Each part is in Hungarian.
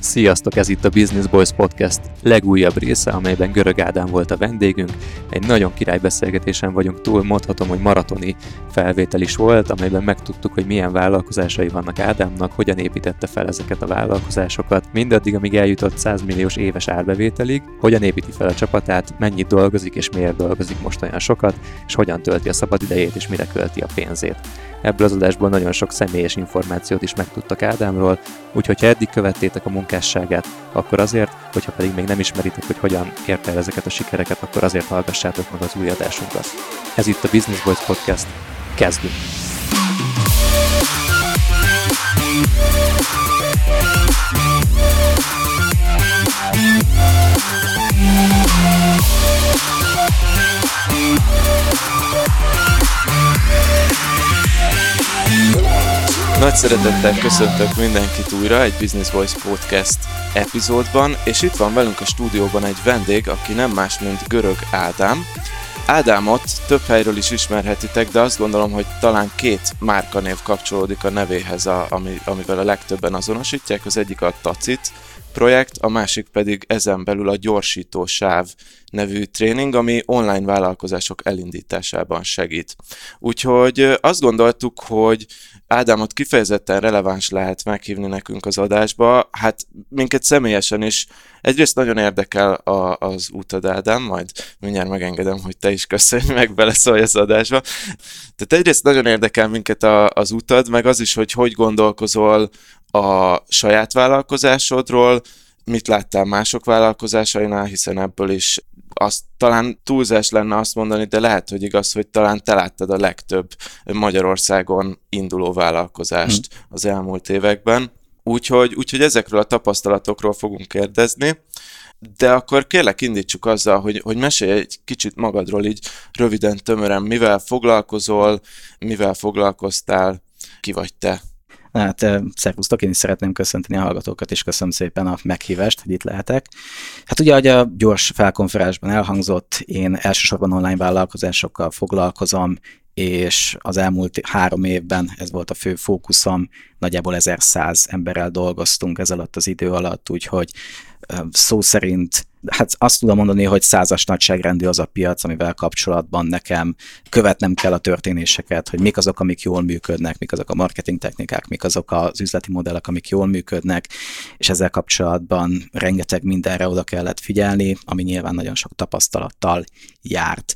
Sziasztok, ez itt a Business Boys Podcast legújabb része, amelyben Görög Ádám volt a vendégünk. Egy nagyon király beszélgetésen vagyunk túl, mondhatom, hogy maratoni felvétel is volt, amelyben megtudtuk, hogy milyen vállalkozásai vannak Ádámnak, hogyan építette fel ezeket a vállalkozásokat, mindaddig, amíg eljutott 100 milliós éves árbevételig, hogyan építi fel a csapatát, mennyit dolgozik és miért dolgozik most olyan sokat, és hogyan tölti a szabadidejét és mire költi a pénzét. Ebből az adásból nagyon sok személyes információt is megtudtak Ádámról, úgyhogy ha eddig követtétek a munkásságát, akkor azért, hogyha pedig még nem ismeritek, hogy hogyan érte el ezeket a sikereket, akkor azért hallgassátok meg az új adásunkat. Ez itt a Business Boys Podcast. Kezdjünk! Nagy szeretettel köszöntök mindenkit újra egy Business Voice Podcast epizódban, és itt van velünk a stúdióban egy vendég, aki nem más, mint Görög Ádám. Ádámot több helyről is ismerhetitek, de azt gondolom, hogy talán két márkanév kapcsolódik a nevéhez, amivel a legtöbben azonosítják. Az egyik a Tacit projekt, a másik pedig ezen belül a Gyorsító Sáv nevű tréning, ami online vállalkozások elindításában segít. Úgyhogy azt gondoltuk, hogy Ádámot kifejezetten releváns lehet meghívni nekünk az adásba. Hát minket személyesen is egyrészt nagyon érdekel az útad, Ádám, majd mindjárt megengedem, hogy te is köszönj meg, beleszólj az adásba. Tehát egyrészt nagyon érdekel minket az útad, meg az is, hogy gondolkozol a saját vállalkozásodról, mit láttál mások vállalkozásainál, hiszen ebből is azt talán túlzás lenne azt mondani, de lehet, hogy igaz, hogy talán te láttad a legtöbb Magyarországon induló vállalkozást az elmúlt években. Úgyhogy ezekről a tapasztalatokról fogunk kérdezni, de akkor kérlek indítsuk azzal, hogy mesélj egy kicsit magadról így röviden, tömören, mivel foglalkozol, mivel foglalkoztál, ki vagy te? Hát, szervusztok, én is szeretném köszönteni a hallgatókat, és köszönöm szépen a meghívást, hogy itt lehetek. Hát ugye, ahogy a gyors felkonferensben elhangzott, én elsősorban online vállalkozásokkal foglalkozom, és az elmúlt 3 évben ez volt a fő fókuszom, nagyjából 1100 emberrel dolgoztunk ez alatt az idő alatt, úgyhogy szó szerint, hát azt tudom mondani, hogy 100-as nagyságrendű az a piac, amivel kapcsolatban nekem követnem kell a történéseket, hogy mik azok, amik jól működnek, mik azok a marketing technikák, mik azok az üzleti modellek, amik jól működnek, és ezzel kapcsolatban rengeteg mindenre oda kellett figyelni, ami nyilván nagyon sok tapasztalattal járt.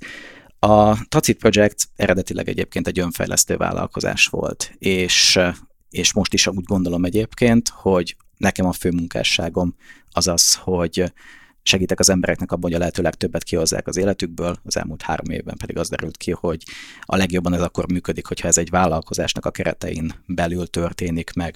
A Tacit Project eredetileg egyébként egy önfejlesztő vállalkozás volt, és most is úgy gondolom egyébként, hogy nekem a fő munkásságom az az, hogy segítek az embereknek abban, hogy a lehető legtöbbet kihozzák az életükből, az elmúlt 3 évben pedig az derült ki, hogy a legjobban ez akkor működik, hogyha ez egy vállalkozásnak a keretein belül történik meg.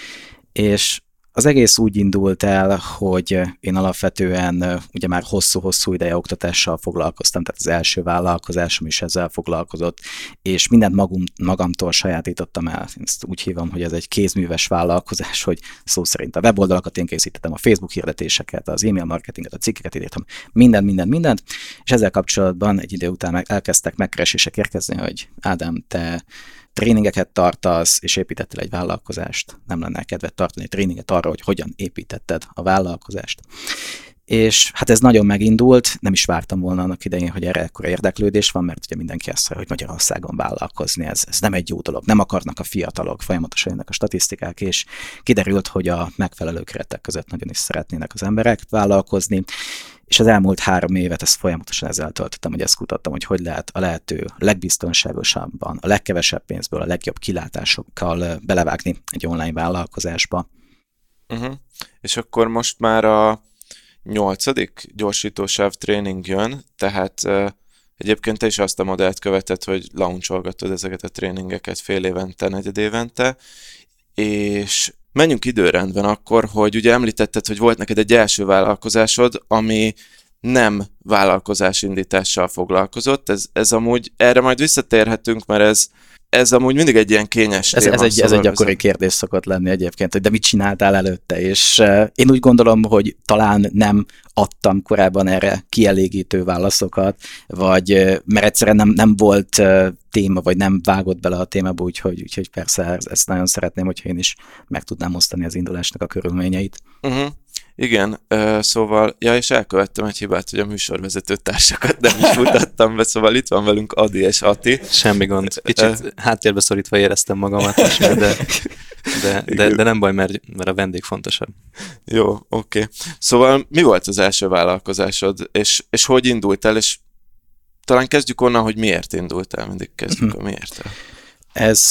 És az egész úgy indult el, hogy én alapvetően ugye már hosszú-hosszú ideje oktatással foglalkoztam, tehát az első vállalkozásom is ezzel foglalkozott, és mindent magamtól sajátítottam el. Én ezt úgy hívom, hogy ez egy kézműves vállalkozás, hogy szó szerint a weboldalakat én készítettem, a Facebook hirdetéseket, az e-mail marketinget, a cikkeket írtam, mindent, és ezzel kapcsolatban egy idő után elkezdtek megkeresések érkezni, hogy Ádám, te tréningeket tartasz, és építettél egy vállalkozást, nem lenne kedved tartani egy tréninget arra, hogy hogyan építetted a vállalkozást. És hát ez nagyon megindult, nem is vártam volna annak idején, hogy erre ekkora érdeklődés van, mert ugye mindenki azt mondja, hogy Magyarországon vállalkozni, ez nem egy jó dolog, nem akarnak a fiatalok, folyamatosan jönnek a statisztikák, és kiderült, hogy a megfelelő keretek között nagyon is szeretnének az emberek vállalkozni, és az elmúlt 3 évet ezt folyamatosan ezzel töltöttem, hogy ezt kutattam, hogy lehet a lehető legbiztonságosabban, a legkevesebb pénzből, a legjobb kilátásokkal belevágni egy online vállalkozásba. És akkor most már a 8. gyorsítósáv tréning jön, tehát egyébként te is azt a modellt követed, hogy launcholgatod ezeket a tréningeket fél évente, negyed évente, és menjünk időrendben akkor, hogy ugye említetted, hogy volt neked egy első vállalkozásod, ami nem vállalkozásindítással foglalkozott. Ez amúgy, erre majd visszatérhetünk, mert ez amúgy mindig egy ilyen kényes téma. Ez egy gyakori kérdés szokott lenni egyébként, hogy de mit csináltál előtte, és én úgy gondolom, hogy talán nem adtam korábban erre kielégítő válaszokat, vagy mert egyszerűen nem volt téma, vagy nem vágott bele a témába, úgyhogy persze ezt nagyon szeretném, hogyha én is meg tudnám osztani az indulásnak a körülményeit. Igen, szóval, és elkövettem egy hibát, hogy a műsorvezető társakat nem is mutattam be, szóval itt van velünk Adi és Ati. Semmi gond. Kicsit háttérbe szorítva éreztem magamat is, de nem baj, mert a vendég fontosabb. Jó, oké. Szóval mi volt az első vállalkozásod, és hogy indultál, és talán kezdjük onnan, hogy miért indultál, mindig kezdjük a miért. Ez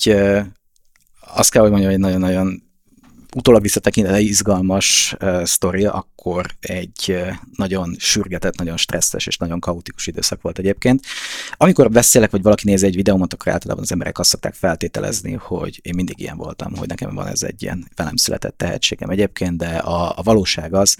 azt kell, hogy mondjam, hogy nagyon-nagyon utólag visszatekintve izgalmas sztori, akkor egy nagyon sürgetett, nagyon stresszes és nagyon kaotikus időszak volt egyébként. Amikor beszélek, vagy valaki nézi egy videómat, akkor általában az emberek azt szokták feltételezni, hogy én mindig ilyen voltam, hogy nekem van ez egy ilyen velem született tehetségem egyébként, de a valóság az,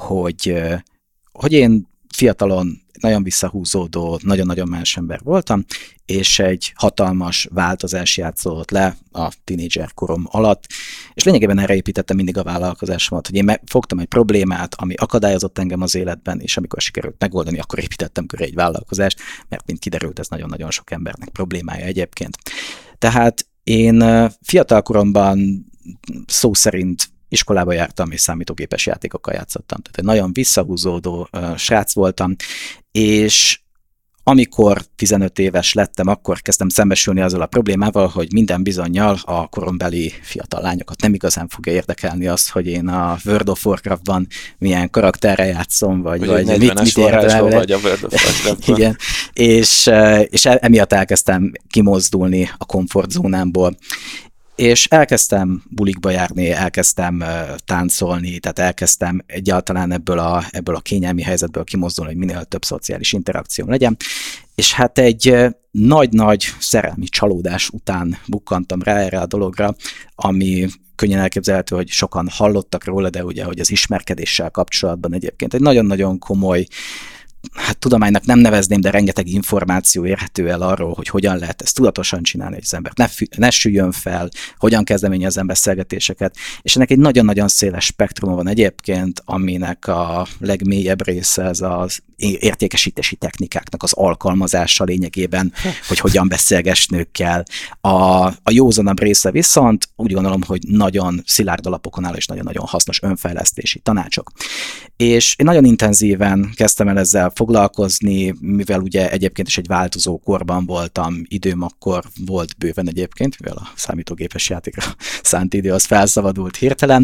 hogy én fiatalon nagyon visszahúzódó, nagyon-nagyon más ember voltam, és egy hatalmas változás játszódott le a tínédzser korom alatt, és lényegében erre építettem mindig a vállalkozásomat, hogy én fogtam egy problémát, ami akadályozott engem az életben, és amikor sikerült megoldani, akkor építettem köré egy vállalkozást, mert mint kiderült, ez nagyon-nagyon sok embernek problémája egyébként. Tehát én fiatal koromban szó szerint iskolába jártam, és számítógépes játékokkal játszottam. Tehát egy nagyon visszahúzódó srác voltam, és amikor 15 éves lettem, akkor kezdtem szembesülni azzal a problémával, hogy minden bizonnyal a korombeli fiatal lányokat nem igazán fogja érdekelni az, hogy én a World of Warcraftban milyen karakterre játszom, vagy mit érdekel. Vagy a World of Warcraftban. Igen, és emiatt elkezdtem kimozdulni a komfortzónámból. És elkezdtem bulikba járni, elkezdtem táncolni, tehát elkezdtem egyáltalán ebből a kényelmi helyzetből kimozdulni, hogy minél több szociális interakcióm legyen. És hát egy nagy-nagy szerelmi csalódás után bukkantam rá erre a dologra, ami könnyen elképzelhető, hogy sokan hallottak róla, de ugye, hogy az ismerkedéssel kapcsolatban egyébként egy nagyon-nagyon komoly, tudománynak nem nevezném, de rengeteg információ érhető el arról, hogy hogyan lehet ezt tudatosan csinálni, hogy az ember ne süljön fel, hogyan kezdeményezzen beszélgetéseket, és ennek egy nagyon-nagyon széles spektruma van egyébként, aminek a legmélyebb része ez az értékesítési technikáknak az alkalmazása lényegében, hogy hogyan beszélgess nőkkel. A józanabb része viszont úgy gondolom, hogy nagyon szilárd alapokon áll, és nagyon-nagyon hasznos önfejlesztési tanácsok. És én nagyon intenzíven kezdtem el ezzel foglalkozni, mivel ugye egyébként is egy változó korban voltam, időm akkor volt bőven egyébként, mivel a számítógépes játékra szánt idő az felszabadult hirtelen,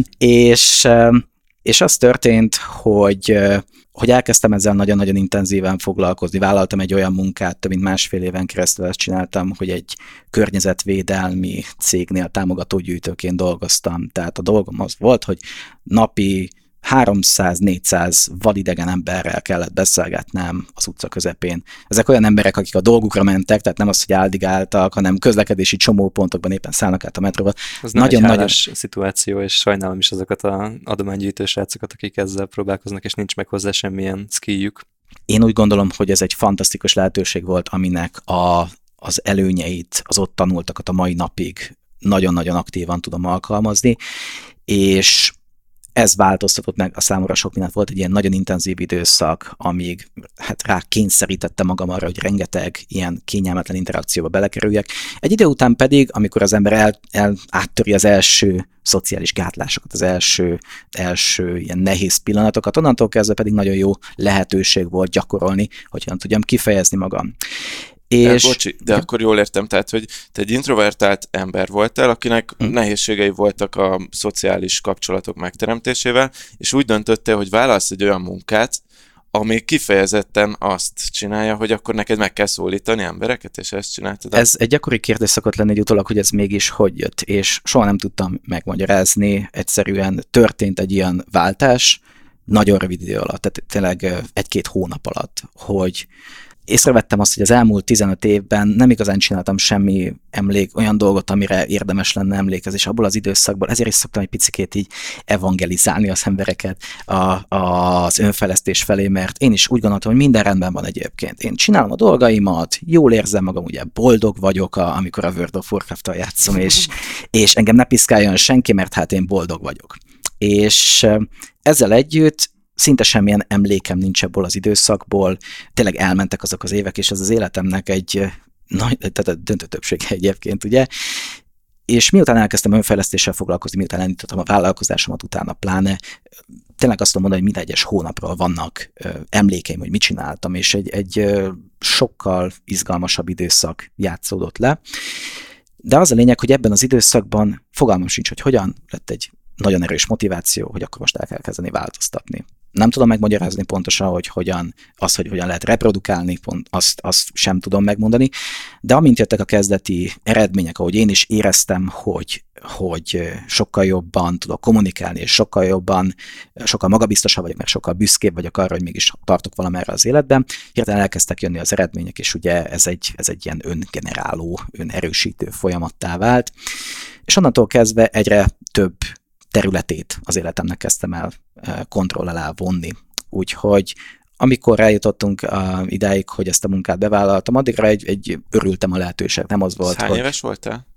és az történt, hogy elkezdtem ezzel nagyon-nagyon intenzíven foglalkozni. Vállaltam egy olyan munkát, több mint másfél éven keresztül ezt csináltam, hogy egy környezetvédelmi cégnél támogatógyűjtőként dolgoztam. Tehát a dolgom az volt, hogy napi 300-400 vadidegen emberrel kellett beszélgetnem az utca közepén. Ezek olyan emberek, akik a dolgukra mentek, tehát nem az, hogy áldigáltak, hanem közlekedési csomópontokban éppen szállnak át a metróval. Ez nagyon szituáció, és sajnálom is azokat az adománygyűjtő srácokat, akik ezzel próbálkoznak, és nincs meg hozzá semmilyen skilljük. Én úgy gondolom, hogy ez egy fantasztikus lehetőség volt, aminek az előnyeit, az ott tanultakat a mai napig nagyon-nagyon aktívan tudom alkalmazni, és ez változtatott meg a számomra sok mindent. Volt egy ilyen nagyon intenzív időszak, amíg rá kényszerítette magam arra, hogy rengeteg ilyen kényelmetlen interakcióba belekerüljek. Egy idő után pedig, amikor az ember áttöri az első szociális gátlásokat, az első ilyen nehéz pillanatokat, onnantól kezdve pedig nagyon jó lehetőség volt gyakorolni, hogyan tudjam kifejezni magam. Bocsi, de akkor jól értem, tehát, hogy te egy introvertált ember voltál, akinek nehézségei voltak a szociális kapcsolatok megteremtésével, és úgy döntöttél, hogy válasz egy olyan munkát, ami kifejezetten azt csinálja, hogy akkor neked meg kell szólítani embereket, és ezt csináltad. Ez egy gyakori kérdés szokott lenni egy utólag, hogy ez mégis hogy jött, és soha nem tudtam megmagyarázni, egyszerűen történt egy ilyen váltás, nagyon rövid idő alatt, tehát tényleg 1-2 hónap alatt, hogy észrevettem azt, hogy az elmúlt 15 évben nem igazán csináltam semmi olyan dolgot, amire érdemes lenne emlékezni, és abból az időszakból, ezért is szoktam egy picikét így evangelizálni az embereket az önfejlesztés felé, mert én is úgy gondoltam, hogy minden rendben van egyébként. Én csinálom a dolgaimat, jól érzem magam, ugye boldog vagyok, amikor a World of Warcraft-tal játszom, és engem ne piszkáljon senki, mert hát én boldog vagyok. És ezzel együtt szinte semmilyen emlékem nincs ebből az időszakból, tényleg elmentek azok az évek, és ez az életemnek egy tehát a döntő többsége egyébként, ugye, és miután elkezdtem önfejlesztéssel foglalkozni, miután elindítottam a vállalkozásomat utána pláne, tényleg azt tudom mondani, hogy minden egyes hónapról vannak emlékeim, hogy mit csináltam, és egy sokkal izgalmasabb időszak játszódott le. De az a lényeg, hogy ebben az időszakban fogalmam sincs, hogy hogyan lett egy nagyon erős motiváció, hogy akkor most el kell kezdeni változtatni. Nem tudom megmagyarázni pontosan, hogy hogyan lehet reprodukálni, azt sem tudom megmondani, de amint jöttek a kezdeti eredmények, ahogy én is éreztem, hogy sokkal jobban tudok kommunikálni, és sokkal magabiztosabb vagyok, meg sokkal büszkébb vagyok arra, hogy mégis tartok valamerre az életben, hirtelen elkezdtek jönni az eredmények, és ugye ez egy ilyen öngeneráló, önerősítő folyamattá vált, és onnantól kezdve egyre több területét az életemnek kezdtem el kontroll alá vonni. Úgyhogy amikor eljutottunk idáig, hogy ezt a munkát bevállaltam, addigra egy örültem a lehetőség. Nem az volt, Hány éves voltál?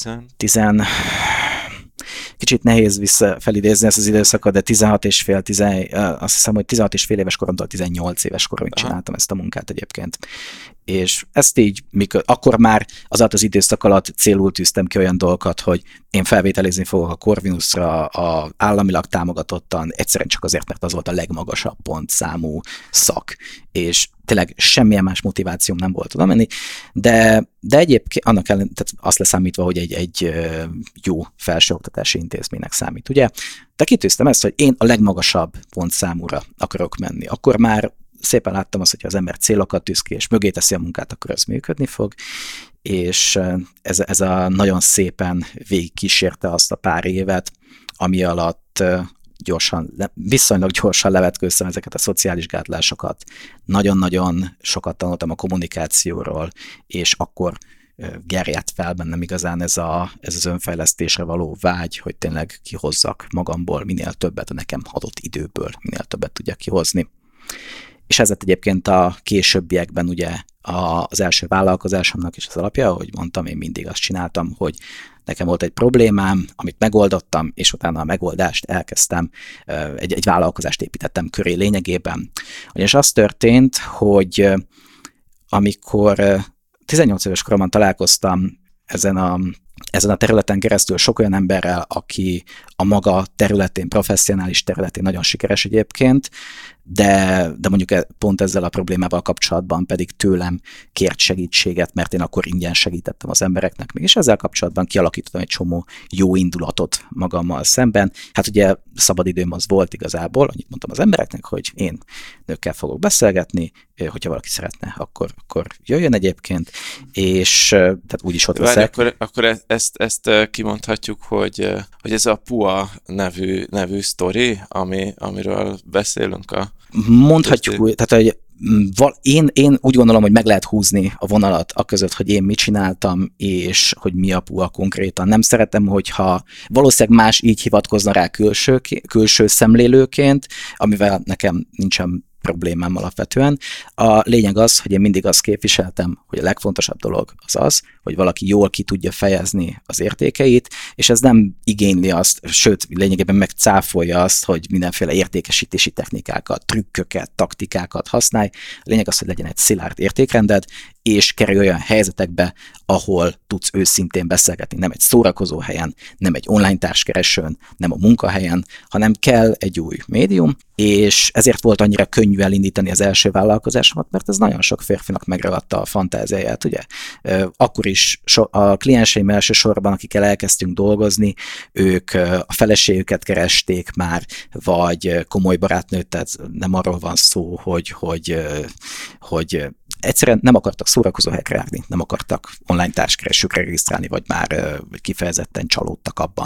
Kicsit nehéz felidézni ezt az időszakot, de 16 és fél, azt hiszem, hogy 16 és fél éves koromtól 18 éves koromig csináltam ezt a munkát egyébként. És ezt így, akkor már az időszak alatt célul tűztem ki olyan dolgokat, hogy én felvételizni fogok a Corvinusra, a államilag támogatottan, egyszerűen csak azért, mert az volt a legmagasabb pontszámú szak, és tényleg semmilyen más motivációm nem volt oda menni, de egyébként annak ellen, tehát azt leszámítva, hogy egy jó felsőoktatási intézménynek számít, ugye? De kitűztem ezt, hogy én a legmagasabb pontszámúra akarok menni. Akkor már szépen láttam azt, hogyha az ember célokat tűz ki, és mögé teszi a munkát, akkor ez működni fog, és ez a nagyon szépen végigkísérte azt a pár évet, ami alatt viszonylag gyorsan levetkőztem ezeket a szociális gátlásokat. Nagyon-nagyon sokat tanultam a kommunikációról, és akkor gerjedt fel bennem igazán ez az önfejlesztésre való vágy, hogy tényleg kihozzak magamból minél többet, a nekem adott időből minél többet tudjak kihozni. És ez lett egyébként a későbbiekben ugye az első vállalkozásomnak is az alapja, ahogy mondtam, én mindig azt csináltam, hogy nekem volt egy problémám, amit megoldottam, és utána a megoldást elkezdtem, egy vállalkozást építettem köré lényegében. Ugyanis az történt, hogy amikor 18 éves koromban találkoztam ezen a területen keresztül sok olyan emberrel, aki a maga területén, professzionális területén nagyon sikeres egyébként, de mondjuk pont ezzel a problémával kapcsolatban pedig tőlem kért segítséget, mert én akkor ingyen segítettem az embereknek, mégis ezzel kapcsolatban kialakítottam egy csomó jó indulatot magammal szemben. Hát ugye szabadidőm az volt igazából, annyit mondtam az embereknek, hogy én nőkkel fogok beszélgetni, hogyha valaki szeretne, akkor jöjjön egyébként, és tehát úgyis ott leszek. Akkor ezt kimondhatjuk, hogy ez a PUA nevű sztori, amiről beszélünk mondhatjuk úgy, tehát hogy én úgy gondolom, hogy meg lehet húzni a vonalat aközött, hogy én mit csináltam, és hogy mi a PUA konkrétan. Nem szeretem, hogyha valószínűleg más így hivatkozna rá külső szemlélőként, amivel nekem nincsen problémám alapvetően. A lényeg az, hogy én mindig azt képviseltem, hogy a legfontosabb dolog az, hogy valaki jól ki tudja fejezni az értékeit, és ez nem igényli azt, sőt, lényegében megcáfolja azt, hogy mindenféle értékesítési technikákat, trükköket, taktikákat használj. A lényeg az, hogy legyen egy szilárd értékrended, és kerülj olyan helyzetekbe, ahol tudsz őszintén beszélgetni. Nem egy szórakozó helyen, nem egy online társkeresőn, nem a munkahelyen, hanem kell egy új médium, és ezért volt annyira könnyű elindítani az első vállalkozásomat, mert ez nagyon sok férfinak megragadta a fantáziáját, ugye. Akkor is a klienseim elsősorban, akikkel elkezdtünk dolgozni, ők a feleségüket keresték már, vagy komoly barátnőt, tehát nem arról van szó, hogy egyszerűen nem akartak szórakozó helyekre járni, nem akartak online társkeresőkre regisztrálni, vagy már kifejezetten csalódtak abban.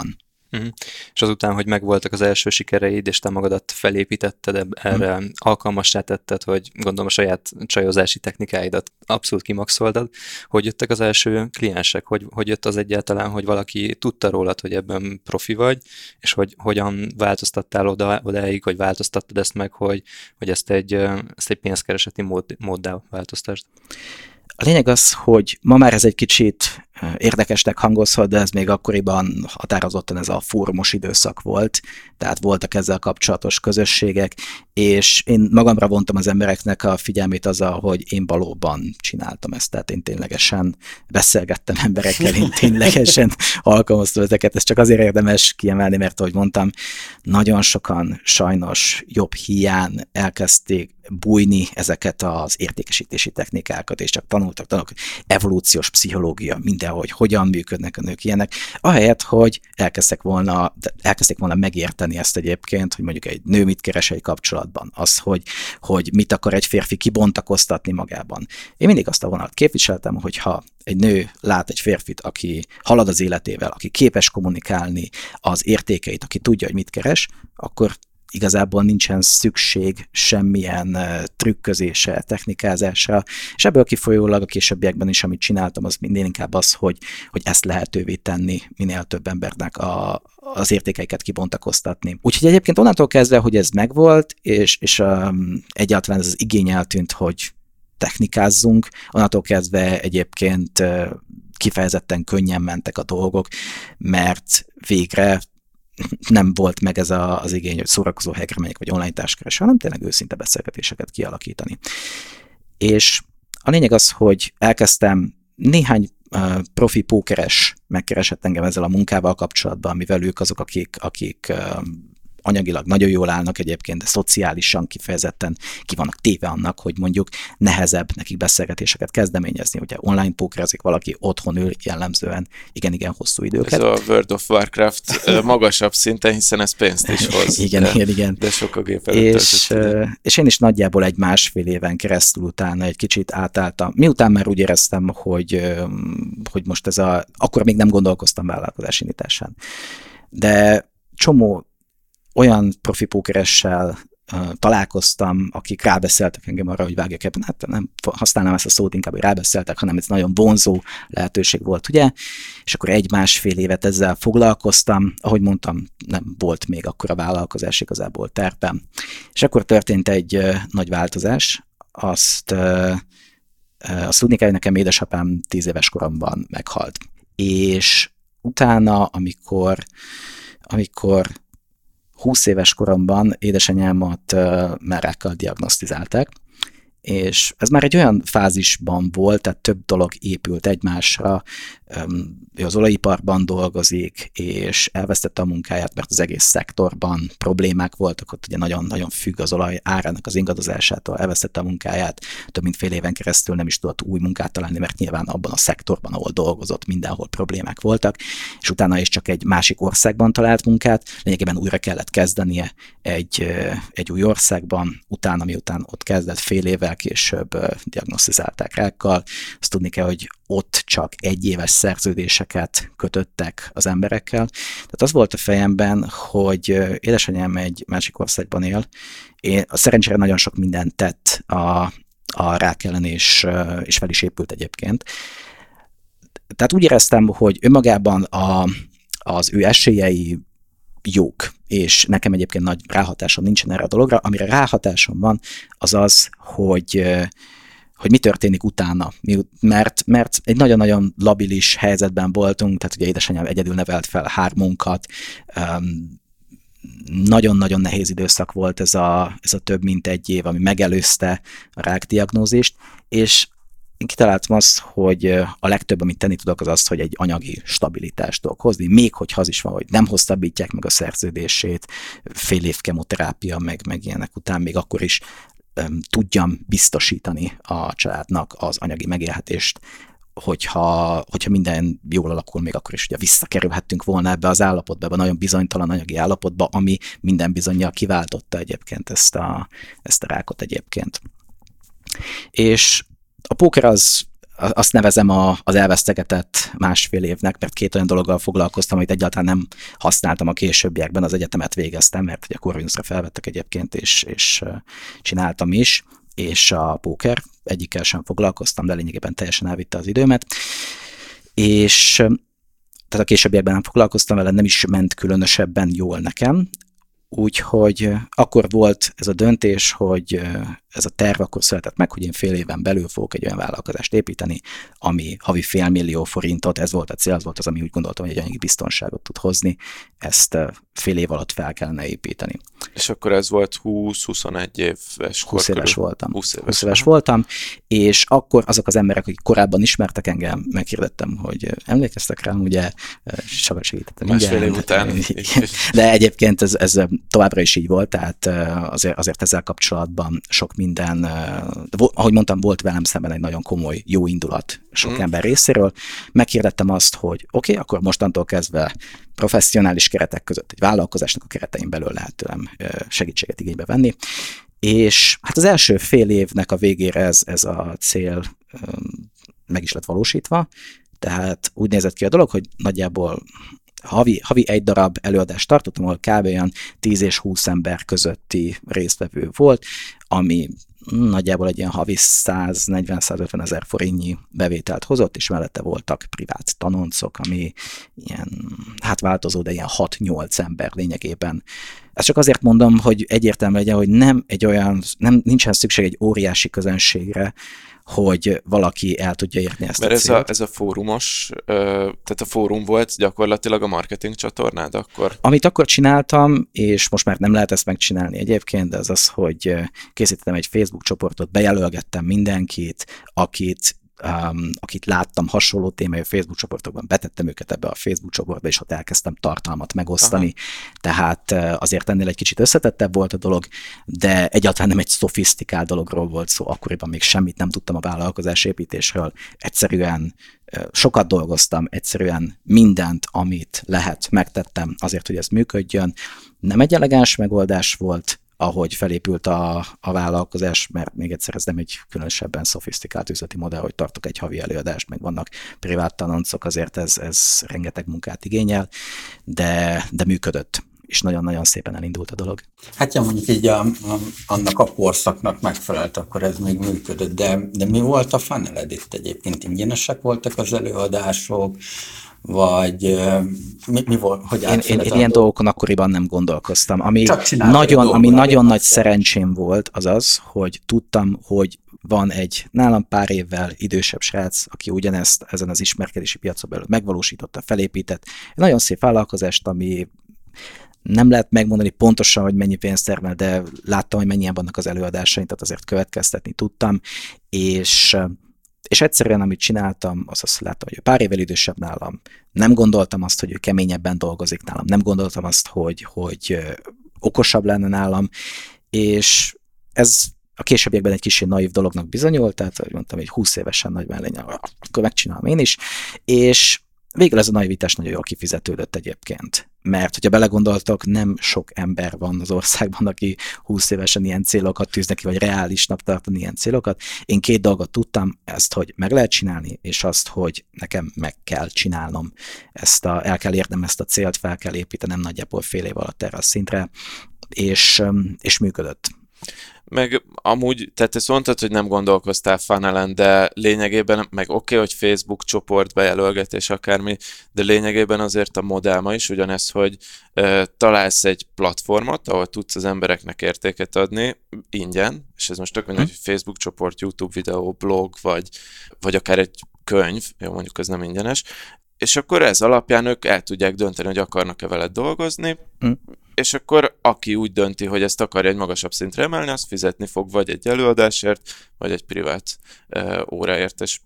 És azután, hogy megvoltak az első sikereid, és te magadat felépítetted, erre alkalmassá tetted, hogy gondolom a saját csajozási technikáidat abszolút kimaxoltad, hogy jöttek az első kliensek, hogy jött az egyáltalán, hogy valaki tudta rólad, hogy ebben profi vagy, és hogy hogyan változtattál odáig, hogy változtattad ezt meg, hogy ezt egy pénzkereseti móddá változtasd. A lényeg az, hogy ma már ez egy kicsit érdekesnek hangozhat, de ez még akkoriban határozottan ez a fórumos időszak volt, tehát voltak ezzel kapcsolatos közösségek, és én magamra vontam az embereknek a figyelmét azzal, hogy én valóban csináltam ezt, tehát én ténylegesen beszélgettem emberekkel, én ténylegesen alkalmaztam ezeket, ez csak azért érdemes kiemelni, mert ahogy mondtam, nagyon sokan sajnos jobb hiány elkezdték bújni ezeket az értékesítési technikákat, és csak tanultak, evolúciós pszichológia, mindenhogy hogyan működnek a nők ilyenek, ahelyett, hogy elkezdték volna megérteni ezt egyébként, hogy mondjuk egy nő mit keres egy kapcsolatban, az, hogy mit akar egy férfi kibontakoztatni magában. Én mindig azt a vonalat képviseltem, hogyha egy nő lát egy férfit, aki halad az életével, aki képes kommunikálni az értékeit, aki tudja, hogy mit keres, akkor igazából nincsen szükség semmilyen trükközésre, technikázásra, és ebből kifolyólag a későbbiekben is, amit csináltam, az minden inkább az, hogy ezt lehetővé tenni minél több embernek az értékeiket kibontakoztatni. Úgyhogy egyébként onnantól kezdve, hogy ez megvolt, és egyáltalán ez az igény eltűnt, hogy technikázzunk, onnantól kezdve egyébként kifejezetten könnyen mentek a dolgok, mert végre nem volt meg ez az igény, hogy szórakozó helyekre menjek, vagy online társkereső, hanem tényleg őszinte beszélgetéseket kialakítani. És a lényeg az, hogy elkezdtem néhány profi pókeres megkeresett engem ezzel a munkával kapcsolatban, mivel ők azok, akik anyagilag nagyon jól állnak egyébként, de szociálisan kifejezetten ki vannak téve annak, hogy mondjuk nehezebb nekik beszélgetéseket kezdeményezni. Ugye online pókerezik valaki, otthon ül jellemzően igen hosszú időket. Ez a World of Warcraft magasabb szinten, hiszen ez pénzt is hoz. Igen. De sok a gép előtt. És én is nagyjából egy másfél éven keresztül utána egy kicsit átálltam. Miután már úgy éreztem, hogy most akkor még nem gondolkoztam vállalkozásindításán. De csomó olyan profi pókeressel találkoztam, akik rábeszéltek engem arra, hogy vágjak ebben, hát nem használnám ezt a szót inkább, hogy rábeszéltek, hanem ez nagyon vonzó lehetőség volt, ugye? És akkor 1-1,5 évet ezzel foglalkoztam, ahogy mondtam, nem volt még akkor a vállalkozás igazából tervben. És akkor történt egy nagy változás, azt tudni kell, hogy nekem édesapám 10 éves koromban meghalt. És utána, amikor 20 éves koromban édesanyámat már rákkal diagnosztizálták, és ez már egy olyan fázisban volt, tehát több dolog épült egymásra, ő az olajiparban dolgozik, és elvesztette a munkáját, mert az egész szektorban problémák voltak, ott ugye nagyon-nagyon függ az olaj árának az ingadozásától, elvesztette a munkáját, több mint fél éven keresztül nem is tudott új munkát találni, mert nyilván abban a szektorban, ahol dolgozott, mindenhol problémák voltak, és utána is csak egy másik országban talált munkát, lényegében újra kellett kezdenie egy új országban, utána, miután ott kezdett, fél évvel később diagnosztizálták rákkal. Azt tudni kell, hogy ott csak 1 éves szerződéseket kötöttek az emberekkel. Tehát az volt a fejemben, hogy édesanyám egy másik országban él. Én szerencsére nagyon sok mindent tett a rák ellen, és fel is épült egyébként. Tehát úgy éreztem, hogy önmagában az ő esélyei jók, és nekem egyébként nagy ráhatásom nincsen erre a dologra. Amire ráhatásom van, az az, hogy mi történik utána, mert egy nagyon-nagyon labilis helyzetben voltunk, tehát ugye édesanyám egyedül nevelt fel 3-unkat, nagyon-nagyon nehéz időszak volt ez a több mint 1 év, ami megelőzte a rákdiagnózist, és én kitaláltam azt, hogy a legtöbb, amit tenni tudok, az az, hogy egy anyagi stabilitást tudok hozni, még hogyha az is van, hogy nem hosszabbítják meg a szerződését, fél év kemoterápia, meg ilyenek után, még akkor is tudjam biztosítani a családnak az anyagi megélhetést, hogyha minden jól alakul, még akkor is ugye visszakerülhettünk volna ebbe az állapotba, ebbe a nagyon bizonytalan anyagi állapotba, ami minden bizonnyal kiváltotta egyébként ezt a rákot egyébként. És a póker az azt nevezem az elvesztegetett másfél évnek, mert 2 olyan dologgal foglalkoztam, amit egyáltalán nem használtam a későbbiekben, az egyetemet végeztem, mert ugye a Corvinusra felvettek egyébként, és csináltam is, és a póker egyikkel sem foglalkoztam, de lényegében teljesen elvitte az időmet, és tehát a későbbiekben nem foglalkoztam vele, nem is ment különösebben jól nekem, úgyhogy akkor volt ez a döntés, hogy ez a terv akkor született meg, hogy én fél éven belül fogok egy olyan vállalkozást építeni, ami havi $500,000, ez volt a cél, az volt az, ami úgy gondoltam, hogy egy anyagi biztonságot tud hozni, ezt fél év alatt fel kellene építeni. És akkor ez volt 20-21 éves 20 éves voltam. 20 éves voltam, és akkor azok az emberek, akik korábban ismertek engem, meghirdettem, hogy emlékeztek rám, ugye sokat segítettem. Másfél év után. De egyébként ez továbbra is így volt, tehát azért ezzel kapcsolatban sok minden, ahogy mondtam, volt velem szemben egy nagyon komoly jó indulat sok ember részéről. Meghirdettem azt, hogy oké, akkor mostantól kezdve professzionális keretek között egy vállalkozásnak a keretein belül lehet tőlem segítséget igénybe venni. És hát az első fél évnek a végére ez a cél meg is lett valósítva, tehát úgy nézett ki a dolog, hogy nagyjából havi egy darab előadást tartottam, ahol kb. Olyan 10 és 20 ember közötti résztvevő volt, ami nagyjából egy ilyen havi 140-150 ezer forintnyi bevételt hozott, és mellette voltak privát tanoncok, ami ilyen, hát változó, de ilyen 6-8 ember lényegében. Ezt csak azért mondom, hogy egyértelmű legyen, hogy nincsen szükség egy óriási közönségre, hogy valaki el tudja érni ezt mert a célt. Ez a fórumos, tehát a fórum volt gyakorlatilag a marketing csatornád akkor? Amit akkor csináltam, és most már nem lehet ezt megcsinálni egyébként, de az az, hogy készítettem egy Facebook csoportot, bejelölgettem mindenkit, akit láttam hasonló témájú Facebook csoportokban, betettem őket ebbe a Facebook csoportba, és ott elkezdtem tartalmat megosztani. Aha. Tehát azért ennél egy kicsit összetettebb volt a dolog, de egyáltalán nem egy szofisztikált dologról volt szó, akkoriban még semmit nem tudtam a vállalkozás építésről. Egyszerűen sokat dolgoztam, egyszerűen mindent, amit lehet, megtettem azért, hogy ez működjön. Nem egy elegáns megoldás volt, ahogy felépült a vállalkozás, mert még egyszer ez nem egy különösebben szofisztikált üzleti modell, hogy tartok egy havi előadást, meg vannak privát tanoncok, azért ez rengeteg munkát igényel, de működött, és nagyon-nagyon szépen elindult a dolog. Hát ja, mondjuk így annak a korszaknak megfelelt, akkor ez még működött, de mi volt a funneled itt egyébként? Ingyenesek voltak az előadások, vagy mi volt, hogy én ilyen dolgokon akkoriban nem gondolkoztam. Ami nagyon nagy szerencsém volt, az, hogy tudtam, hogy van egy nálam pár évvel idősebb srác, aki ugyanezt ezen az ismerkedési piacon belül megvalósította, felépített. Egy nagyon szép vállalkozást, ami nem lehet megmondani pontosan, hogy mennyi pénzt termel, de láttam, hogy mennyien vannak az előadásaink, tehát azért következtetni tudtam, és egyszerűen, amit csináltam, azt láttam, hogy ő pár évvel idősebb nálam. Nem gondoltam azt, hogy ő keményebben dolgozik nálam. Nem gondoltam azt, hogy okosabb lenne nálam. És ez a későbbiekben egy kicsit naív dolognak bizonyult, tehát, hogy mondtam, hogy 20 évesen nagy mellényen, akkor megcsinálom én is. És végül ez a naivitás nagyon jól kifizetődött egyébként. Mert, hogyha belegondoltok, nem sok ember van az országban, aki 20 évesen ilyen célokat tűz neki, vagy reálisnak tartani ilyen célokat. Én 2 dolgot tudtam, ezt, hogy meg lehet csinálni, és azt, hogy nekem meg kell csinálnom. El kell érnem ezt a célt, fel kell építenem nagyjából fél év alatt erre a szintre, és működött. Meg amúgy, tehát ezt mondtad, hogy nem gondolkoztál funnelen, de lényegében, meg oké, hogy Facebook csoport bejelölgetés akármi, de lényegében azért a modell ma is ugyanez, hogy találsz egy platformot, ahol tudsz az embereknek értéket adni ingyen, és ez most tök mindegy, hogy Facebook csoport, YouTube videó, blog, vagy akár egy könyv, jó, mondjuk ez nem ingyenes, és akkor ez alapján ők el tudják dönteni, hogy akarnak-e veled dolgozni, és akkor aki úgy dönti, hogy ezt akarja egy magasabb szintre emelni, azt fizetni fog vagy egy előadásért, vagy egy privát óráért, és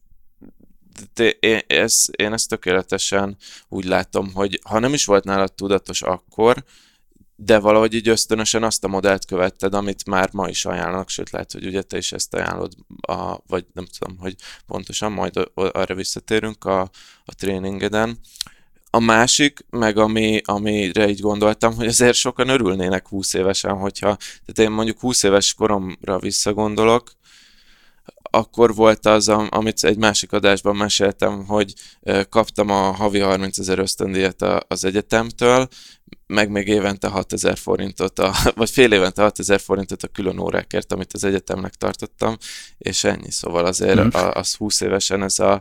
én ezt tökéletesen úgy látom, hogy ha nem is volt nálad tudatos akkor, de valahogy így ösztönösen azt a modellt követted, amit már ma is ajánlanak, sőt lehet, hogy ugye te is ezt ajánlod, vagy nem tudom, hogy pontosan, majd arra visszatérünk a tréningeden. A másik, meg amire így gondoltam, hogy azért sokan örülnének 20 évesen, tehát én mondjuk 20 éves koromra visszagondolok, akkor volt az, amit egy másik adásban meséltem, hogy kaptam a havi 30 000 ösztöndíjat az egyetemtől, meg még évente 6 000 forintot, vagy fél évente 6 000 forintot a külön órákért, amit az egyetemnek tartottam, és ennyi. Szóval azért az 20 évesen ez a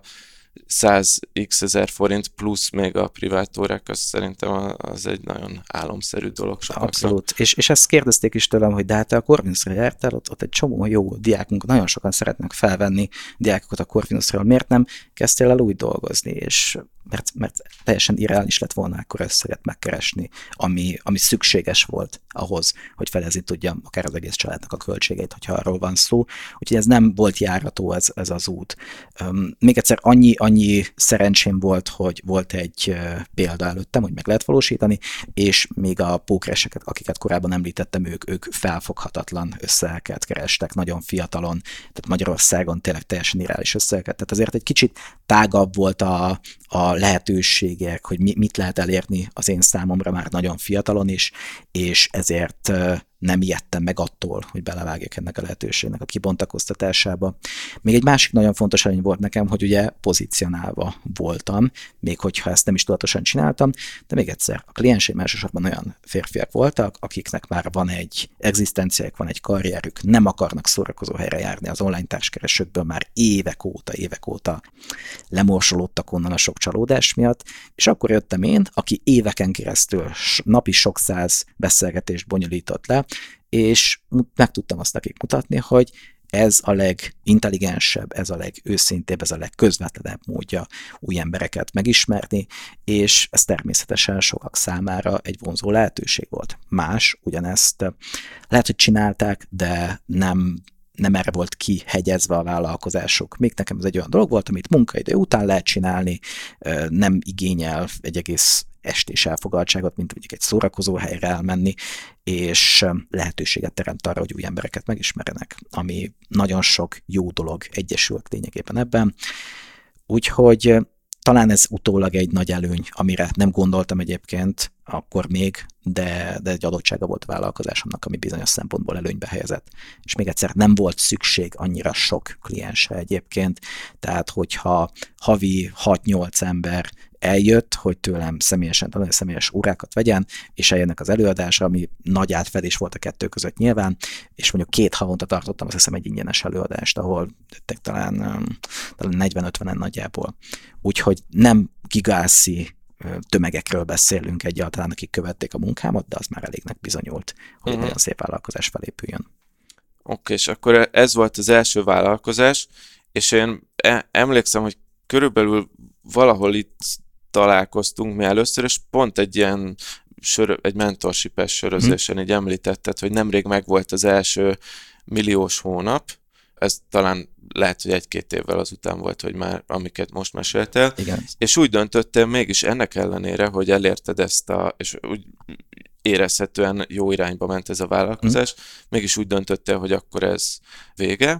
100x ezer forint plusz még a privát órák, az szerintem az egy nagyon álomszerű dolog sokaknak. Abszolút. És ezt kérdezték is tőlem, hogy de hát te a Corvinusra jártál, ott egy csomó jó diákunk, nagyon sokan szeretnek felvenni diákokat a Corvinusról, miért nem kezdtél el úgy dolgozni, és mert teljesen irreális lett volna akkor összeget megkeresni, ami szükséges volt ahhoz, hogy felezni tudjam akár az egész családnak a költségeit, hogyha arról van szó. Úgyhogy ez nem volt járható ez az út. Még egyszer annyi szerencsém volt, hogy volt egy példa előttem, hogy meg lehet valósítani, és még a pókereseket, akiket korábban említettem, ők felfoghatatlan összegeket kerestek nagyon fiatalon, tehát Magyarországon tényleg teljesen irreális összegeket. Tehát azért egy kicsit tágabb volt a lehetőségek, hogy mit lehet elérni az én számomra már nagyon fiatalon is, és ezért nem ijedtem meg attól, hogy belevágjak ennek a lehetőségnek a kibontakoztatásába. Még egy másik nagyon fontos előny volt nekem, hogy ugye pozícionálva voltam, még hogyha ezt nem is tudatosan csináltam, de még egyszer, a klienseim elsősorban olyan férfiak voltak, akiknek már van egy egzisztenciájuk, van egy karrierük, nem akarnak szórakozó helyre járni az online társkeresőkből már évek óta lemorsolódtak onnan a sok csalódás miatt, és akkor jöttem én, aki éveken keresztül napi sok száz beszélgetést bonyolított le, és meg tudtam azt nekik mutatni, hogy ez a legintelligensebb, ez a legőszintébb, ez a legközvetlenebb módja új embereket megismerni, és ez természetesen sokak számára egy vonzó lehetőség volt. Más ugyanezt lehet, hogy csinálták, de nem erre volt kihegyezve a vállalkozások. Még nekem ez egy olyan dolog volt, amit munkaidő után lehet csinálni, nem igényel egy egész estés elfoglaltságot, mint mondjuk egy szórakozó helyre elmenni, és lehetőséget teremt arra, hogy új embereket megismerjenek, ami nagyon sok jó dolog egyesült lényegében ebben. Úgyhogy talán ez utólag egy nagy előny, amire nem gondoltam egyébként akkor még, de egy adottsága volt a vállalkozásomnak, ami bizonyos szempontból előnybe helyezett. És még egyszer nem volt szükség annyira sok kliensre egyébként, tehát hogyha havi 6-8 ember eljött, hogy tőlem személyes órákat vegyen, és eljönnek az előadásra, ami nagy átfedés volt a kettő között nyilván, és mondjuk 2 havonta tartottam, azt hiszem, egy ingyenes előadást, ahol talán 40-50-en nagyjából. Úgyhogy nem gigászi tömegekről beszélünk egyáltalán, akik követték a munkámat, de az már elégnek bizonyult, hogy egy nagyon szép vállalkozás felépüljön. Oké, és akkor ez volt az első vállalkozás, és én emlékszem, hogy körülbelül valahol itt találkoztunk mi először, és pont egy ilyen egy mentorship-es sörözésen így említetted, hogy nemrég megvolt az első milliós hónap, ez talán lehet, hogy 1-2 évvel azután volt, hogy már amiket most meséltél, igen. És úgy döntöttél mégis ennek ellenére, hogy elérted ezt és úgy érezhetően jó irányba ment ez a vállalkozás, mégis úgy döntöttél, hogy akkor ez vége,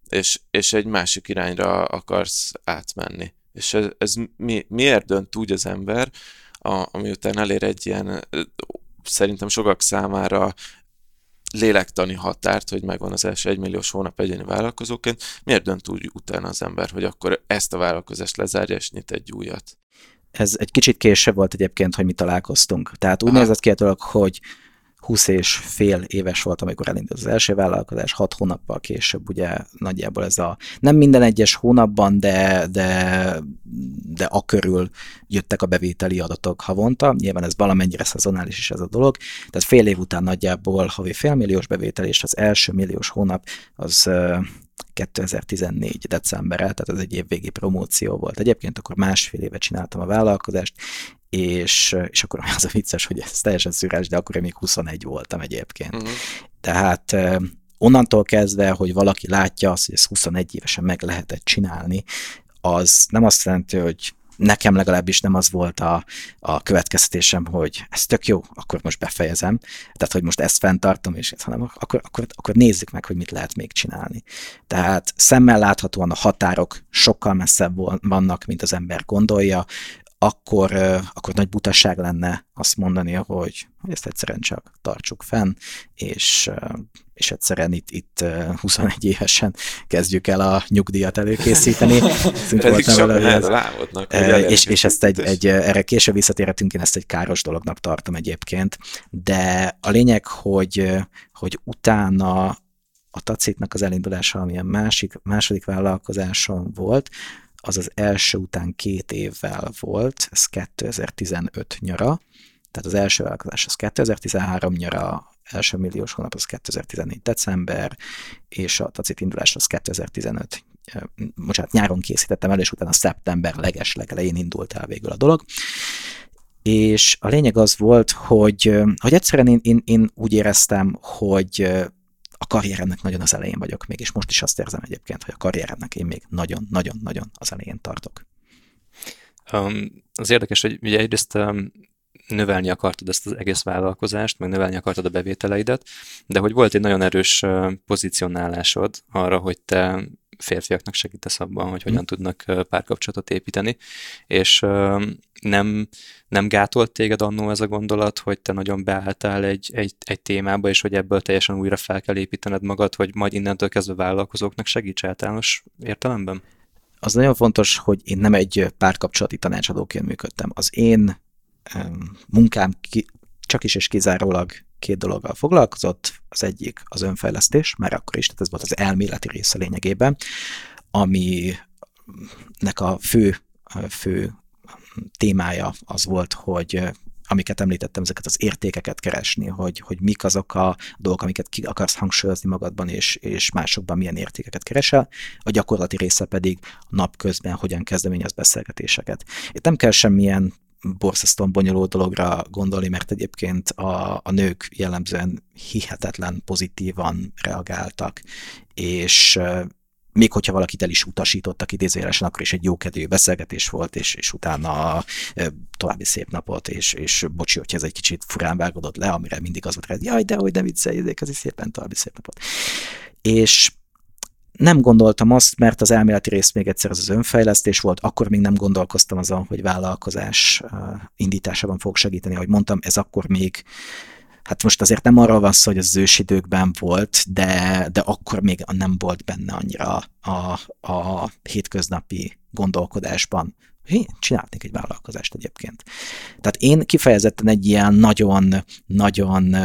és egy másik irányra akarsz átmenni. És ez miért dönt úgy az ember, ami után elér egy ilyen, szerintem sokak számára lélektani határt, hogy megvan az első 1 milliós hónap egyéni vállalkozóként, miért dönt úgy utána az ember, hogy akkor ezt a vállalkozást lezárja, és nyit egy újat? Ez egy kicsit később volt egyébként, hogy mi találkoztunk. Tehát úgy nézett ki a dolog, hogy 20,5 éves volt, amikor elindult az első vállalkozás, 6 hónappal később, ugye nagyjából ez nem minden egyes hónapban, de akörül jöttek a bevételi adatok havonta, nyilván ez valamennyire szezonális is ez a dolog, tehát fél év után nagyjából havi félmilliós bevétel, és az első milliós hónap az 2014 decemberre, tehát ez egy évvégi promóció volt. Egyébként akkor 1,5 éve csináltam a vállalkozást, és akkor az a vicces, hogy ez teljesen szürreális, de akkor én még 21 voltam egyébként. Tehát onnantól kezdve, hogy valaki látja azt, hogy ezt 21 évesen meg lehetett csinálni, az nem azt jelenti, hogy nekem legalábbis nem az volt a következtetésem, hogy ez tök jó, akkor most befejezem, tehát hogy most ezt fenntartom, hanem akkor nézzük meg, hogy mit lehet még csinálni. Tehát szemmel láthatóan a határok sokkal messzebb vannak, mint az ember gondolja. akkor nagy butaság lenne azt mondani, hogy ezt egyszerűen csak tartsuk fenn, és egyszerűen itt 21 évesen kezdjük el a nyugdíjat előkészíteni. És ezt erre később visszatérhetünk, én ezt egy káros dolognak tartom egyébként, de a lényeg, hogy utána a Tacitnak az elindulása, amilyen második vállalkozásom volt, az első után 2 évvel volt, ez 2015 nyara, tehát az első vállalkozás az 2013 nyara, első milliós hónap az 2014 december, és a Tacit indulás az 2015, nyáron készítettem el, és utána szeptember legelején indult el végül a dolog. És a lényeg az volt, hogy egyszerűen én úgy éreztem, hogy a karrieremnek nagyon az elején vagyok még, és most is azt érzem egyébként, hogy a karrieremnek én még nagyon-nagyon-nagyon az elején tartok. Az érdekes, hogy ugye egyrészt növelni akartad ezt az egész vállalkozást, meg növelni akartad a bevételeidet, de hogy volt egy nagyon erős pozícionálásod arra, hogy te férfiaknak segítesz abban, hogy hogyan tudnak párkapcsolatot építeni, és nem gátolt téged annó ez a gondolat, hogy te nagyon beálltál egy témába, és hogy ebből teljesen újra fel kell építened magad, hogy majd innentől kezdve vállalkozóknak segíts általános értelemben? Az nagyon fontos, hogy én nem egy párkapcsolati tanácsadóként működtem. Az én munkám csak is és kizárólag 2 dologgal foglalkozott. Az egyik az önfejlesztés, már akkor is, tehát ez volt az elméleti része lényegében, aminek a fő témája az volt, hogy amiket említettem, ezeket az értékeket keresni, hogy mik azok a dolgok, amiket ki akarsz hangsúlyozni magadban, és másokban milyen értékeket keresel. A gyakorlati része pedig napközben hogyan kezdeményez beszélgetéseket. Itt nem kell semmilyen borzasztóan bonyolult dologra gondolni, mert egyébként a nők jellemzően hihetetlen pozitívan reagáltak, és még hogyha valakit el is utasítottak idézőjelesen, akkor is egy jókedvű beszélgetés volt, és utána további szép napot, és bocsi, hogyha ez egy kicsit furán vágódott le, amire mindig az volt rá, jaj, de hogy ne viccelj, ez is szépen további szép napot. És nem gondoltam azt, mert az elméleti rész még egyszer az önfejlesztés volt, akkor még nem gondolkoztam azon, hogy vállalkozás indításában fog segíteni. Ahogy mondtam, ez akkor még, hát most azért nem arról van szó, hogy az ősidőkben volt, de akkor még nem volt benne annyira a hétköznapi gondolkodásban. Én csinálnék egy vállalkozást egyébként. Tehát én kifejezetten egy ilyen nagyon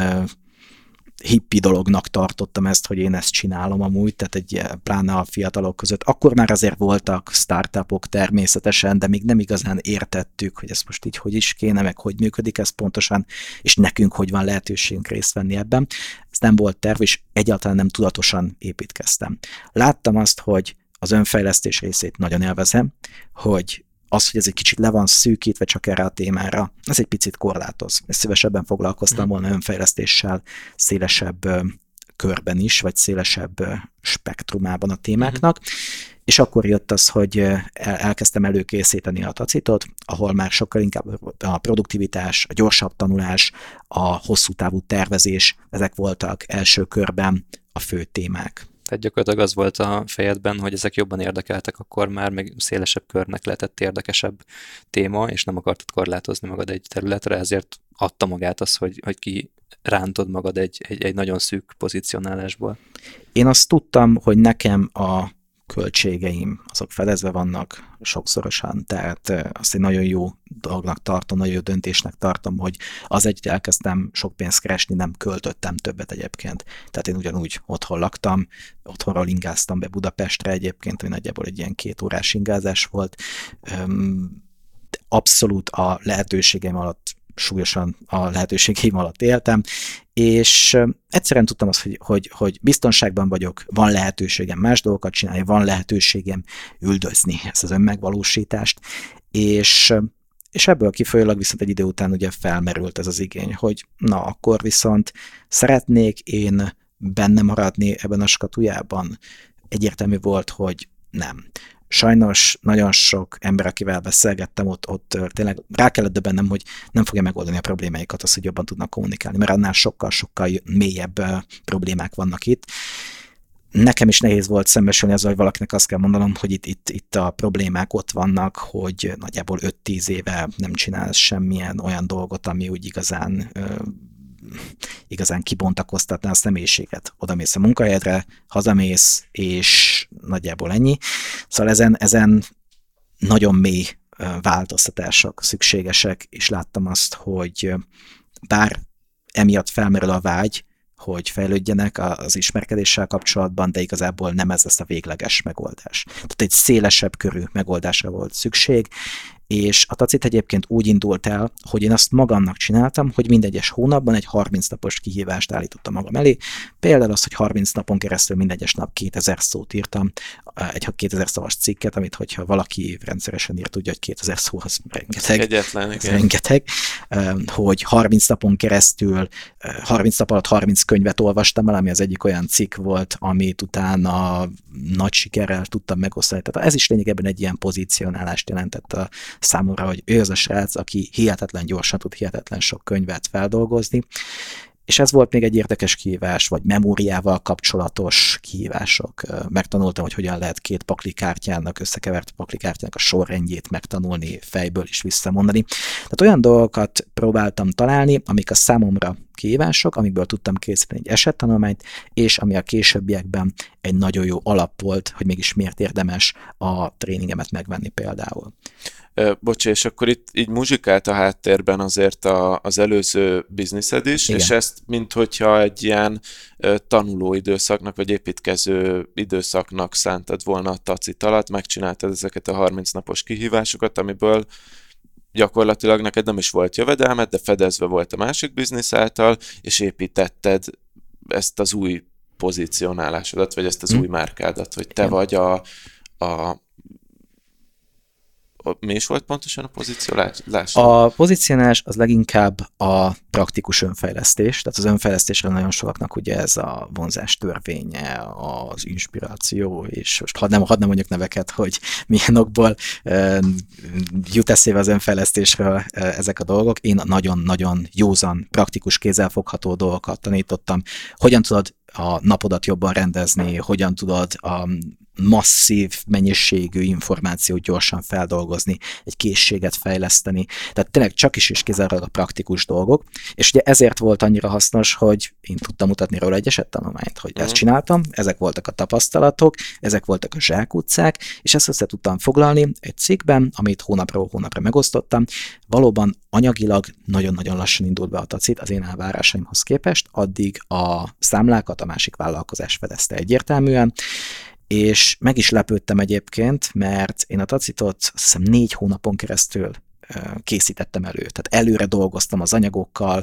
hippi dolognak tartottam ezt, hogy én ezt csinálom amúgy, tehát pláne a fiatalok között. Akkor már azért voltak startupok természetesen, de még nem igazán értettük, hogy ez most így hogy is kéne, meg hogy működik ez pontosan, és nekünk hogy van lehetőségünk részt venni ebben. Ez nem volt terv, és egyáltalán nem tudatosan építkeztem. Láttam azt, hogy az önfejlesztés részét nagyon élvezem, hogy az, hogy ez egy kicsit le van szűkítve csak erre a témára, ez egy picit korlátoz. Szívesebben foglalkoztam volna önfejlesztéssel szélesebb körben is, vagy szélesebb spektrumában a témáknak, és akkor jött az, hogy elkezdtem előkészíteni a Tacitot, ahol már sokkal inkább a produktivitás, a gyorsabb tanulás, a hosszú távú tervezés, ezek voltak első körben a fő témák. Tehát gyakorlatilag az volt a fejedben, hogy ezek jobban érdekeltek, akkor már meg szélesebb körnek lehetett érdekesebb téma, és nem akartad korlátozni magad egy területre, ezért adta magát az, hogy ki rántod magad egy nagyon szűk pozícionálásból. Én azt tudtam, hogy nekem a költségeim azok fedezve vannak sokszorosan, tehát azt egy nagyon jó dolognak tartom, nagyon jó döntésnek tartom, hogy az együtt elkezdtem sok pénzt keresni, nem költöttem többet egyébként. Tehát én ugyanúgy otthon laktam, otthonról ingáztam be Budapestre egyébként, ami nagyjából egy ilyen 2 órás ingázás volt. Abszolút a lehetőségeim alatt, súlyosan a lehetőségeim alatt éltem, és egyszerűen tudtam azt, hogy biztonságban vagyok, van lehetőségem más dolgokat csinálni, van lehetőségem üldözni ezt az önmegvalósítást, és ebből kifolyólag viszont egy idő után ugye felmerült ez az igény, hogy na akkor viszont szeretnék én benne maradni ebben a skatujában. Egyértelmű volt, hogy nem. Sajnos nagyon sok ember, akivel beszélgettem, ott tényleg rá kellett döbbennem, hogy nem fogja megoldani a problémáikat, az, hogy jobban tudnak kommunikálni, mert annál sokkal-sokkal mélyebb problémák vannak itt. nekem is nehéz volt szembesülni azzal, hogy valakinek azt kell mondanom, hogy itt a problémák ott vannak, hogy nagyjából 5-10 éve nem csinálsz semmilyen olyan dolgot, ami úgy igazán kibontakoztatná a személyiséget. Odamész a munkahelyedre, hazamész, és nagyjából ennyi. Szóval ezen nagyon mély változtatások szükségesek, és láttam azt, hogy bár emiatt felmerül a vágy, hogy fejlődjenek az ismerkedéssel kapcsolatban, de igazából nem ez lesz a végleges megoldás. Tehát egy szélesebb körű megoldásra volt szükség, és a Tacit egyébként úgy indult el, hogy én azt magamnak csináltam, hogy minden egyes hónapban egy 30 napos kihívást állítottam magam elé. Például az, hogy 30 napon keresztül minden egyes nap 2000 szót írtam, egy 2000 szavas cikket, amit hogyha valaki rendszeresen írt, tudja, hogy 2000 szó az rengeteg. Egyetlen, igen. Rengeteg. Hogy 30 napon keresztül, 30 nap alatt 30 könyvet olvastam el, ami az egyik olyan cikk volt, amit utána nagy sikerrel tudtam megosztani. Tehát ez is lényegében egy ilyen pozícionálást jelentett a számomra, hogy ő az a srác, aki hihetetlen gyorsan tud hihetetlen sok könyvet feldolgozni, és ez volt még egy érdekes kihívás, vagy memóriával kapcsolatos kihívások. Megtanultam, hogy hogyan lehet két paklikártyának, összekevert paklikártyának a sorrendjét megtanulni, fejből is visszamondani. Tehát olyan dolgokat próbáltam találni, amik a számomra kihívások, amikből tudtam készíteni egy esettanulmányt, és ami a későbbiekben egy nagyon jó alap volt, hogy mégis miért érdemes a tréningemet megvenni például. Bocsi, és akkor itt így muzsikált a háttérben azért az előző bizniszed is, igen. És ezt minthogyha egy ilyen tanuló időszaknak, vagy építkező időszaknak szántad volna a Tacit alatt, megcsináltad ezeket a 30 napos kihívásokat, amiből gyakorlatilag neked nem is volt jövedelmed, de fedezve volt a másik biznisz által, és építetted ezt az új pozícionálásodat, vagy ezt az új márkádat, hogy te vagy mi is volt pontosan a pozícionálás? A pozícionálás az leginkább a praktikus önfejlesztés, tehát az önfejlesztésre nagyon sokaknak ugye ez a vonzás törvénye, az inspiráció, és most hadd nem mondjuk neveket, hogy milyen okból jut eszébe az önfejlesztésről ezek a dolgok. Én nagyon-nagyon józan, praktikus, kézzelfogható dolgokat tanítottam. Hogyan tudod a napodat jobban rendezni, hogyan tudod a masszív mennyiségű információt gyorsan feldolgozni, egy készséget fejleszteni. Tehát tényleg csak is kizárólag a praktikus dolgok. És ugye ezért volt annyira hasznos, hogy én tudtam mutatni róla egy esettanulmányt, hogy ezt csináltam, ezek voltak a tapasztalatok, ezek voltak a zsákutcák, és ezt össze tudtam foglalni egy cikkben, amit hónapról hónapra megosztottam. Valóban anyagilag nagyon-nagyon lassan indult be a Tacit az én elvárásaimhoz képest, addig a számlákat a másik vállalkozás fedezte egyértelműen, és meg is lepődtem egyébként, mert én a Tacitot azt hiszem 4 hónapon keresztül készítettem elő. Tehát előre dolgoztam az anyagokkal,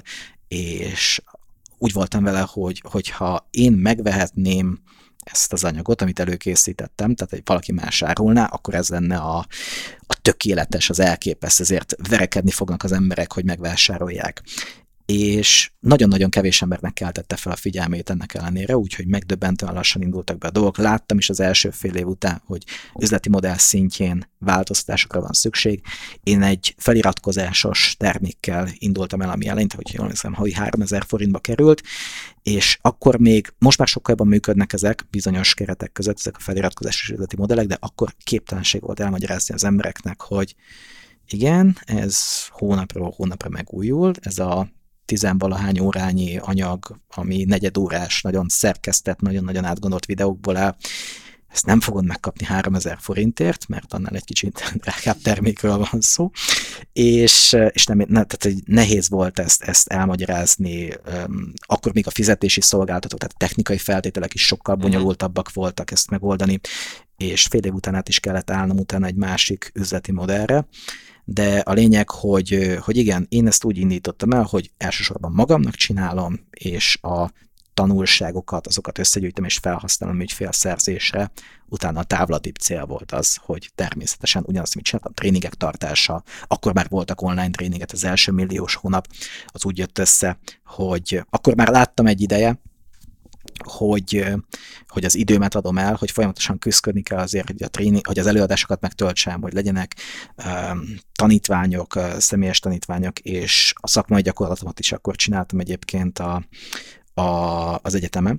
és úgy voltam vele, hogy ha én megvehetném ezt az anyagot, amit előkészítettem, tehát hogy valaki más árulná, akkor ez lenne a tökéletes, az elképesztő, ezért verekedni fognak az emberek, hogy megvásárolják. És nagyon-nagyon kevés embernek keltette fel a figyelmét ennek ellenére, úgyhogy megdöbbentően lassan indultak be a dolgok. Láttam is az első fél év után, hogy üzleti modell szintjén változtatásokra van szükség. Én egy feliratkozásos termékkel indultam el, ami eleinte, hogy jól hiszem, havi 3000 forintba került, és akkor még, most már sokkal jobban működnek ezek bizonyos keretek között, ezek a feliratkozásos üzleti modellek, de akkor képtelenség volt elmagyarázni az embereknek, hogy igen, ez hónapról hónapra megújul, ez a 10-valahány órányi anyag, ami negyedórás, nagyon szerkesztett, nagyon-nagyon átgondolt videókból áll, ezt nem fogod megkapni 3000 forintért, mert annál egy kicsit drágább termékről van szó, és tehát nehéz volt ezt elmagyarázni, akkor még a fizetési szolgáltatók, tehát technikai feltételek is sokkal bonyolultabbak voltak ezt megoldani, és fél év után át is kellett állnom utána egy másik üzleti modellre, de a lényeg, hogy igen, én ezt úgy indítottam el, hogy elsősorban magamnak csinálom, és a tanulságokat, azokat összegyűjtöm és felhasználom ügyfélszerzésre. Utána a távlatibb cél volt az, hogy természetesen ugyanazt, amit csináltam, tréningek tartása, akkor már voltak online tréningek, az első milliós hónap, az úgy jött össze, hogy akkor már láttam egy ideje, hogy az időmet adom el, hogy folyamatosan küzdködni kell azért, hogy az előadásokat megtöltsem, hogy legyenek tanítványok, személyes tanítványok, és a szakmai gyakorlatomat is akkor csináltam egyébként az egyetemen,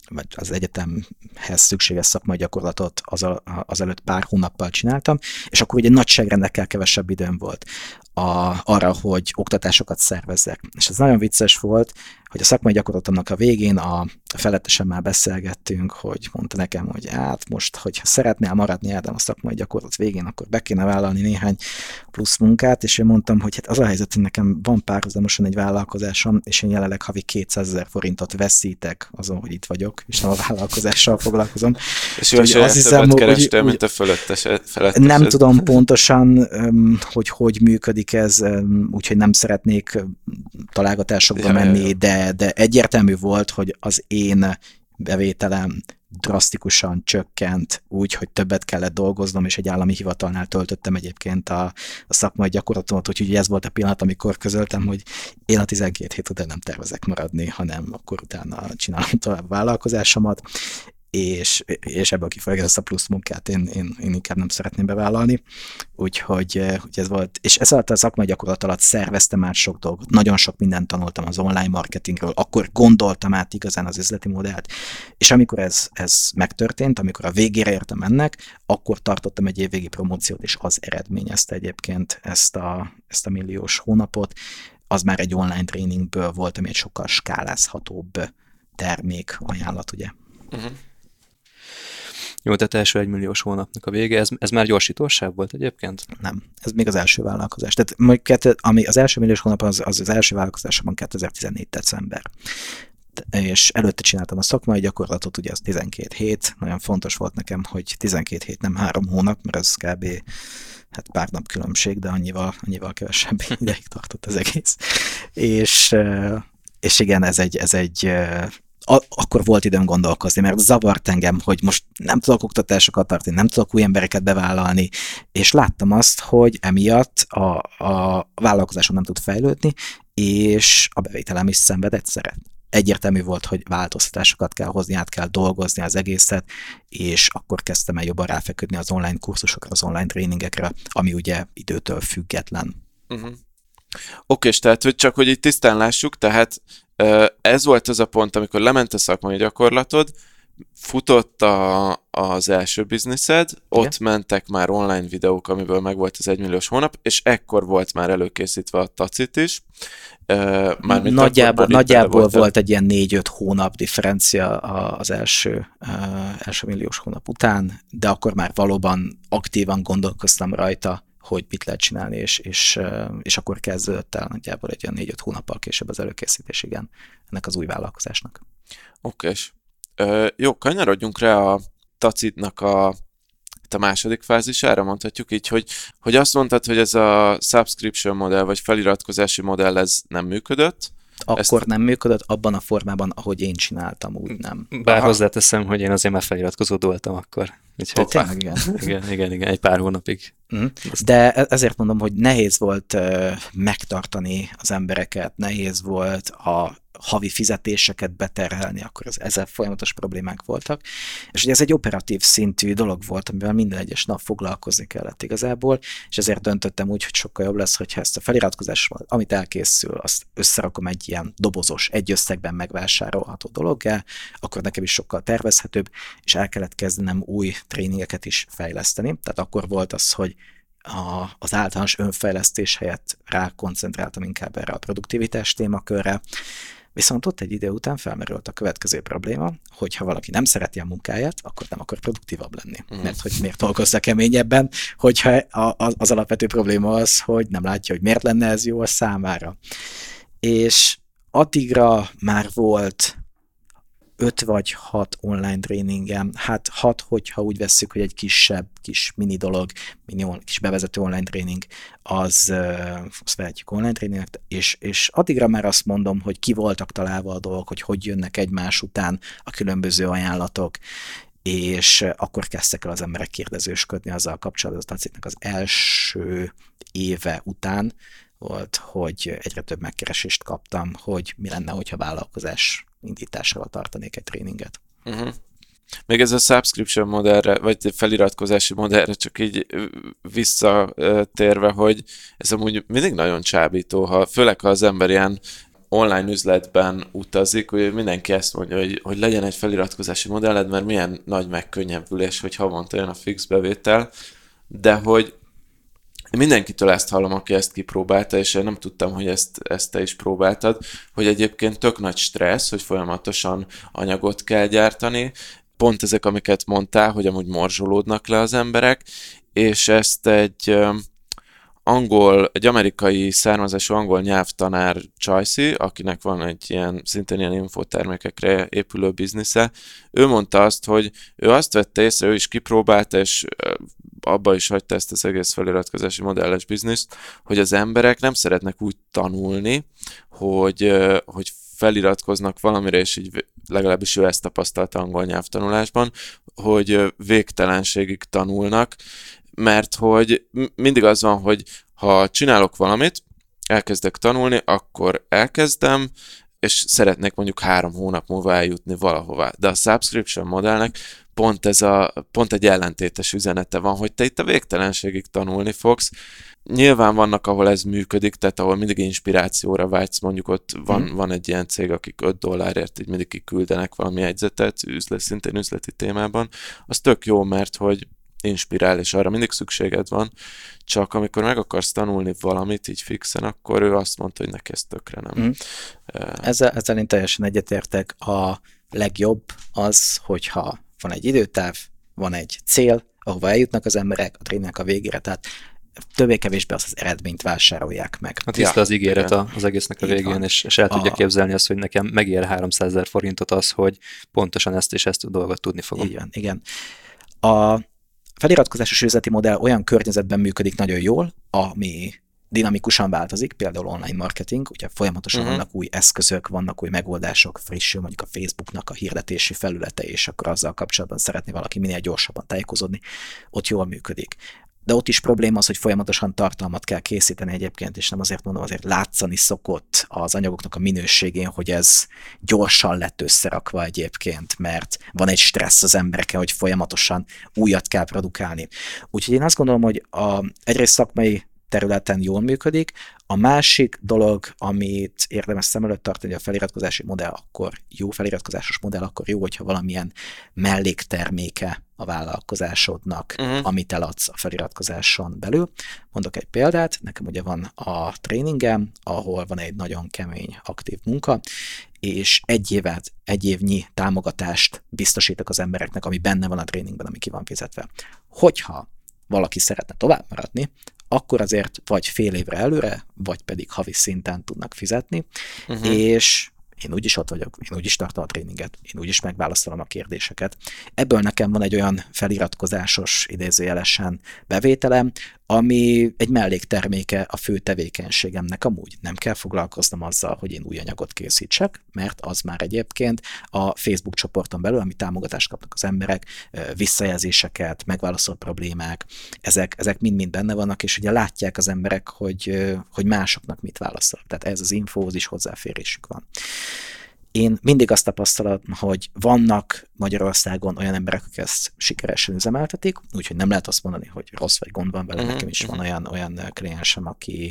vagy az egyetemhez szükséges szakmai gyakorlatot azelőtt pár hónappal csináltam, és akkor ugye nagyságrendekkel kevesebb időm volt arra, hogy oktatásokat szervezzek. És ez nagyon vicces volt, hogy a szakmai gyakorlatomnak a végén a felettesemmel beszélgettünk, hogy mondta nekem, hogy hát most, hogyha szeretnél maradni Ádám a szakmai gyakorlat végén, akkor be kéne vállalni néhány plusz munkát, és én mondtam, hogy hát az a helyzet, hogy nekem van párhuzamosan egy vállalkozásom, és én jelenleg havi 200 000 forintot veszítek azon, hogy itt vagyok, és nem a vállalkozással foglalkozom. És ő azt hiszem, kerestél, mint a felettesed. Nem tudom pontosan, hogy működik ez, úgyhogy nem szeretnék találgatásokba menni, de egyértelmű volt, hogy az én bevételem drasztikusan csökkent úgy, hogy többet kellett dolgoznom, és egy állami hivatalnál töltöttem egyébként a szakmai gyakorlatomat, úgyhogy ez volt a pillanat, amikor közöltem, hogy én a 12 hét után nem tervezek maradni, hanem akkor utána csinálom tovább a vállalkozásomat, és ebből kifolyólag ezt a plusz munkát én inkább nem szeretném bevállalni, úgyhogy ez volt, és ez alatt a szakmai gyakorlat alatt szerveztem már sok dolgot, nagyon sok mindent tanultam az online marketingről, akkor gondoltam át igazán az üzleti modellt, és amikor ez megtörtént, amikor a végére értem ennek, akkor tartottam egy évvégi promóciót, és az eredményezte egyébként ezt a milliós hónapot, az már egy online tréningből volt, ami egy sokkal skálázhatóbb termék ajánlat, ugye. Uh-huh. Jó, tehát első 1 milliós hónapnak a vége, ez már gyorsítósáv volt egyébként? Nem, ez még az első vállalkozás. Tehát ami az első milliós hónap az első vállalkozásomban 2014 december. És előtte csináltam a szakmai gyakorlatot, ugye az 12 hét, nagyon fontos volt nekem, hogy 12 hét, nem 3 hónap, mert ez kb. Hát pár nap különbség, de annyival kevesebb ideig tartott az egész. És igen, ez egy akkor volt időm gondolkozni, mert zavart engem, hogy most nem tudok oktatásokat tartani, nem tudok új embereket bevállalni, és láttam azt, hogy emiatt a vállalkozásom nem tud fejlődni, és a bevételem is szenved egyszerre. Egyértelmű volt, hogy változtatásokat kell hozni, át kell dolgozni az egészet, és akkor kezdtem el jobban ráfeküdni az online kurzusokra, az online tréningekre, ami ugye időtől független. Uh-huh. Oké, és tehát, hogy itt tisztán lássuk, tehát ez volt az a pont, amikor lement a szakmai gyakorlatod, futott az első bizniszed, ott mentek már online videók, amiből megvolt az 1 milliós hónap, és ekkor volt már előkészítve a Tacit is. Nagyjából volt egy ilyen 4-5 hónap differencia az első milliós hónap után, de akkor már valóban aktívan gondolkoztam rajta, hogy mit lehet csinálni, és akkor kezdődött el nagyjából egy olyan 4-5 hónappal később az előkészítés, igen, ennek az új vállalkozásnak. Oké. Jó, kanyarodjunk rá a Tacitnak a második fázisára, mondhatjuk így, hogy azt mondtad, hogy ez a subscription modell, vagy feliratkozási modell, ez nem működött. Akkor nem működött, abban a formában, ahogy én csináltam, úgy nem. Bár hozzáteszem, hogy én azért már feliratkozódoltam akkor. Tényleg, igen. Igen, egy pár hónapig. De ezért mondom, hogy nehéz volt megtartani az embereket, nehéz volt a havi fizetéseket beterhelni, akkor ezzel folyamatos problémák voltak. És ugye ez egy operatív szintű dolog volt, amivel minden egyes nap foglalkozni kellett igazából, és ezért döntöttem úgy, hogy sokkal jobb lesz, hogyha ezt a feliratkozást, amit elkészül, azt összerakom egy ilyen dobozos, egy összegben megvásárolható dologgá, akkor nekem is sokkal tervezhetőbb, és el kellett kezdenem új tréningeket is fejleszteni. Tehát akkor volt az, hogy az általános önfejlesztés helyett rákoncentráltam inkább erre a produktivitás témakörre, viszont ott egy idő után felmerült a következő probléma, hogy ha valaki nem szereti a munkáját, akkor nem akar produktívabb lenni. Mert hogy miért dolgozza keményebben, hogyha az alapvető probléma az, hogy nem látja, hogy miért lenne ez jó a számára. És addigra már volt 5 vagy 6 online tréningem, hát 6, hogyha úgy vesszük, hogy egy kis mini dolog, kis bevezető online tréning, azt vehetjük online tréningnek, és addigra már azt mondom, hogy ki voltak találva a dolgok, hogy jönnek egymás után a különböző ajánlatok, és akkor kezdtek el az emberek kérdezősködni azzal kapcsolatban, az Tacitnek az első éve után volt, hogy egyre több megkeresést kaptam, hogy mi lenne, hogyha vállalkozás indításával tartanék egy tréninget. Uh-huh. Még ez a subscription modellre, vagy feliratkozási modellre csak így visszatérve, hogy ez amúgy mindig nagyon csábító, főleg ha az ember ilyen online üzletben utazik, hogy mindenki ezt mondja, hogy legyen egy feliratkozási modelled, mert milyen nagy megkönnyebbülés, hogy havonta jön a fix bevétel, de hogy mindenkitől ezt hallom, aki ezt kipróbálta, és én nem tudtam, hogy ezt te is próbáltad, hogy egyébként tök nagy stressz, hogy folyamatosan anyagot kell gyártani, pont ezek, amiket mondtál, hogy amúgy morzsolódnak le az emberek, és ezt egy amerikai származású angol nyelvtanár Csajci, akinek van egy szintén ilyen infotermékekre épülő biznisze, ő mondta azt, hogy ő azt vette észre, ő is kipróbálta, és abba is hagyta ezt az egész feliratkozási modelles bizniszt, hogy az emberek nem szeretnek úgy tanulni, hogy feliratkoznak valamire, és így legalábbis ő ezt tapasztalta angol nyelvtanulásban, hogy végtelenségig tanulnak, mert hogy mindig az van, hogy ha csinálok valamit, elkezdek tanulni, akkor elkezdem, és szeretnék mondjuk 3 hónap múlva eljutni valahová. De a subscription modellnek pont egy ellentétes üzenete van, hogy te itt a végtelenségig tanulni fogsz. Nyilván vannak, ahol ez működik, tehát ahol mindig inspirációra vágysz, mondjuk ott van egy ilyen cég, akik $5 így mindig kiküldenek valami jegyzetet, szintén üzleti témában. Az tök jó, mert hogy inspirál, és arra mindig szükséged van, csak amikor meg akarsz tanulni valamit így fixen, akkor ő azt mondta, hogy neki ez tökre nem. Ezzel én teljesen egyetértek. A legjobb az, hogyha van egy időtáv, van egy cél, ahova eljutnak az emberek a tréningnek a végére, tehát többé-kevésbé az eredményt vásárolják meg. Hát tiszta az ígéret az egésznek a végén, és el tudja képzelni azt, hogy nekem megér 300 000 forintot az, hogy pontosan ezt és ezt a dolgot tudni fogom. Így van, igen. A feliratkozásos üzleti modell olyan környezetben működik nagyon jól, ami dinamikusan változik, például online marketing, ugye folyamatosan vannak új eszközök, vannak új megoldások, frissül mondjuk a Facebooknak a hirdetési felülete, és akkor azzal kapcsolatban szeretné valaki minél gyorsabban tájékozódni, ott jól működik. De ott is probléma az, hogy folyamatosan tartalmat kell készíteni egyébként, és nem azért mondom, azért látszani szokott az anyagoknak a minőségén, hogy ez gyorsan lett összerakva egyébként, mert van egy stressz az embereken, hogy folyamatosan újat kell produkálni. Úgyhogy én azt gondolom, hogy egyrészt szakmai területen jól működik. A másik dolog, amit érdemes szem előtt tartani, hogy a feliratkozási modell akkor jó, feliratkozásos modell akkor jó, hogyha valamilyen mellékterméke a vállalkozásodnak, amit eladsz a feliratkozáson belül. Mondok egy példát, nekem ugye van a tréningem, ahol van egy nagyon kemény, aktív munka, és egy évnyi támogatást biztosítok az embereknek, ami benne van a tréningben, ami ki van fizetve. Hogyha valaki szeretne tovább maradni, akkor azért vagy fél évre előre, vagy pedig havi szinten tudnak fizetni, és én úgyis ott vagyok, én úgyis tartom a tréninget, én úgyis megválaszolom a kérdéseket. Ebből nekem van egy olyan feliratkozásos, idézőjelesen bevételem, ami egy mellékterméke a fő tevékenységemnek amúgy. Nem kell foglalkoznom azzal, hogy én új anyagot készítsek, mert az már egyébként a Facebook csoporton belül, ami támogatást kapnak az emberek, visszajelzéseket, megválaszolt problémák, ezek mind-mind benne vannak, és ugye látják az emberek, hogy másoknak mit válaszol. Tehát ez az infóhoz is hozzáférésük van. Én mindig azt tapasztalom, hogy vannak Magyarországon olyan emberek, akik ezt sikeresen üzemeltetik, úgyhogy nem lehet azt mondani, hogy rossz vagy gond van vele. Nekem is van olyan kliensem,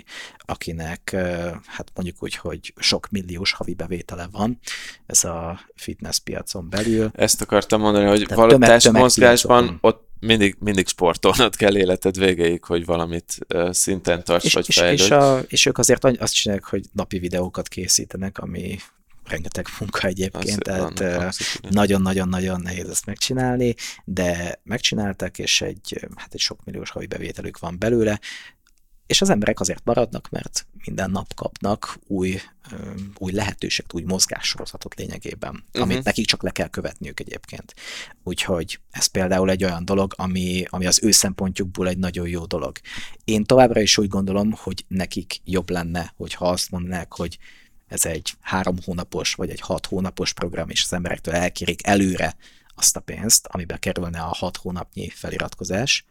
akinek hát mondjuk úgy, hogy sok milliós havi bevétele van, ez a fitness piacon belül. Ezt akartam mondani, hogy valami testmozgásban ott mindig sportolnod kell életed végéig, hogy valamit szinten tarts, vagy fejlődj. És ők azért azt csinálják, hogy napi videókat készítenek, ami rengeteg munka egyébként, tehát nagyon-nagyon-nagyon nehéz ezt megcsinálni, de megcsinálták, és egy sok milliós havi bevételük van belőle, és az emberek azért maradnak, mert minden nap kapnak új lehetőséget, új mozgássorozatot lényegében, amit nekik csak le kell követniük egyébként. Úgyhogy ez például egy olyan dolog, ami az ő szempontjukból egy nagyon jó dolog. Én továbbra is úgy gondolom, hogy nekik jobb lenne, hogyha azt mondanák, hogy ez egy 3 hónapos vagy egy 6 hónapos program, és az emberektől elkérik előre azt a pénzt, amiben kerülne a 6 hónapnyi feliratkozás,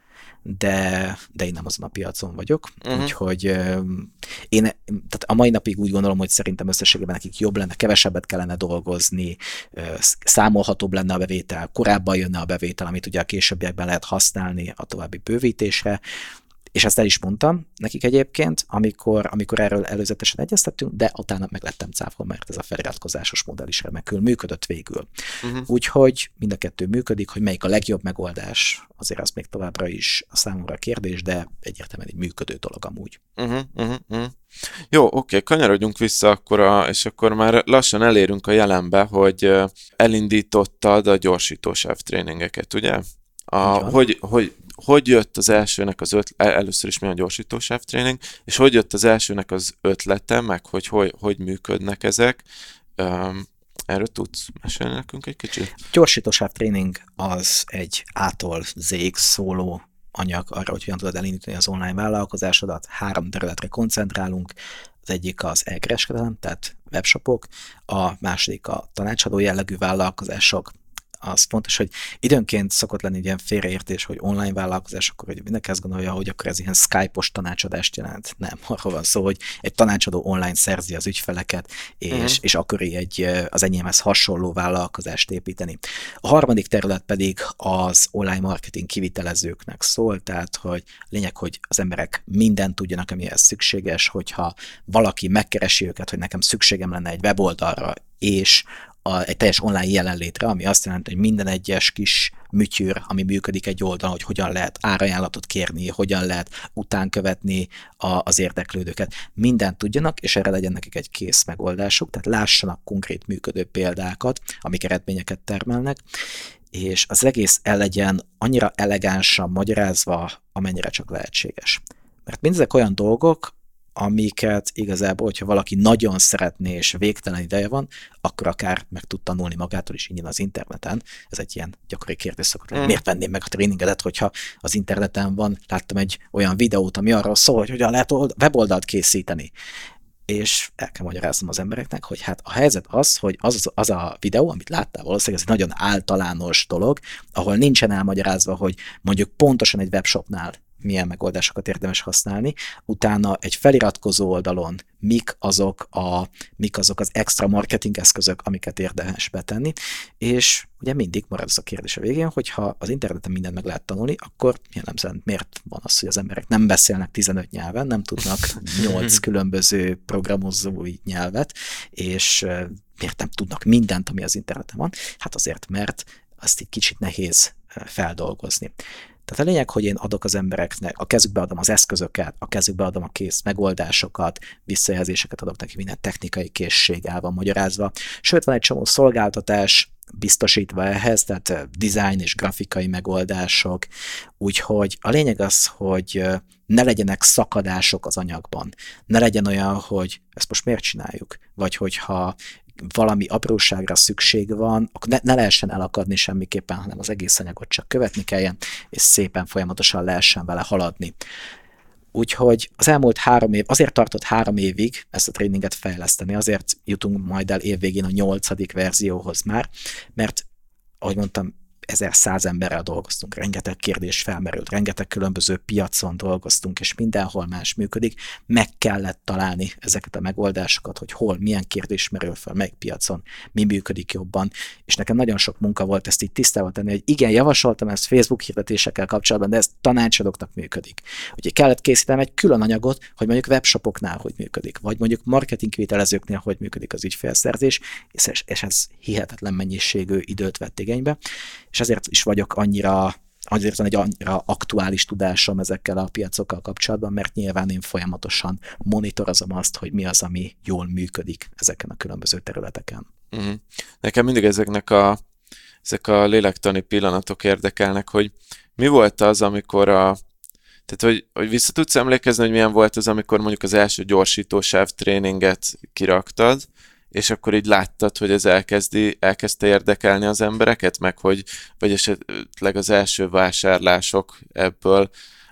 de én nem azon a piacon vagyok, úgyhogy tehát a mai napig úgy gondolom, hogy szerintem összességében nekik jobb lenne, kevesebbet kellene dolgozni, számolhatóbb lenne a bevétel, korábban jönne a bevétel, amit ugye a későbbiekben lehet használni a további bővítésre, És ezt el is mondtam nekik egyébként, amikor erről előzetesen egyeztettünk, de utána meg lettem cáfolva, mert ez a feliratkozásos modell is remekül működött végül. Úgyhogy mind a kettő működik, hogy melyik a legjobb megoldás, azért az még továbbra is a számomra a kérdés, de egyértelműen egy működő dolog amúgy. Jó, oké, kanyarodjunk vissza akkor, és akkor már lassan elérünk a jelenbe, hogy elindítottad a gyorsítósáv tréningeket, ugye? Hogy jött az elsőnek az először is mi a gyorsítósáv tréning, és hogy jött az elsőnek az ötlete, meg hogy működnek ezek? Erről tudsz mesélni nekünk egy kicsit? Gyorsítósáv tréning az egy A-tól Z-ig szóló anyag arra, hogy hogyan tudod elindítani az online vállalkozásodat. 3 területre koncentrálunk. Az egyik az elkereskedelem, tehát webshopok, a második a tanácsadó jellegű vállalkozások. Az fontos, hogy időnként szokott lenni egy ilyen félreértés, hogy online vállalkozás, akkor hogy mindenki azt gondolja, hogy akkor ez ilyen Skype-os tanácsadást jelent. Nem, arról van szó, hogy egy tanácsadó online szerzi az ügyfeleket, és akkor az enyémhez hasonló vállalkozást építeni. A harmadik terület pedig az online marketing kivitelezőknek szól, tehát hogy lényeg, hogy az emberek mindent tudjanak, amihez szükséges, hogyha valaki megkeresi őket, hogy nekem szükségem lenne egy weboldalra, és egy teljes online jelenlétre, ami azt jelenti, hogy minden egyes kis műtyűr, ami működik egy oldalon, hogy hogyan lehet árajánlatot kérni, hogyan lehet utánkövetni az érdeklődőket. Mindent tudjanak, és erre legyen nekik egy kész megoldásuk, tehát lássanak konkrét működő példákat, amik eredményeket termelnek, és az egész el legyen annyira elegánsan magyarázva, amennyire csak lehetséges. Mert mindezek olyan dolgok, amiket igazából, hogyha valaki nagyon szeretné és végtelen ideje van, akkor akár meg tud tanulni magától is ingyen az interneten. Ez egy ilyen gyakori kérdés szokott lenni. Miért venném meg a tréningedet, hogyha az interneten van? Láttam egy olyan videót, ami arról szól, hogy hogyan lehet weboldalt készíteni. És el kell magyaráznom az embereknek, hogy hát a helyzet az, hogy az a videó, amit láttál valószínűleg, ez egy nagyon általános dolog, ahol nincsen elmagyarázva, hogy mondjuk pontosan egy webshopnál milyen megoldásokat érdemes használni, utána egy feliratkozó oldalon mik azok az extra marketing eszközök, amiket érdemes betenni, és ugye mindig marad az a kérdés a végén, hogyha az interneten mindent meg lehet tanulni, akkor jellemzően miért van az, hogy az emberek nem beszélnek 15 nyelven, nem tudnak 8 különböző programozói nyelvet, és miért nem tudnak mindent, ami az interneten van? Hát azért, mert azt egy kicsit nehéz feldolgozni. Tehát a lényeg, hogy én adok az embereknek, a kezükbe adom az eszközöket, a kezükbe adom a kész megoldásokat, visszajelzéseket adok neki, minden technikai készség el van magyarázva. Sőt, van egy csomó szolgáltatás biztosítva ehhez, tehát design és grafikai megoldások, úgyhogy a lényeg az, hogy ne legyenek szakadások az anyagban. Ne legyen olyan, hogy ezt most miért csináljuk, vagy hogyha valami apróságra szükség van, akkor ne lehessen elakadni semmiképpen, hanem az egész anyagot csak követni kelljen, és szépen folyamatosan lehessen vele haladni. Úgyhogy az elmúlt 3 év, azért tartott 3 évig ezt a tréninget fejleszteni, azért jutunk majd el évvégén a 8. verzióhoz már, mert ahogy mondtam, 1100 emberrel dolgoztunk, rengeteg kérdés felmerült, rengeteg különböző piacon dolgoztunk, és mindenhol más működik. Meg kellett találni ezeket a megoldásokat, hogy hol, milyen kérdés merül fel, melyik piacon, mi működik jobban, és nekem nagyon sok munka volt ezt így tisztában tenni, hogy igen, javasoltam ezt Facebook hirdetésekkel kapcsolatban, de ez tanácsadóknak működik. Úgyhogy kellett készítenem egy külön anyagot, hogy mondjuk webshopoknál hogy működik, vagy mondjuk marketingkivitelezőknél hogy működik az ügyfélszerzés, és ez hihetetlen mennyiségű időt vett igénybe, és ezért is vagyok azért van egy annyira aktuális tudásom ezekkel a piacokkal kapcsolatban, mert nyilván én folyamatosan monitorozom azt, hogy mi az, ami jól működik ezeken a különböző területeken. Nekem mindig ezek a lélektani pillanatok érdekelnek, hogy mi volt az, amikor tehát, hogy vissza tudsz emlékezni, hogy milyen volt az, amikor mondjuk az első gyorsítósáv tréninget kiraktad, és akkor így láttad, hogy ez elkezdte érdekelni az embereket, meg vagy esetleg az első vásárlások ebből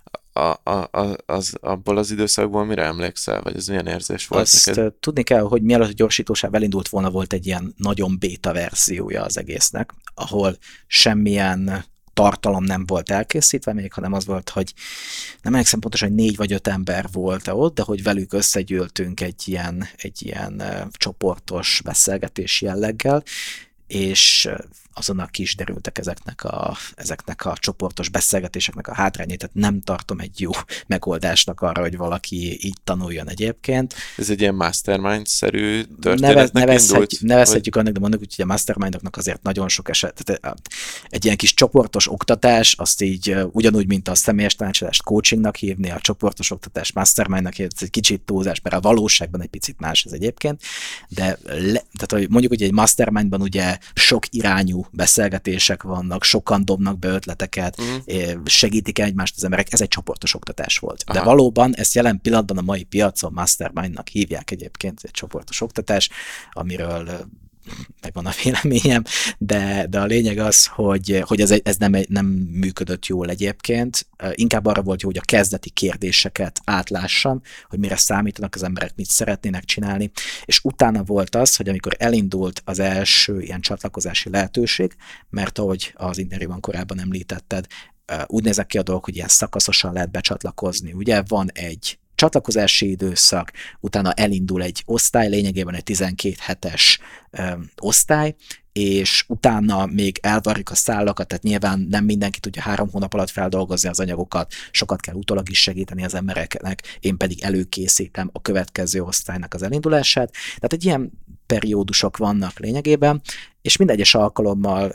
abból az időszakból mire emlékszel, vagy ez milyen érzés volt neked? Azt tudni kell, hogy mielőtt a gyorsítósáv elindult volna, volt egy ilyen nagyon béta verziója az egésznek, ahol semmilyen tartalom nem volt elkészítve még, hanem az volt, hogy nem emlékszem pontosan, hogy 4 vagy 5 ember volt ott, de hogy velük összegyűltünk egy ilyen csoportos beszélgetés jelleggel, és azonnal ki is derültek ezeknek a csoportos beszélgetéseknek a hátrányai, tehát nem tartom egy jó megoldásnak arra, hogy valaki így tanuljon egyébként. Ez egy ilyen mastermind-szerű történetnek indult? Nevezhetjük annak, de mondjuk, hogy a mastermindoknak azért nagyon sok eset. Tehát egy ilyen kis csoportos oktatás, azt így ugyanúgy, mint a személyes tanácsadást coachingnak hívni, a csoportos oktatás mastermindnak hívni, ez egy kicsit túlzás, mert a valóságban egy picit más ez egyébként, de tehát mondjuk, hogy egy mastermindban ugye sok irányú beszélgetések vannak, sokan dobnak be ötleteket, segítik egymást az emberek, ez egy csoportos oktatás volt. De valóban ezt jelen pillanatban a mai piacon mastermindnak hívják egyébként, egy csoportos oktatás, amiről megvan a véleményem, de a lényeg az, hogy ez nem működött jól egyébként. Inkább arra volt jó, hogy a kezdeti kérdéseket átlássam, hogy mire számítanak az emberek, mit szeretnének csinálni, és utána volt az, hogy amikor elindult az első ilyen csatlakozási lehetőség, mert ahogy az interjúban korábban említetted, úgy nézek ki a dolgok, hogy ilyen szakaszosan lehet becsatlakozni. Ugye van egy csatlakozási időszak, utána elindul egy osztály, lényegében egy 12 hetes osztály, és utána még elvarjuk a szálakat, tehát nyilván nem mindenki tudja 3 hónap alatt feldolgozni az anyagokat, sokat kell utólag is segíteni az embereknek, én pedig előkészítem a következő osztálynak az elindulását. Tehát egy ilyen periódusok vannak lényegében, és mindegyes alkalommal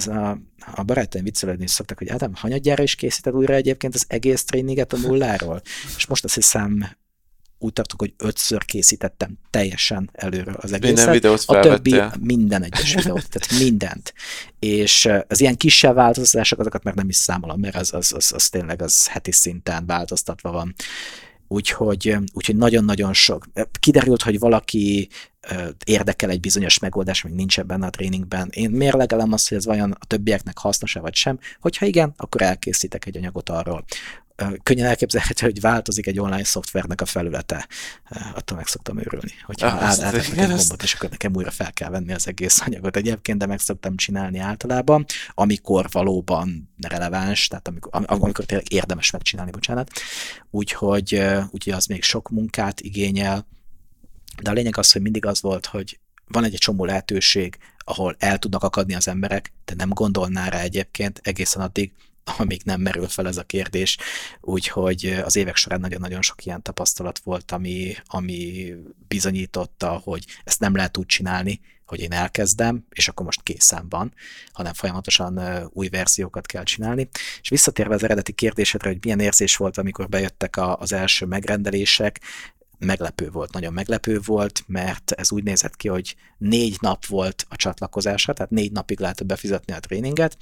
a barátaim viccelődni is szoktak, hogy Ádám, hanyadjára is készíted újra egyébként az egész tréninget a nulláról? És most azt hiszem, úgy tartok, hogy 5-ször készítettem teljesen előről az egészet. Minden videót felvettél? A többi minden egyes videót, tehát mindent. És az ilyen kisebb változtatások, azokat meg nem is számolom, mert az tényleg az heti szinten változtatva van. Úgyhogy nagyon-nagyon sok. Kiderült, hogy valaki érdekel egy bizonyos megoldás, még nincs ebben a tréningben. Én mérlegelem azt, hogy ez vajon a többieknek hasznos-e vagy sem. Hogyha igen, akkor elkészítek egy anyagot arról. Könnyen elképzelhető, hogy változik egy online szoftvernek a felülete. Attól meg szoktam őrülni, hogyha átadnak egy gombot, és akkor nekem újra fel kell venni az egész anyagot egyébként, de meg szoktam csinálni általában, amikor valóban releváns, tehát amikor tényleg érdemes megcsinálni, bocsánat. Úgyhogy az még sok munkát igényel, de a lényeg az, hogy mindig az volt, hogy van egy csomó lehetőség, ahol el tudnak akadni az emberek, de nem gondolná rá egyébként egészen addig, amíg nem merül fel ez a kérdés. Úgyhogy az évek során nagyon-nagyon sok ilyen tapasztalat volt, ami bizonyította, hogy ezt nem lehet úgy csinálni, hogy én elkezdem, és akkor most készen van, hanem folyamatosan új verziókat kell csinálni. És visszatérve az eredeti kérdésedre, hogy milyen érzés volt, amikor bejöttek az első megrendelések, meglepő volt, nagyon meglepő volt, mert ez úgy nézett ki, hogy 4 nap volt a csatlakozása, tehát 4 napig lehetett befizetni a tréninget,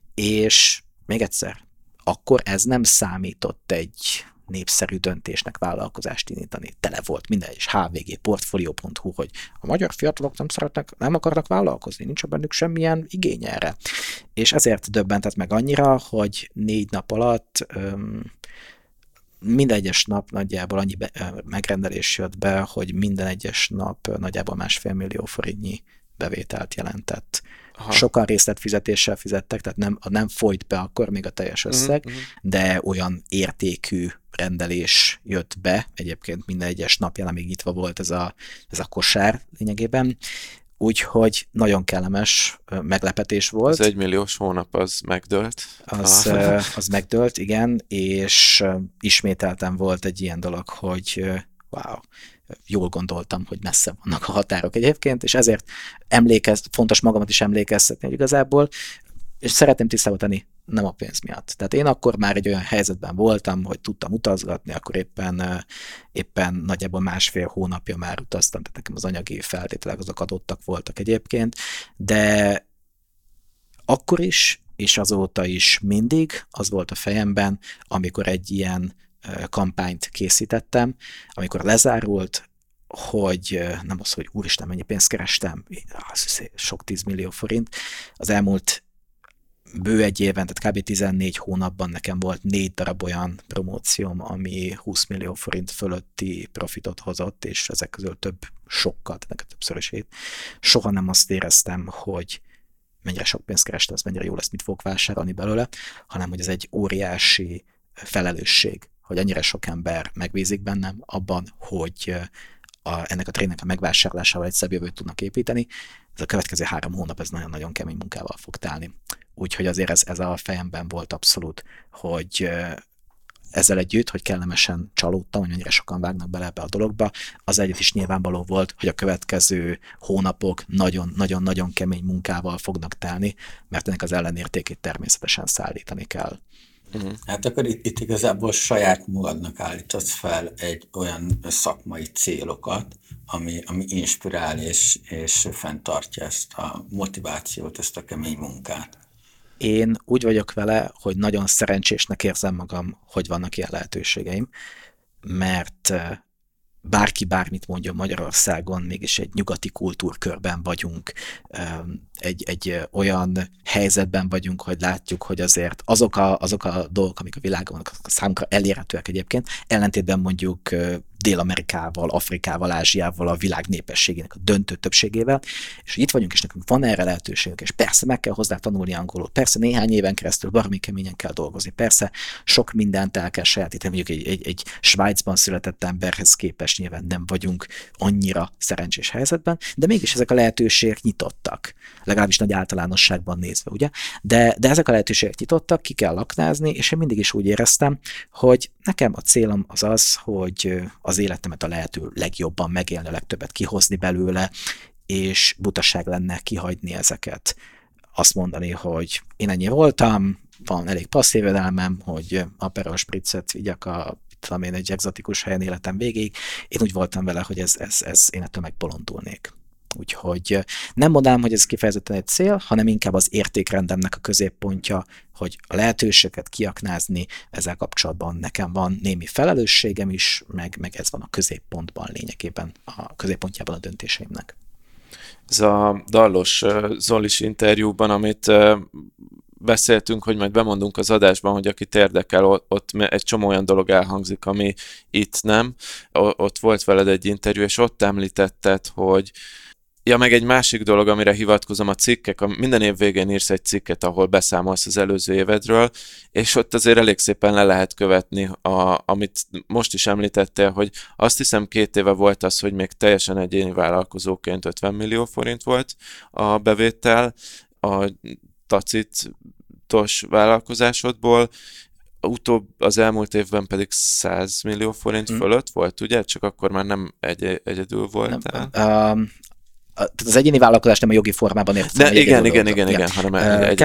és még egyszer, akkor ez nem számított egy népszerű döntésnek vállalkozást indítani. Tele volt minden, és hvg, portfolio.hu, hogy a magyar fiatalok nem akarnak vállalkozni, nincs bennük semmilyen igény erre. És ezért döbbentett meg annyira, hogy 4 nap alatt minden egyes nap nagyjából annyi megrendelés jött be, hogy minden egyes nap nagyjából 1,5 millió forintnyi bevételt jelentett. Aha. Sokan részletfizetéssel fizettek, tehát nem folyt be akkor még a teljes összeg, de olyan értékű rendelés jött be, egyébként minden egyes napján, amíg nyitva volt ez a kosár lényegében, úgyhogy nagyon kellemes meglepetés volt. Az 1 milliós hónap az megdőlt. Az megdőlt, igen, és ismételten volt egy ilyen dolog, hogy wow, jól gondoltam, hogy messze vannak a határok egyébként, és ezért fontos magamat is emlékeztetni, hogy igazából, és szeretném tisztába tenni, nem a pénz miatt. Tehát én akkor már egy olyan helyzetben voltam, hogy tudtam utazgatni, akkor éppen nagyjából 1,5 hónapja már utaztam, tehát nekem az anyagi feltételek azok adottak voltak egyébként, de akkor is, és azóta is mindig az volt a fejemben, amikor egy ilyen kampányt készítettem, amikor lezárult, hogy nem az, hogy úristen, mennyi pénzt kerestem, sok 10 millió forint. Az elmúlt bő egy éven, tehát kb. 14 hónapban nekem volt 4 darab olyan promócióm, ami 20 millió forint fölötti profitot hozott, és ezek közül sokkal, nekem többszörösét. Soha nem azt éreztem, hogy mennyire sok pénzt kerestem, az mennyire jó lesz, mit fogok vásárolni belőle, hanem hogy ez egy óriási felelősség, hogy annyira sok ember megbízik bennem abban, hogy ennek a tréningnek a megvásárlásával egy szebb jövőt tudnak építeni, ez a következő 3 hónap ez nagyon-nagyon kemény munkával fog telni. Úgyhogy azért ez a fejemben volt abszolút, hogy ezzel együtt, hogy kellemesen csalódtam, hogy mennyire sokan vágnak bele ebbe a dologba, az együtt is nyilvánvaló volt, hogy a következő hónapok nagyon-nagyon kemény munkával fognak telni, mert ennek az ellenértékét természetesen szállítani kell. Hát akkor itt igazából saját magadnak állítasz fel egy olyan szakmai célokat, ami inspirál és fenntartja ezt a motivációt, ezt a kemény munkát. Én úgy vagyok vele, hogy nagyon szerencsésnek érzem magam, hogy vannak ilyen lehetőségeim, mert bárki bármit mondjon Magyarországon, mégis egy nyugati kultúrkörben vagyunk, egy olyan helyzetben vagyunk, hogy látjuk, hogy azért azok a dolgok, amik a világon számunkra elérhetőek egyébként, ellentétben mondjuk Dél-Amerikával, Afrikával, Ázsiával, a világ népességének a döntő többségével, és itt vagyunk, és nekünk van erre lehetőségünk, és persze meg kell hozzá tanulni angolul, persze néhány éven keresztül baromi keményen kell dolgozni, persze sok mindent el kell sajátítani, mondjuk egy Svájcban született emberhez képest nyilván nem vagyunk annyira szerencsés helyzetben, de mégis ezek a lehetőségek nyitottak, legalábbis nagy általánosságban nézve, ugye? De ezek a lehetőségek nyitottak, ki kell aknázni, és én mindig is úgy éreztem, hogy nekem a célom az, hogy az életemet a lehető legjobban megélni, a legtöbbet kihozni belőle, és butaság lenne kihagyni ezeket. Azt mondani, hogy én ennyi voltam, van elég passzív jövedelmem, hogy Aperol Spritzet vigyak egy egzotikus helyen életem végéig. Én úgy voltam vele, hogy én ettől megbolondulnék. Úgyhogy nem mondanám, hogy ez kifejezetten egy cél, hanem inkább az értékrendemnek a középpontja, hogy a lehetőséget kiaknázni, ezzel kapcsolatban nekem van némi felelősségem is, meg ez van a középpontban lényegében, a középpontjában a döntéseimnek. Ez a Dallos Zolis interjúban, amit beszéltünk, hogy majd bemondunk az adásban, hogy akit érdekel, ott egy csomó olyan dolog elhangzik, ami itt nem. Ott volt veled egy interjú, és ott említetted, hogy meg egy másik dolog, amire hivatkozom, a cikkek, minden év végén írsz egy cikket, ahol beszámolsz az előző évedről, és ott azért elég szépen le lehet követni, amit most is említettél, hogy azt hiszem 2 éve volt az, hogy még teljesen egyéni vállalkozóként 50 millió forint volt a bevétel a tacitos vállalkozásodból, az elmúlt évben pedig 100 millió forint fölött volt, ugye? Csak akkor már nem egyedül voltál. Tehát az egyéni vállalkozás nem a jogi formában értem. De igen, hanem egy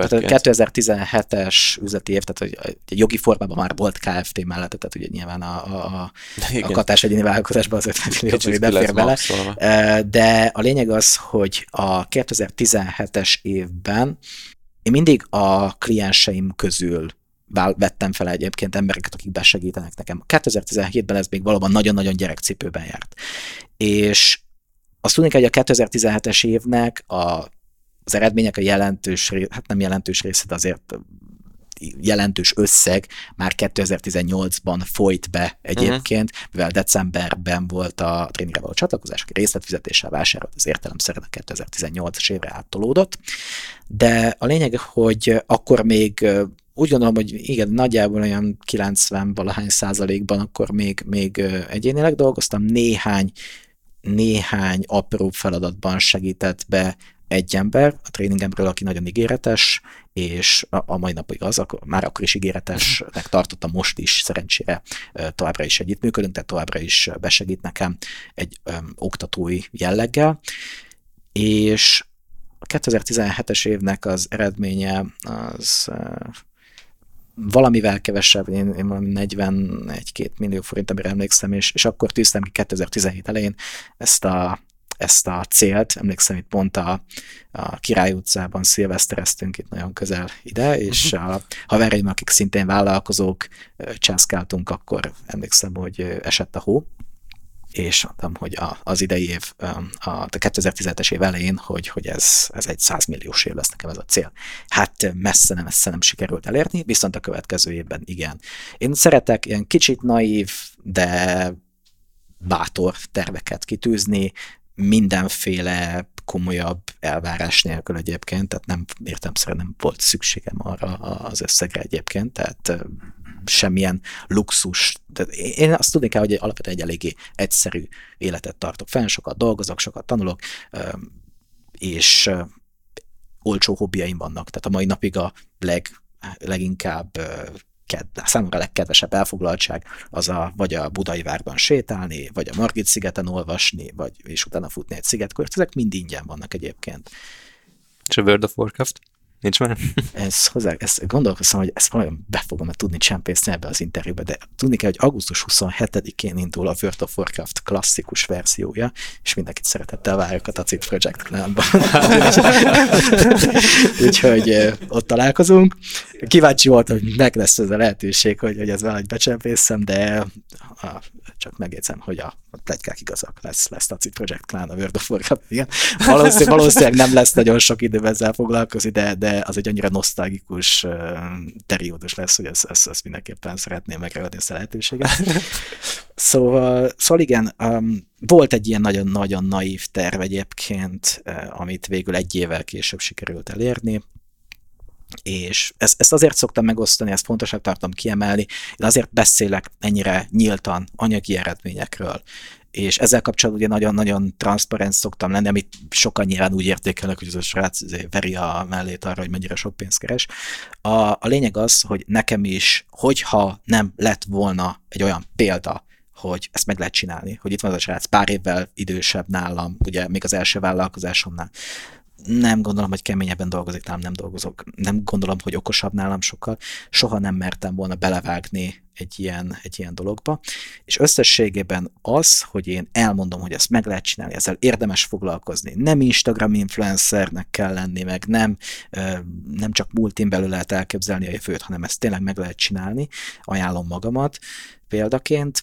2017-es üzleti év, tehát hogy a jogi formában már volt Kft. Mellett, tehát ugye nyilván a katás egyéni vállalkozásban az 50 millió forint befér bele. De a lényeg az, hogy a 2017-es évben én mindig a klienseim közül vettem fel egyébként embereket, akik besegítenek nekem. 2017-ben ez még valóban nagyon-nagyon gyerekcipőben járt. És azt tudni kell, hogy a 2017-es évnek az eredmények a nem jelentős része, de azért jelentős összeg már 2018-ban folyt be egyébként, mivel decemberben volt a tréningre való csatlakozás, aki részletfizetéssel vásárolt, az értelemszerűen a 2018-as évre áttolódott. De a lényeg, hogy akkor még úgy gondolom, hogy igen, nagyjából olyan 90-valahány% akkor még egyénileg dolgoztam, néhány apró feladatban segített be egy ember a tréningemről, aki nagyon ígéretes, és a mai napig már akkor is ígéretesnek tartottam, most is szerencsére továbbra is együttműködünk, tehát továbbra is besegít nekem egy oktatói jelleggel, és a 2017-es évnek az eredménye az valamivel kevesebb, én valami 41-2 millió forint, amire emlékszem, és akkor tűztem ki 2017 elején ezt a célt, emlékszem, itt pont a Király utcában szilvesztereztünk itt nagyon közel ide, és a haverjaim, akik szintén vállalkozók, császkáltunk, akkor emlékszem, hogy esett a hó, és mondtam, hogy az idei év, a 2017-es év elején, hogy ez egy 100 milliós év lesz nekem ez a cél. Hát messze nem sikerült elérni, viszont a következő évben igen. Én szeretek ilyen kicsit naív, de bátor terveket kitűzni, mindenféle komolyabb elvárás nélkül egyébként, tehát nem értelemszerűen nem volt szükségem arra az összegre egyébként, tehát semmilyen luxus. Tehát én azt tudni kell, hogy alapvetően egy eléggé egyszerű életet tartok fenn, sokat dolgozok, sokat tanulok, és olcsó hobbiaim vannak. Tehát a mai napig a leginkább számomra a legkedvesebb elfoglaltság az vagy a Budai Várban sétálni, vagy a Margit-szigeten olvasni, és utána futni egy szigetkört. Ezek mind ingyen vannak egyébként. És a World of Warcraft? Nincs már? Ezt gondolkoztam, hogy ezt valami be fogom tudni csempészni ebbe az interjúba, de tudni kell, hogy augusztus 27-én indul a World of Warcraft klasszikus verziója, és mindenkit szeretettel várjuk a Tacit Project Clanban. Úgyhogy ott találkozunk. Kíváncsi voltam, hogy meg lesz ez a lehetőség, hogy ez valahogy becsempészem, de csak megjegyzem, hogy a pletykák igazak, lesz Tacit Project Clan a World of Warcraft. Igen. Valószínűleg nem lesz nagyon sok időben ezzel foglalkozni, de az egy annyira nosztalgikus periódus lesz, hogy ezt mindenképpen szeretném megragadni ezt a lehetőséget. Szóval igen, volt egy ilyen nagyon-nagyon naív terv egyébként, amit végül 1 évvel később sikerült elérni, és ezt azért szoktam megosztani, ezt fontosabb tartom kiemelni, én azért beszélek ennyire nyíltan anyagi eredményekről, és ezzel kapcsolatban ugye nagyon-nagyon transzparens szoktam lenni, amit sokan nyilván úgy értékelnek, hogy ez a srác veri a mellét arra, hogy mennyire sok pénzt keres. A lényeg az, hogy nekem is, hogyha nem lett volna egy olyan példa, hogy ezt meg lehet csinálni, hogy itt van az a srác pár évvel idősebb nálam, ugye még az első vállalkozásomnál, nem gondolom, hogy keményebben dolgozik, nem dolgozok. Nem gondolom, hogy okosabb nálam sokkal. Soha nem mertem volna belevágni egy ilyen dologba. És összességében az, hogy én elmondom, hogy ezt meg lehet csinálni, ezzel érdemes foglalkozni. Nem Instagram influencernek kell lenni, meg nem csak multin belül lehet elképzelni a jövőt, hanem ezt tényleg meg lehet csinálni. Ajánlom magamat példaként.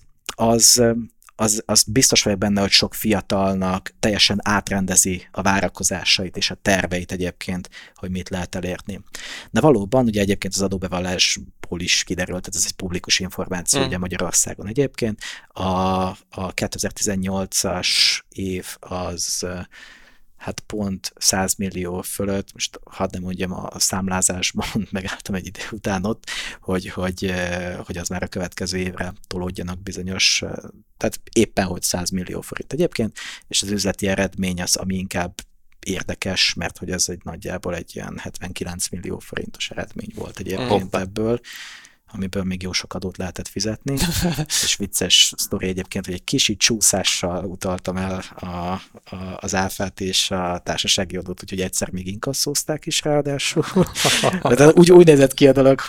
Az biztos vagyok benne, hogy sok fiatalnak teljesen átrendezi a várakozásait és a terveit egyébként, hogy mit lehet elérni. De valóban, ugye egyébként az adóbevallásból is kiderült, tehát ez egy publikus információ ugye Magyarországon egyébként. A 2018-as év az hát pont 100 millió fölött, most hadd nem mondjam, a számlázásban megálltam egy idő után ott, hogy az már a következő évre tolódjanak bizonyos, tehát éppen hogy 100 millió forint egyébként, és az üzleti eredmény az, ami inkább érdekes, mert hogy ez egy nagyjából egy ilyen 79 millió forintos eredmény volt egyébként ebből, amiből még jó sok adót lehetett fizetni, és vicces sztori egyébként, hogy egy kicsit csúszással utaltam el az áfát és a társasági adót, úgyhogy egyszer még inkasszózták is ráadásul. De úgy nézett ki a dolog,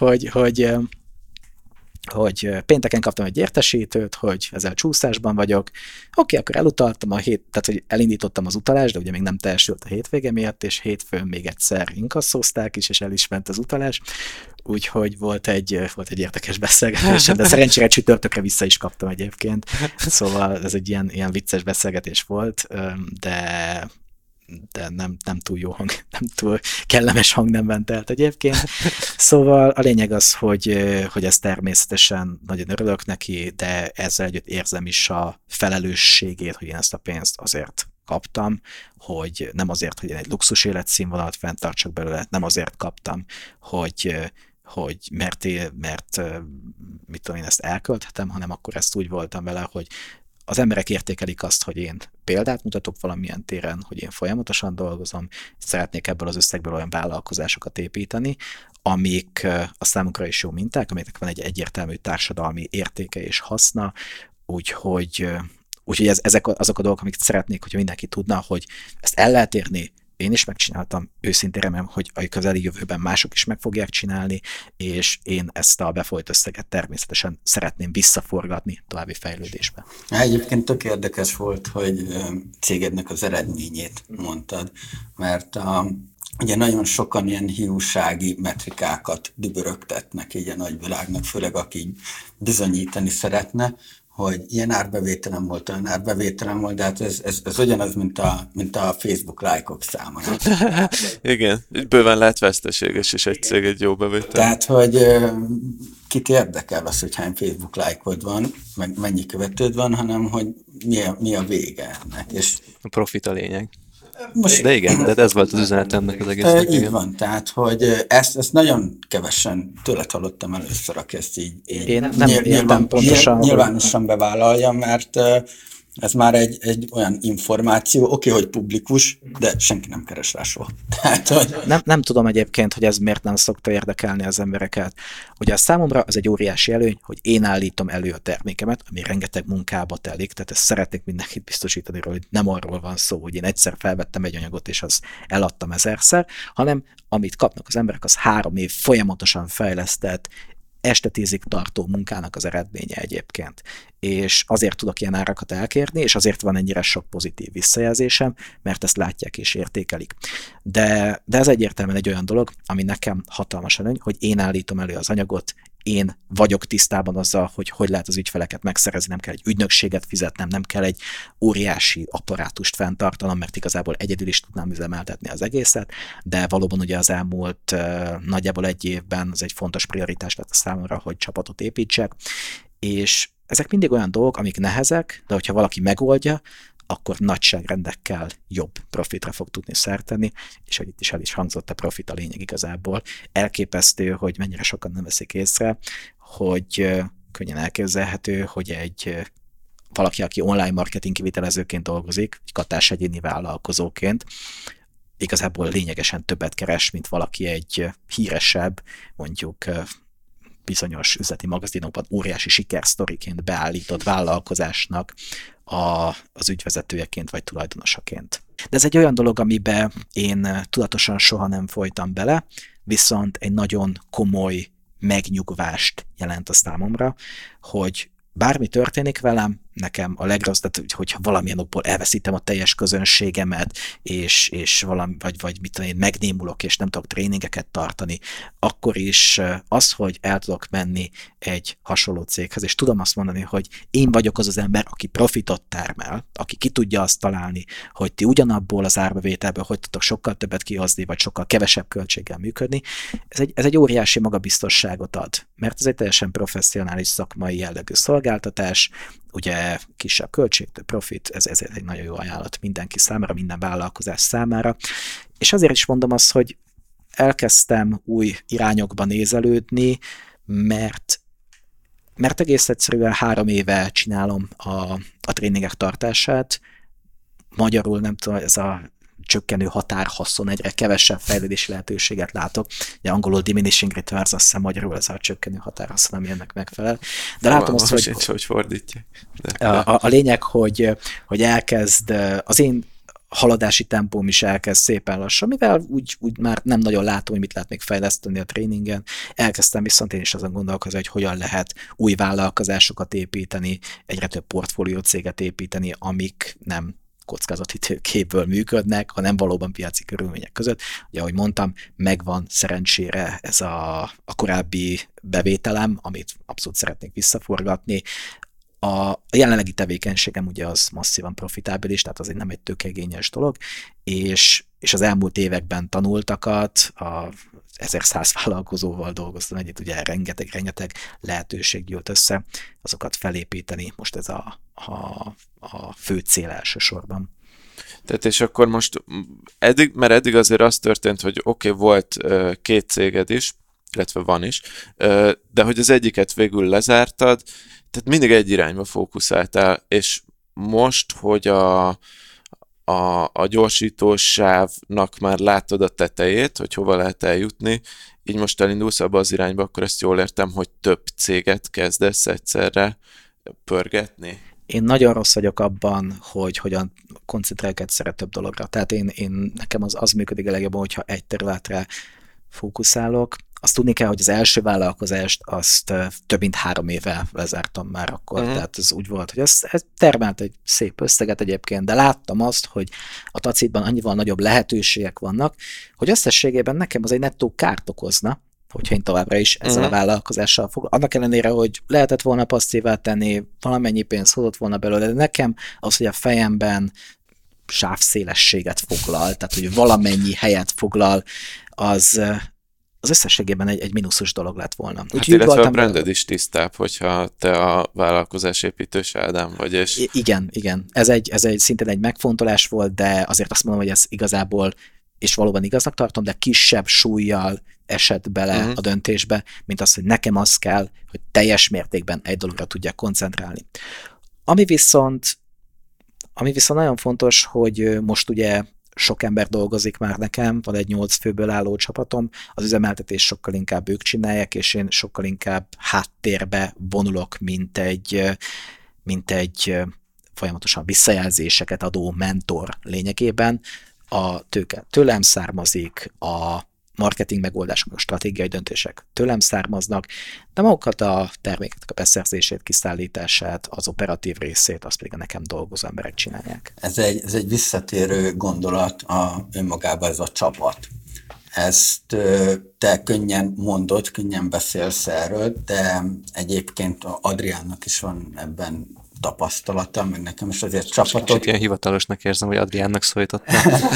hogy pénteken kaptam egy értesítőt, hogy ezzel csúszásban vagyok. Oké, akkor elutaltam tehát hogy elindítottam az utalást, de ugye még nem teljesült a hétvége miatt, és hétfőn még egyszer inkasszózták is, és el is ment az utalás. Úgyhogy volt egy érdekes beszélgetésem, de szerencsére csütörtökre vissza is kaptam egyébként. Szóval ez egy ilyen vicces beszélgetés volt, de nem túl jó hang, nem túl kellemes hangnemben telt egyébként. Szóval a lényeg az, hogy ez természetesen nagyon örülök neki, de ezzel együtt érzem is a felelősségét, hogy én ezt a pénzt azért kaptam, hogy nem azért, hogy én egy luxus életszínvonalat fenntartsak belőle, nem azért kaptam, hogy mert mit tudom én, ezt elkölthetem, hanem akkor ezt úgy voltam vele, hogy az emberek értékelik azt, hogy én példát mutatok valamilyen téren, hogy én folyamatosan dolgozom, és szeretnék ebből az összegből olyan vállalkozásokat építeni, amik a számukra is jó minták, amiknek van egy egyértelmű társadalmi értéke és haszna, úgyhogy ezek azok a dolgok, amiket szeretnék, hogyha mindenki tudna, hogy ezt el lehet érni. Én is megcsináltam, őszintén remélem, hogy a közeli jövőben mások is meg fogják csinálni, és én ezt a befolyt összeget természetesen szeretném visszaforgatni további fejlődésbe. Egyébként tök érdekes volt, hogy cégednek az eredményét mondtad, mert ugye nagyon sokan ilyen hiúsági metrikákat dübörögtetnek így a nagyvilágnak, főleg aki bizonyítani szeretne, hogy ilyen árbevételem volt, olyan árbevételem volt, de hát ez ugyanaz, mint a Facebook lájkok száma. Igen, bőven lehet veszteséges is egy cég egy jó bevétel. Tehát, hogy kit érdekel az, hogy hány Facebook lájkod van, meg mennyi követőd van, hanem hogy mi a vége ennek. És a profit a lényeg. De igen, de ez volt az üzenet ennek az egésznek. Így van, tehát, hogy ezt nagyon kevesen tőled hallottam először, aki ezt így én nem értem pontosan, nyilvánosan bevállalja, mert ez már egy olyan információ, oké, hogy publikus, de senki nem keres rá soha. Tehát, hogy... nem tudom egyébként, hogy ez miért nem szokta érdekelni az embereket. Ugye a számomra az egy óriási előny, hogy én állítom elő a termékemet, ami rengeteg munkába telik, tehát ezt szeretnék mindenkit biztosítani, hogy nem arról van szó, hogy én egyszer felvettem egy anyagot, és az eladtam 1000-szer, hanem amit kapnak az emberek, az 3 év folyamatosan fejlesztett, este 10-ig tartó munkának az eredménye egyébként. És azért tudok ilyen árakat elkérni, és azért van ennyire sok pozitív visszajelzésem, mert ezt látják és értékelik. De ez egyértelműen egy olyan dolog, ami nekem hatalmas előny, hogy én állítom elő az anyagot, én vagyok tisztában azzal, hogy lehet az ügyfeleket megszerezni, nem kell egy ügynökséget fizetnem, nem kell egy óriási apparátust fenntartanom, mert igazából egyedül is tudnám üzemeltetni az egészet, de valóban ugye az elmúlt nagyjából 1 évben az egy fontos prioritás lett a számomra, hogy csapatot építsek, és ezek mindig olyan dolgok, amik nehezek, de hogyha valaki megoldja, akkor nagyságrendekkel jobb profitra fog tudni szert tenni, és hogy itt is el is hangzott, a profit a lényeg igazából. Elképesztő, hogy mennyire sokan nem veszik észre, hogy könnyen elképzelhető, hogy valaki, aki online marketing kivitelezőként dolgozik, egy katás egyéni vállalkozóként, igazából lényegesen többet keres, mint valaki egy híresebb, mondjuk bizonyos üzleti magazinokban óriási sikersztoriként beállított vállalkozásnak az ügyvezetőjeként vagy tulajdonosaként. De ez egy olyan dolog, amiben én tudatosan soha nem folytam bele, viszont egy nagyon komoly megnyugvást jelent a számomra, hogy bármi történik velem, nekem a legrosszabb, hogyha valamilyen okból elveszítem a teljes közönségemet, és valami, vagy mit tudom én, megnémulok, és nem tudok tréningeket tartani, akkor is az, hogy el tudok menni egy hasonló céghez, és tudom azt mondani, hogy én vagyok az ember, aki profitot termel, aki ki tudja azt találni, hogy ti ugyanabból az árbevételből hogy tudtok sokkal többet kihozni, vagy sokkal kevesebb költséggel működni. Ez egy óriási magabiztosságot ad, mert ez egy teljesen professzionális szakmai jellegű szolgáltatás, ugye kisebb költség, több profit, ez egy nagyon jó ajánlat mindenki számára, minden vállalkozás számára. És azért is mondom azt, hogy elkezdtem új irányokba nézelődni, mert egész egyszerűen 3 éve csinálom a tréningek tartását. Magyarul nem tudom, ez a csökkenő határhaszon, egyre kevesebb fejlődési lehetőséget látok. Ugye angolul diminishing returns, azt hiszem magyarul ez a csökkenő határhaszon, ami ennek megfelel. De látom azt, hogy fordítja. A lényeg, hogy elkezd, az én haladási tempóm is elkezd szépen lassan, mivel úgy már nem nagyon látom, hogy mit lehet még fejleszteni a tréningen. Elkezdtem viszont én is azon gondolkozni, hogy hogyan lehet új vállalkozásokat építeni, egyre több portfólió céget építeni, amik nem kockázati tőkéből működnek, hanem valóban piaci körülmények között. Ugye, ahogy mondtam, megvan szerencsére ez a korábbi bevételem, amit abszolút szeretnék visszaforgatni. A jelenlegi tevékenységem ugye az masszívan profitábilis, tehát az nem egy tőkeigényes dolog, és az elmúlt években tanultakat, a 1100 vállalkozóval dolgoztam együtt, ugye rengeteg lehetőség gyűlt össze, azokat felépíteni, most ez a fő cél elsősorban. Tehát és akkor most eddig azért az történt, hogy oké, volt 2 céged is, illetve van is, de hogy az egyiket végül lezártad, tehát mindig egy irányba fókuszáltál, és most, hogy a gyorsítósávnak már látod a tetejét, hogy hova lehet eljutni, így most elindulsz abba az irányba, akkor ezt jól értem, hogy több céget kezdesz egyszerre pörgetni? Én nagyon rossz vagyok abban, hogy hogyan koncentrálok egyszerre több dologra. Tehát nekem az működik a legjobban, hogyha egy területre fókuszálok. Azt tudni kell, hogy az első vállalkozást azt több mint 3 éve lezártam már akkor, tehát ez úgy volt, hogy ez termelt egy szép összeget egyébként, de láttam azt, hogy a tacitban annyival nagyobb lehetőségek vannak, hogy összességében nekem az egy nettó kárt okozna, hogyha én továbbra is ezzel a vállalkozással fogok. Annak ellenére, hogy lehetett volna passzívá tenni, valamennyi pénzt hozott volna belőle, de nekem az, hogy a fejemben sávszélességet foglal, tehát hogy valamennyi helyet foglal, az az összességében egy mínuszos dolog lett volna. Hát illetve a branded is tisztább, hogyha te a vállalkozásépítős Ádám vagy, és... Igen. Ez egy szintén egy megfontolás volt, de azért azt mondom, hogy ez igazából, és valóban igaznak tartom, de kisebb súlyjal esett bele a döntésbe, mint az, hogy nekem az kell, hogy teljes mértékben egy dologra tudjak koncentrálni. Ami viszont nagyon fontos, hogy most ugye sok ember dolgozik már nekem, van egy 8 főből álló csapatom, az üzemeltetés sokkal inkább ők csinálják, és én sokkal inkább háttérbe vonulok, mint egy folyamatosan visszajelzéseket adó mentor lényegében. A tőke tőlem származik, a marketing megoldások, a stratégiai döntések tőlem származnak, de magukat a termékek a beszerzését, kiszállítását, az operatív részét, azt pedig a nekem dolgozó emberek csinálják. Ez egy visszatérő gondolat önmagában, ez a csapat. Ezt te könnyen mondod, könnyen beszélsz erről, de egyébként Adriánnak is van ebben tapasztalata, meg nekem is azért csapatot. Kicsit ilyen hivatalosnak érzem, hogy Adriánnak szólítottam.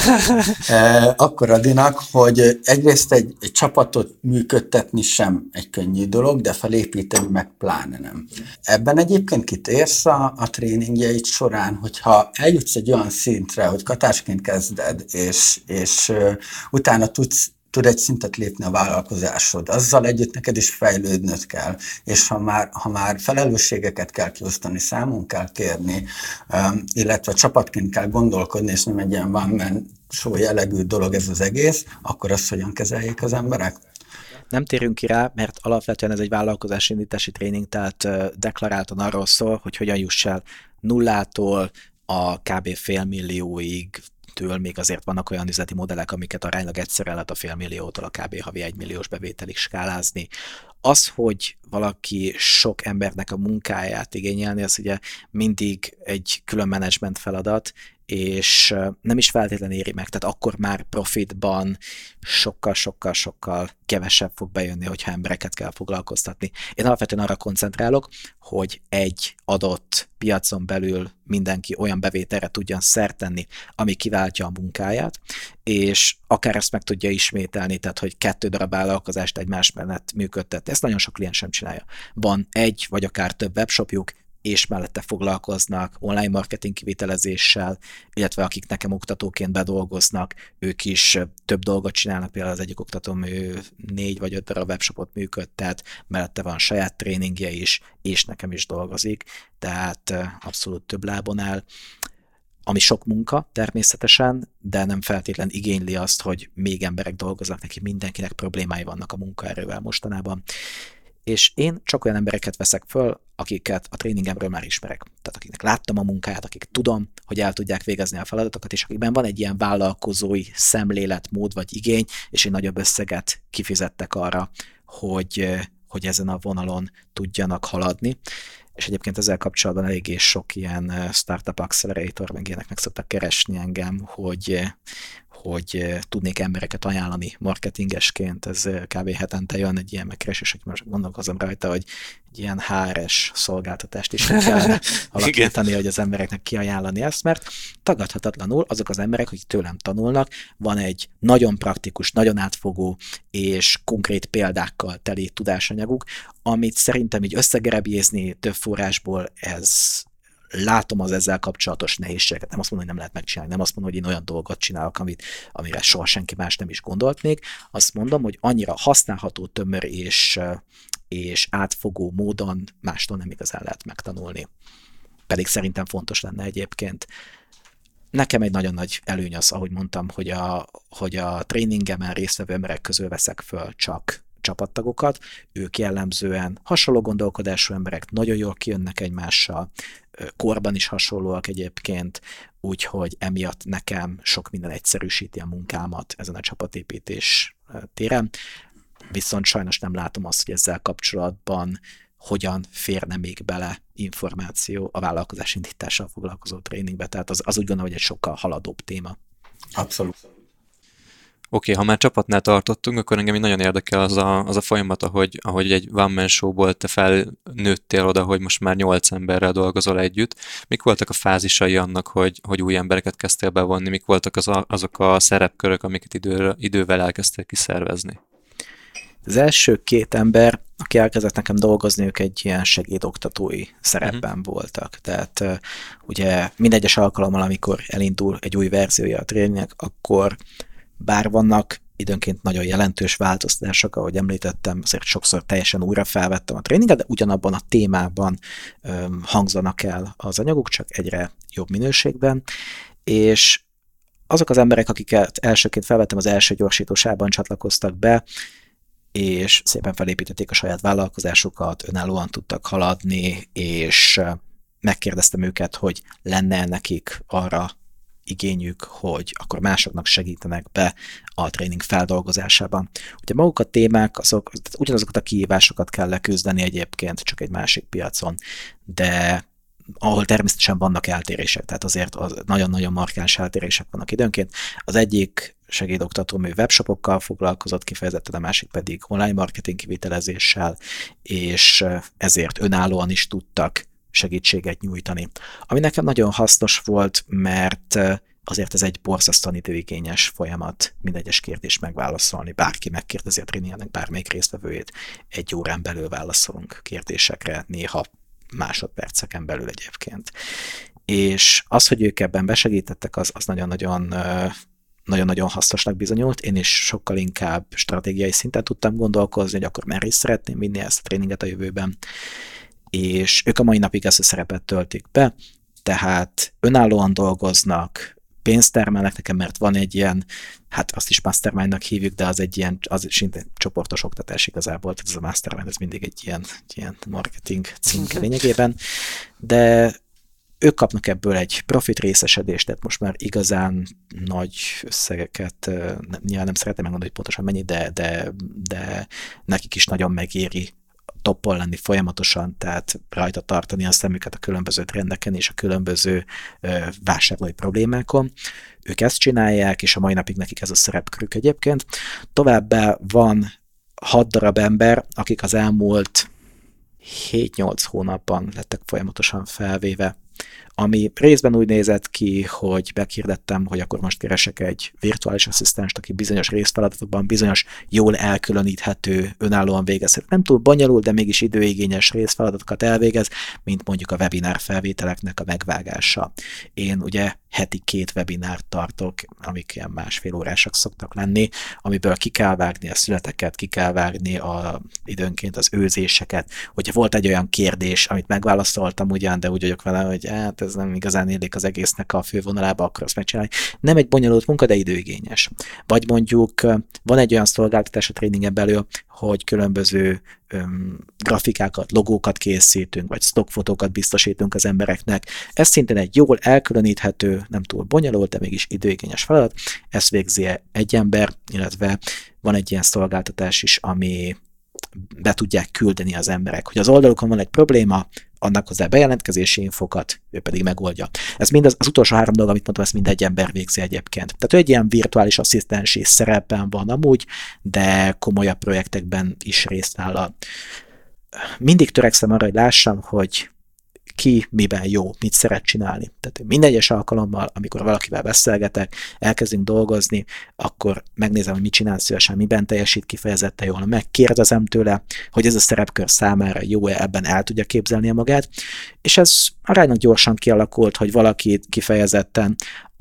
Akkor Adinak, hogy egyrészt egy csapatot működtetni sem egy könnyű dolog, de felépíteni meg pláne nem. Ebben egyébként kitérsz a tréningjeid során, hogyha eljutsz egy olyan szintre, hogy katásként kezded, és utána tud egy szintet lépni a vállalkozásod. Azzal együtt neked is fejlődnöd kell, és ha már felelősségeket kell kiosztani, számon kell kérni, illetve csapatként kell gondolkodni, és nem egy ilyen one-man show jellegű dolog ez az egész, akkor azt hogyan kezeljék az emberek? Nem térünk ki rá, mert alapvetően ez egy vállalkozásindítási tréning, tehát deklaráltan arról szól, hogy hogyan juss el nullától a kb. $500 000-ig, től még azért vannak olyan üzleti modellek, amiket aránylag egyszerre lehet a $500 000-tól a kb. Havi 1 milliós bevételig skálázni. Az, hogy valaki sok embernek a munkáját igényelni, az ugye mindig egy külön menedzsment feladat, és nem is feltétlenül éri meg, tehát akkor már profitban sokkal kevesebb fog bejönni, hogyha embereket kell foglalkoztatni. Én alapvetően arra koncentrálok, hogy egy adott piacon belül mindenki olyan bevételre tudjon szert tenni, ami kiváltja a munkáját, és akár ezt meg tudja ismételni, tehát hogy 2 darab vállalkozást egymás mellett működtetni. Ezt nagyon sok kliens sem csinálja. Van egy vagy akár több webshopjuk, és mellette foglalkoznak online marketing kivitelezéssel, illetve akik nekem oktatóként bedolgoznak, ők is több dolgot csinálnak, például az egyik oktatóm, ő 4 vagy 5 darab webshopot működtet, mellette van saját tréningje is, és nekem is dolgozik, tehát abszolút több lábon áll, ami sok munka természetesen, de nem feltétlen igényli azt, hogy még emberek dolgoznak neki, mindenkinek problémái vannak a munkaerővel mostanában. És én csak olyan embereket veszek föl, akiket a tréningemről már ismerek. Tehát akiknek láttam a munkáját, akik tudom, hogy el tudják végezni a feladatokat, és akikben van egy ilyen vállalkozói szemléletmód vagy igény, és egy nagyobb összeget kifizettek arra, hogy ezen a vonalon tudjanak haladni. És egyébként ezzel kapcsolatban eléggé sok ilyen startup accelerator, meg ilyenek meg szoktak keresni engem, hogy tudnék embereket ajánlani marketingesként, ez kb. Hetente jön egy ilyen megkeresés, hogy most gondolkozom rajta, hogy egy ilyen HR-es szolgáltatást is kellene alakítani, hogy az embereknek kiajánlani ezt, mert tagadhatatlanul azok az emberek, akik tőlem tanulnak, van egy nagyon praktikus, nagyon átfogó és konkrét példákkal teli tudásanyaguk, amit szerintem így összegerebjézni több forrásból, látom az ezzel kapcsolatos nehézségeket. Nem azt mondom, hogy nem lehet megcsinálni, nem azt mondom, hogy én olyan dolgot csinálok, amire soha senki más nem is gondolt még. Azt mondom, hogy annyira használható, tömör és átfogó módon mástól nem igazán lehet megtanulni. Pedig szerintem fontos lenne egyébként. Nekem egy nagyon nagy előny az, ahogy mondtam, hogy a tréningemen résztvevő emberek közül veszek föl csak csapattagokat, ők jellemzően hasonló gondolkodású emberek, nagyon jól kijönnek egymással, korban is hasonlóak egyébként, úgyhogy emiatt nekem sok minden egyszerűsíti a munkámat ezen a csapatépítés téren, viszont sajnos nem látom azt, hogy ezzel kapcsolatban hogyan férne még bele információ a vállalkozás indítással foglalkozó tréningbe, tehát az úgy gondolom, hogy egy sokkal haladóbb téma. Abszolút. Oké, ha már csapatnál tartottunk, akkor engem nagyon érdekel az a folyamat, ahogy egy one-man showból te felnőttél oda, hogy most már 8 emberrel dolgozol együtt. Mik voltak a fázisai annak, hogy új embereket kezdtél bevonni? Mik voltak azok a szerepkörök, amiket idővel elkezdtél kiszervezni? Az első 2 ember, aki elkezdett nekem dolgozni, ők egy ilyen segédoktatói szerepben voltak. Tehát ugye mindegyes alkalommal, amikor elindul egy új verziója a tréningnek, akkor bár vannak időnként nagyon jelentős változtatások, ahogy említettem, azért sokszor teljesen újra felvettem a tréninget, de ugyanabban a témában hangzanak el az anyagok, csak egyre jobb minőségben, és azok az emberek, akiket elsőként felvettem, az első gyorsítósában csatlakoztak be, és szépen felépítették a saját vállalkozásukat, önállóan tudtak haladni, és megkérdeztem őket, hogy lenne nekik arra igényük, hogy akkor másoknak segítenek be a tréning feldolgozásában. Ugye maguk a témák, ugyanazokat a kihívásokat kell leküzdeni egyébként, csak egy másik piacon, de ahol természetesen vannak eltérések, tehát azért nagyon-nagyon markáns eltérések vannak időnként. Az egyik segédoktatómű webshopokkal foglalkozott kifejezetten, a másik pedig online marketing kivitelezéssel, és ezért önállóan is tudtak segítséget nyújtani. Ami nekem nagyon hasznos volt, mert azért ez egy borzasztóan időigényes folyamat, mindegyes kérdést megválaszolni. Bárki megkérdezi a tréningnek bármelyik résztvevőjét, 1 órán belül válaszolunk kérdésekre, néha másodperceken belül egyébként. És az, hogy ők ebben besegítettek, az nagyon-nagyon hasznosnak bizonyult. Én is sokkal inkább stratégiai szinten tudtam gondolkozni, hogy akkor merre is szeretném vinni ezt a tréninget a jövőben. És ők a mai napig ezt a szerepet töltik be, tehát önállóan dolgoznak, pénzt termelnek nekem, mert van egy ilyen, hát azt is mastermindnak hívjuk, de az egy ilyen, az szintén csoportos oktatás igazából, tehát ez a mastermind, ez mindig egy ilyen marketing címke lényegében, de ők kapnak ebből egy profit részesedést, tehát most már igazán nagy összegeket, nyilván nem szeretem megmondani, hogy pontosan mennyi, de nekik is nagyon megéri toppon lenni folyamatosan, tehát rajta tartani a szemüket a különböző trendeken és a különböző vásárlói problémákon. Ők ezt csinálják, és a mai napig nekik ez a szerepkörük egyébként. Továbbá van 6 darab ember, akik az elmúlt 7-8 hónapban lettek folyamatosan felvéve, ami részben úgy nézett ki, hogy meghirdettem, hogy akkor most keresek egy virtuális asszisztenst, aki bizonyos részfeladatokban bizonyos jól elkülöníthető, önállóan végezhet. Nem túl bonyolult, de mégis időigényes részfeladatokat elvégez, mint mondjuk a webinár felvételeknek a megvágása. Én ugye heti 2 webinárt tartok, amik ilyen 1,5 órásak szoktak lenni, amiből ki kell vágni a születeket, ki kell vágni időnként az őzéseket. Hogyha volt egy olyan kérdés, amit megválaszoltam ugyan, de úgy vagyok vele, hogy hát ez nem igazán illik az egésznek a fővonalába, akkor azt megcsinálni. Nem egy bonyolult munka, de időigényes. Vagy mondjuk van egy olyan szolgáltatás a tréningen belül, hogy különböző grafikákat, logókat készítünk, vagy stockfotókat biztosítunk az embereknek. Ez szintén egy jól elkülöníthető, nem túl bonyolult, de mégis időigényes feladat. Ezt végzi egy ember, illetve van egy ilyen szolgáltatás is, ami be tudják küldeni az emberek, hogy az oldalukon van egy probléma, annak hozzá bejelentkezési infokat, ő pedig megoldja. Ez mind az utolsó 3 dolog, amit mondtam, ezt mind egy ember végzi egyébként. Tehát ő egy ilyen virtuális asszisztensi szerepben van amúgy, de komolyabb projektekben is részt vállal. Mindig törekszem arra, hogy lássam, hogy ki miben jó, mit szeret csinálni. Tehát minden egyes alkalommal, amikor valakivel beszélgetek, elkezdünk dolgozni, akkor megnézem, hogy mit csinál szívesen, miben teljesít kifejezetten jól, megkérdezem tőle, hogy ez a szerepkör számára jó-e, ebben el tudja képzelni magát, és ez aránylag gyorsan kialakult, hogy valaki kifejezetten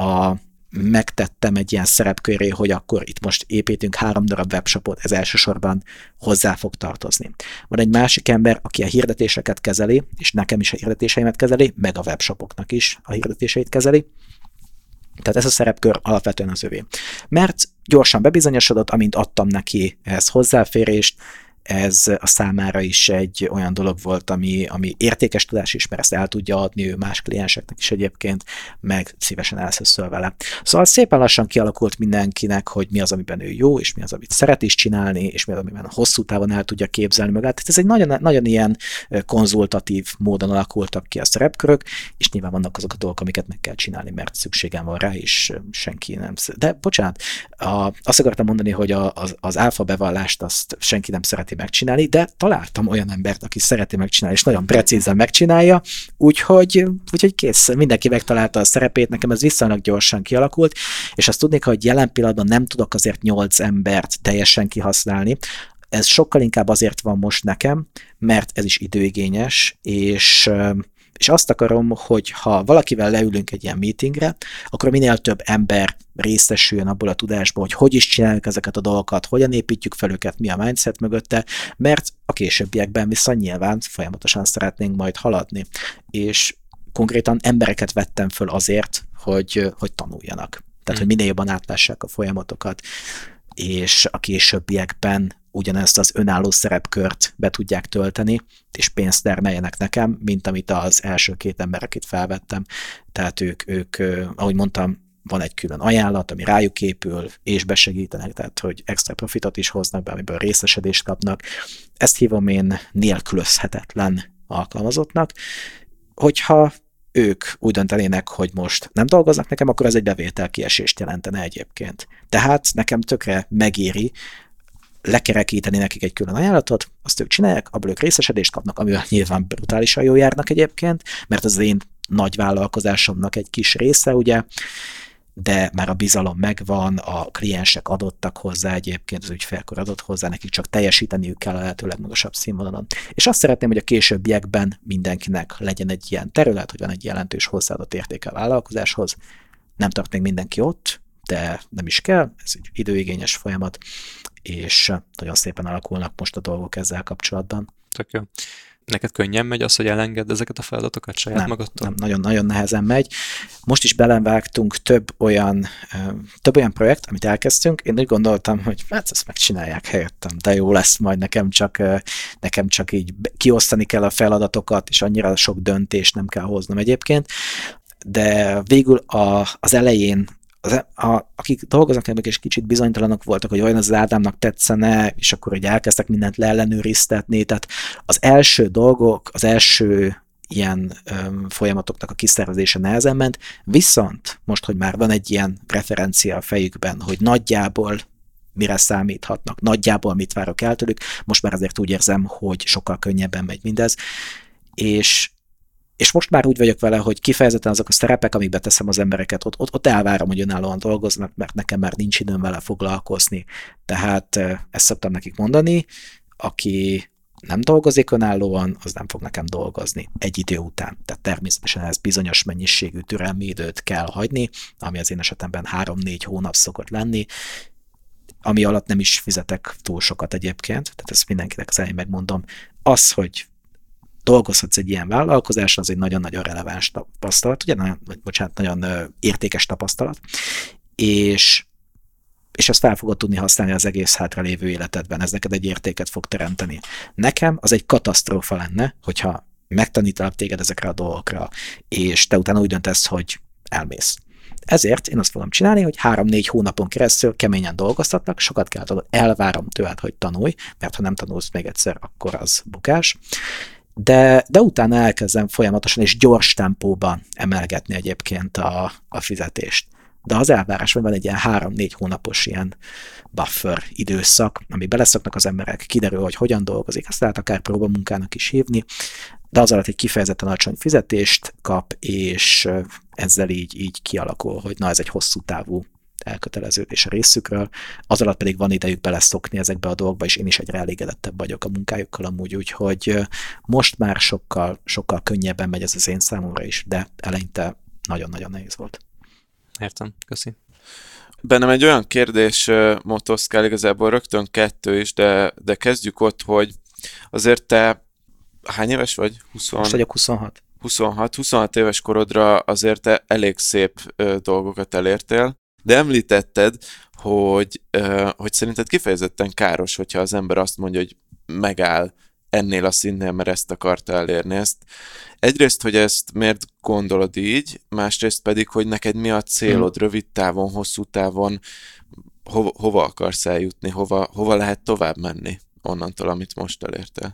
megtettem egy ilyen szerepköré, hogy akkor itt most építünk 3 darab webshopot, ez elsősorban hozzá fog tartozni. Van egy másik ember, aki a hirdetéseket kezeli, és nekem is a hirdetéseimet kezeli, meg a webshopoknak is a hirdetéseit kezeli. Tehát ez a szerepkör alapvetően az övé. Mert gyorsan bebizonyosodott, amint adtam neki ehhez hozzáférést, ez a számára is egy olyan dolog volt, ami értékes tudás is, mert ezt el tudja adni ő más klienseknek is egyébként, meg szívesen elszösszöl vele. Szóval szépen lassan kialakult mindenkinek, hogy mi az, amiben ő jó, és mi az, amit szeret is csinálni, és mi az, amiben hosszú távon el tudja képzelni magát. Tehát ez egy nagyon, nagyon ilyen konzultatív módon alakultak ki a szerepkörök, és nyilván vannak azok a dolgok, amiket meg kell csinálni, mert szükségem van rá, és senki nem. De bocsánat, azt akartam mondani, hogy az álfa bevallást azt senki nem szereti megcsinálni, de találtam olyan embert, aki szereti megcsinálni, és nagyon precízen megcsinálja, úgyhogy kész, mindenki megtalálta a szerepét, nekem ez viszonylag gyorsan kialakult, és azt tudnék, hogy jelen pillanatban nem tudok azért 8 embert teljesen kihasználni. Ez sokkal inkább azért van most nekem, mert ez is időigényes, és azt akarom, hogy ha valakivel leülünk egy ilyen meetingre, akkor minél több ember részesüljön abból a tudásból, hogy is csináljuk ezeket a dolgokat, hogyan építjük fel őket, mi a mindset mögötte, mert a későbbiekben viszont nyilván folyamatosan szeretnénk majd haladni. És konkrétan embereket vettem föl azért, hogy tanuljanak. Tehát, hogy minél jobban átlássák a folyamatokat, és a későbbiekben ugyanezt az önálló szerepkört be tudják tölteni, és pénzt termeljenek nekem, mint amit az első 2 ember, akit felvettem. Tehát ők, ahogy mondtam, van egy külön ajánlat, ami rájuk épül, és besegítenek, tehát hogy extra profitot is hoznak be, amiből részesedést kapnak. Ezt hívom én nélkülözhetetlen alkalmazottnak. Hogyha ők úgy döntenének, hogy most nem dolgoznak nekem, akkor ez egy bevételkiesést jelentene egyébként. Tehát nekem tökre megéri lekerekíteni nekik egy külön ajánlatot, azt ők csinálják, abból ők részesedést kapnak, amivel nyilván brutálisan jól járnak egyébként, mert az én nagy vállalkozásomnak egy kis része, ugye, de már a bizalom megvan, a kliensek adottak hozzá egyébként, az ügyfélkor adott hozzá, nekik csak teljesíteniük kell a lehető legmagasabb színvonalon. És azt szeretném, hogy a későbbiekben mindenkinek legyen egy ilyen terület, hogy van egy jelentős hozzáadott értéke a vállalkozáshoz. Nem tart még mindenki ott, de nem is kell, ez egy időigényes folyamat, és nagyon szépen alakulnak most a dolgok ezzel kapcsolatban. Tök jó. Neked könnyen megy az, hogy elengedd ezeket a feladatokat saját magadtól? Nem, nagyon-nagyon nehezen megy. Most is belevágtunk több olyan projekt, amit elkezdtünk. Én úgy gondoltam, hogy hát ezt megcsinálják helyettem, de jó lesz majd, nekem csak így kiosztani kell a feladatokat, és annyira sok döntést nem kell hoznom egyébként. De végül az elején akik dolgoznak ebben, és kicsit bizonytalanok voltak, hogy olyan az Ádámnak tetszene, és akkor hogy elkezdtek mindent leellenőriztetni. Tehát az első dolgok, az első ilyen folyamatoknak a kiszervezése nehezen ment, viszont most, hogy már van egy ilyen referencia a fejükben, hogy nagyjából mire számíthatnak, nagyjából mit várok el tőlük, most már azért úgy érzem, hogy sokkal könnyebben megy mindez, és most már úgy vagyok vele, hogy kifejezetten azok a szerepek, amikbe teszem az embereket, ott elvárom, hogy önállóan dolgoznak, mert nekem már nincs időm vele foglalkozni. Tehát ezt szoktam nekik mondani, aki nem dolgozik önállóan, az nem fog nekem dolgozni egy idő után. Tehát természetesen ez bizonyos mennyiségű türelmi időt kell hagyni, ami az én esetemben 3-4 hónap szokott lenni, ami alatt nem is fizetek túl sokat egyébként, tehát ezt mindenkinek az elején megmondom. Az, hogy dolgozhatsz egy ilyen vállalkozáson, az egy nagyon-nagyon releváns tapasztalat, ugye, nagyon értékes tapasztalat, és ezt fel fogod tudni használni az egész hátralévő életedben, ez neked egy értéket fog teremteni. Nekem az egy katasztrófa lenne, hogyha megtanítalak téged ezekre a dolgokra, és te utána úgy döntesz, hogy elmész. Ezért én azt fogom csinálni, hogy 3-4 hónapon keresztül keményen dolgoztatnak, sokat kell tanulni, elvárom tőled, hogy tanulj, mert ha nem tanulsz még egyszer, akkor az bukás. De utána elkezdem folyamatosan és gyors tempóban emelgetni egyébként a fizetést. De az elvárás, hogy van egy ilyen 3-4 hónapos ilyen buffer időszak, ami beleszoknak az emberek, kiderül, hogy hogyan dolgozik, azt lehet akár próbamunkának is hívni, de az alatt egy kifejezetten alacsony fizetést kap, és ezzel így kialakul, hogy na ez egy hosszú távú elköteleződés a részükről, az alatt pedig van idejük beleszokni ezekbe a dolgokba, és én is egyre elégedettebb vagyok a munkájukkal amúgy, úgyhogy most már sokkal könnyebben megy ez az én számomra is, de eleinte nagyon-nagyon nehéz volt. Értem, köszi. Bennem egy olyan kérdés motoszkál, igazából rögtön 2 is, de kezdjük ott, hogy azért te hány éves vagy? Most vagyok 26. 26 éves korodra azért te elég szép dolgokat elértél, de említetted, hogy szerinted kifejezetten káros, hogyha az ember azt mondja, hogy megáll ennél a színnél, mert ezt akarta elérni. Ezt egyrészt, hogy ezt miért gondolod így, másrészt pedig, hogy neked mi a célod rövid távon, hosszú távon, hova akarsz eljutni, hova lehet tovább menni onnantól, amit most elértél?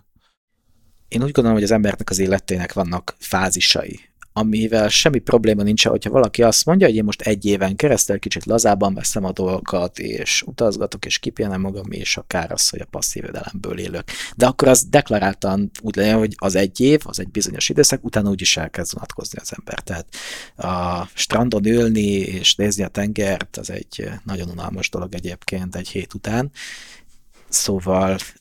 Én úgy gondolom, hogy az embernek az életének vannak fázisai, amivel semmi probléma nincs, hogyha valaki azt mondja, hogy én most 1 éven keresztül kicsit lazában veszem a dolgokat, és utazgatok, és kipihenem magam, és akár az, hogy a passzív jövedelemből élök. De akkor az deklaráltan úgy legyen, hogy az 1 év, az egy bizonyos időszak, utána úgyis elkezd vonatkozni az ember. Tehát a strandon ülni, és nézni a tengert, az egy nagyon unalmas dolog egyébként 1 hét után. Szóval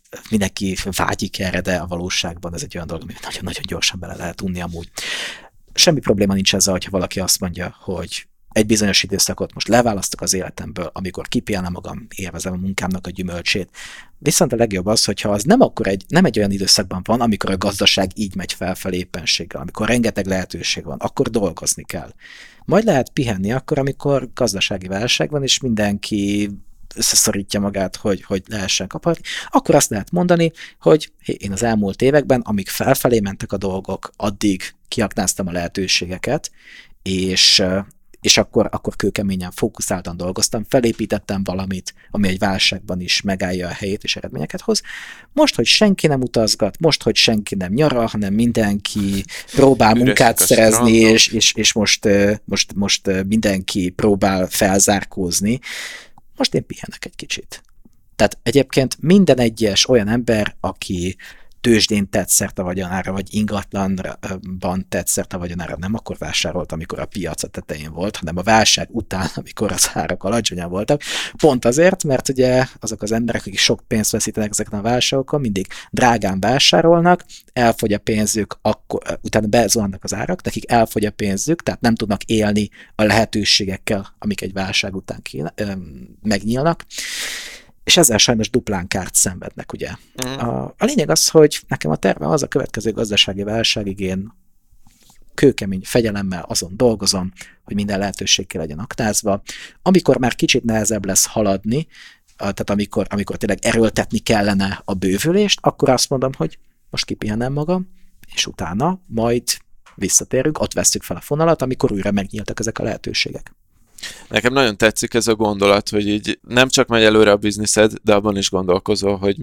mindenki vágyik erre, de a valóságban ez egy olyan dolog, amit nagyon-nagyon gyorsan bele lehet unni amúgy. Semmi probléma nincs ezzel, hogyha valaki azt mondja, hogy egy bizonyos időszakot most leválasztok az életemből, amikor kipihenem magam, élvezem a munkámnak a gyümölcsét. Viszont a legjobb az, hogyha az nem egy olyan időszakban van, amikor a gazdaság így megy felfelé éppenséggel, amikor rengeteg lehetőség van, akkor dolgozni kell. Majd lehet pihenni akkor, amikor gazdasági válság van, és mindenki összeszorítja magát, hogy lehessen kaparni, akkor azt lehet mondani, hogy én az elmúlt években, amíg felfelé mentek a dolgok, addig kiaknáztam a lehetőségeket, és akkor kőkeményen, fókuszáltan dolgoztam, felépítettem valamit, ami egy válságban is megállja a helyét és eredményeket hoz. Most, hogy senki nem utazgat, most, hogy senki nem nyaral, hanem mindenki próbál munkát szerezni, és most mindenki próbál felzárkózni, most én pihenek egy kicsit. Tehát egyébként minden egyes olyan ember, aki tőzsdén tett szert a vagyonára, vagy ingatlanban tett szert a vagyonára, nem akkor vásárolt, amikor a piac a tetején volt, hanem a válság után, amikor az árak alacsonyan voltak. Pont azért, mert ugye azok az emberek, akik sok pénzt veszítenek ezeken a válságokon, mindig drágán vásárolnak, elfogy a pénzük, akkor, utána bezuhannak az árak, nekik elfogy a pénzük, tehát nem tudnak élni a lehetőségekkel, amik egy válság után megnyílnak. És ezzel sajnos duplán kárt szenvednek, ugye. A lényeg az, hogy nekem a terve az a következő gazdasági válságig én kőkemény fegyelemmel azon dolgozom, hogy minden lehetőség ki legyen aknázva. Amikor már kicsit nehezebb lesz haladni, tehát amikor tényleg erőltetni kellene a bővülést, akkor azt mondom, hogy most kipihenem magam, és utána majd visszatérünk, ott vesszük fel a fonalat, amikor újra megnyíltak ezek a lehetőségek. Nekem nagyon tetszik ez a gondolat, hogy így nem csak megy előre a bizniszed, de abban is gondolkozol, hogy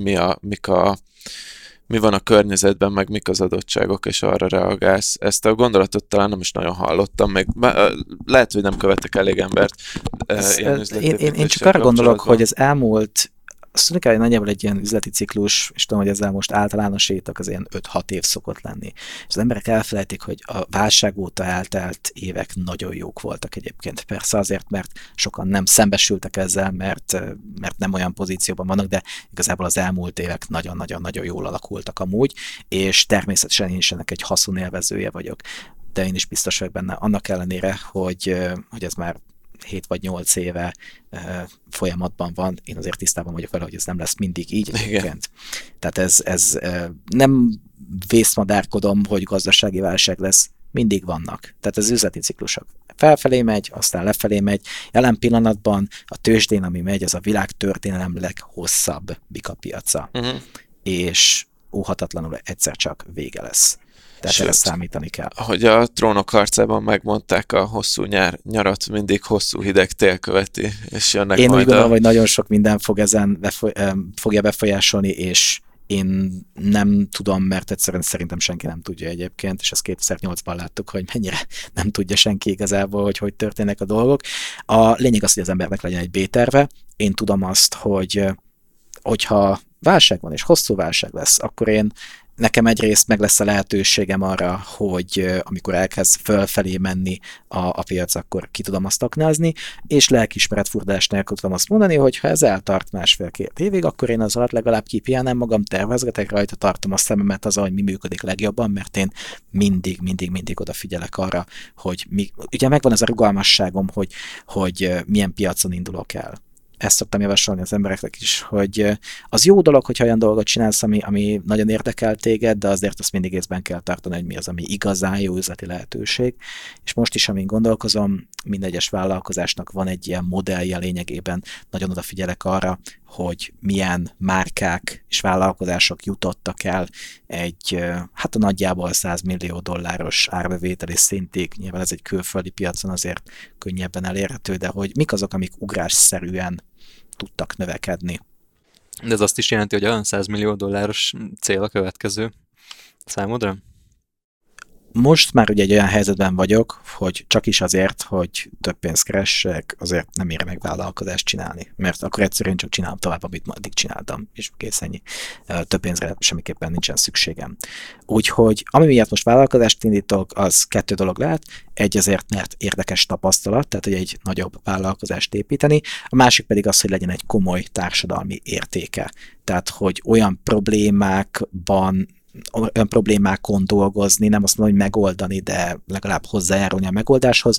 mi van a környezetben, meg mik az adottságok, és arra reagálsz. Ezt a gondolatot talán nem is nagyon hallottam, meg lehet, hogy nem követek elég embert. Én csak arra gondolok, hogy az elmúlt, azt tudni kell, hogy nagyjából egy ilyen üzleti ciklus, és tudom, hogy ezzel most általánosítok, az ilyen 5-6 év szokott lenni. És az emberek elfelejtik, hogy a válság óta eltelt évek nagyon jók voltak egyébként. Persze azért, mert sokan nem szembesültek ezzel, mert nem olyan pozícióban vannak, de igazából az elmúlt évek nagyon-nagyon-nagyon jól alakultak amúgy, és természetesen én is ennek egy haszonélvezője vagyok. De én is biztos vagyok benne, annak ellenére, hogy ez már 7 vagy 8 éve folyamatban van, én azért tisztában vagyok vele, hogy ez nem lesz mindig így egyébként. Tehát ez nem vészmadárkodom, hogy gazdasági válság lesz, mindig vannak. Tehát az üzleti ciklusok felfelé megy, aztán lefelé megy. Jelen pillanatban a tőzsdén, ami megy, az a világ történelem leghosszabb bikapiaca. És óhatatlanul egyszer csak vége lesz. Tehát erre számítani kell. Ahogy a Trónok harcában megmondták, a hosszú nyarat mindig hosszú hideg tél követi, és jönnek én majd úgy gondolom, hogy nagyon sok minden fogja befolyásolni, és én nem tudom, mert egyszerűen szerintem senki nem tudja egyébként, és ezt 2008-ban láttuk, hogy mennyire nem tudja senki igazából, hogy történnek a dolgok. A lényeg az, hogy az embernek legyen egy B-terve. Én tudom azt, hogyha válság van, és hosszú válság lesz, akkor nekem egyrészt meg lesz a lehetőségem arra, hogy amikor elkezd fölfelé menni a piac, akkor ki tudom azt aknázni, és lelkiismeretfurdalás nélkül tudom azt mondani, hogy ha ez eltart 1,5-2 évig, akkor én az alatt legalább kipihenem magam, tervezgetek rajta, tartom a szememet azon, hogy mi működik legjobban, mert én mindig odafigyelek arra, hogy ugye megvan ez a rugalmasságom, hogy milyen piacon indulok el. Ezt szoktam javasolni az embereknek is, hogy az jó dolog, hogyha olyan dolgot csinálsz, ami nagyon érdekel téged, de azért azt mindig észben kell tartani, hogy mi az, ami igazán jó üzleti lehetőség. És most is, amin gondolkozom, minden egyes vállalkozásnak van egy ilyen modellje lényegében, nagyon odafigyelek arra, hogy milyen márkák és vállalkozások jutottak el egy, hát a nagyjából $100 millió árbevételi szintig. Nyilván ez egy külföldi piacon azért könnyebben elérhető, de hogy mik azok, amik ugrásszerűen tudtak növekedni. De ez azt is jelenti, hogy olyan $100 millió cél a következő számodra? Most már ugye egy olyan helyzetben vagyok, hogy csak is azért, hogy több pénzt keressek, azért nem ér meg vállalkozást csinálni, mert akkor egyszerűen csak csinálom tovább, amit ma addig csináltam, és kész ennyi. Több pénzre semmiképpen nincsen szükségem. Úgyhogy ami miatt most vállalkozást indítok, az 2 dolog lehet. Egy azért, mert érdekes tapasztalat, tehát hogy egy nagyobb vállalkozást építeni, a másik pedig az, hogy legyen egy komoly társadalmi értéke. Tehát, hogy olyan problémákon dolgozni, nem azt mondom, hogy megoldani, de legalább hozzájárulni a megoldáshoz,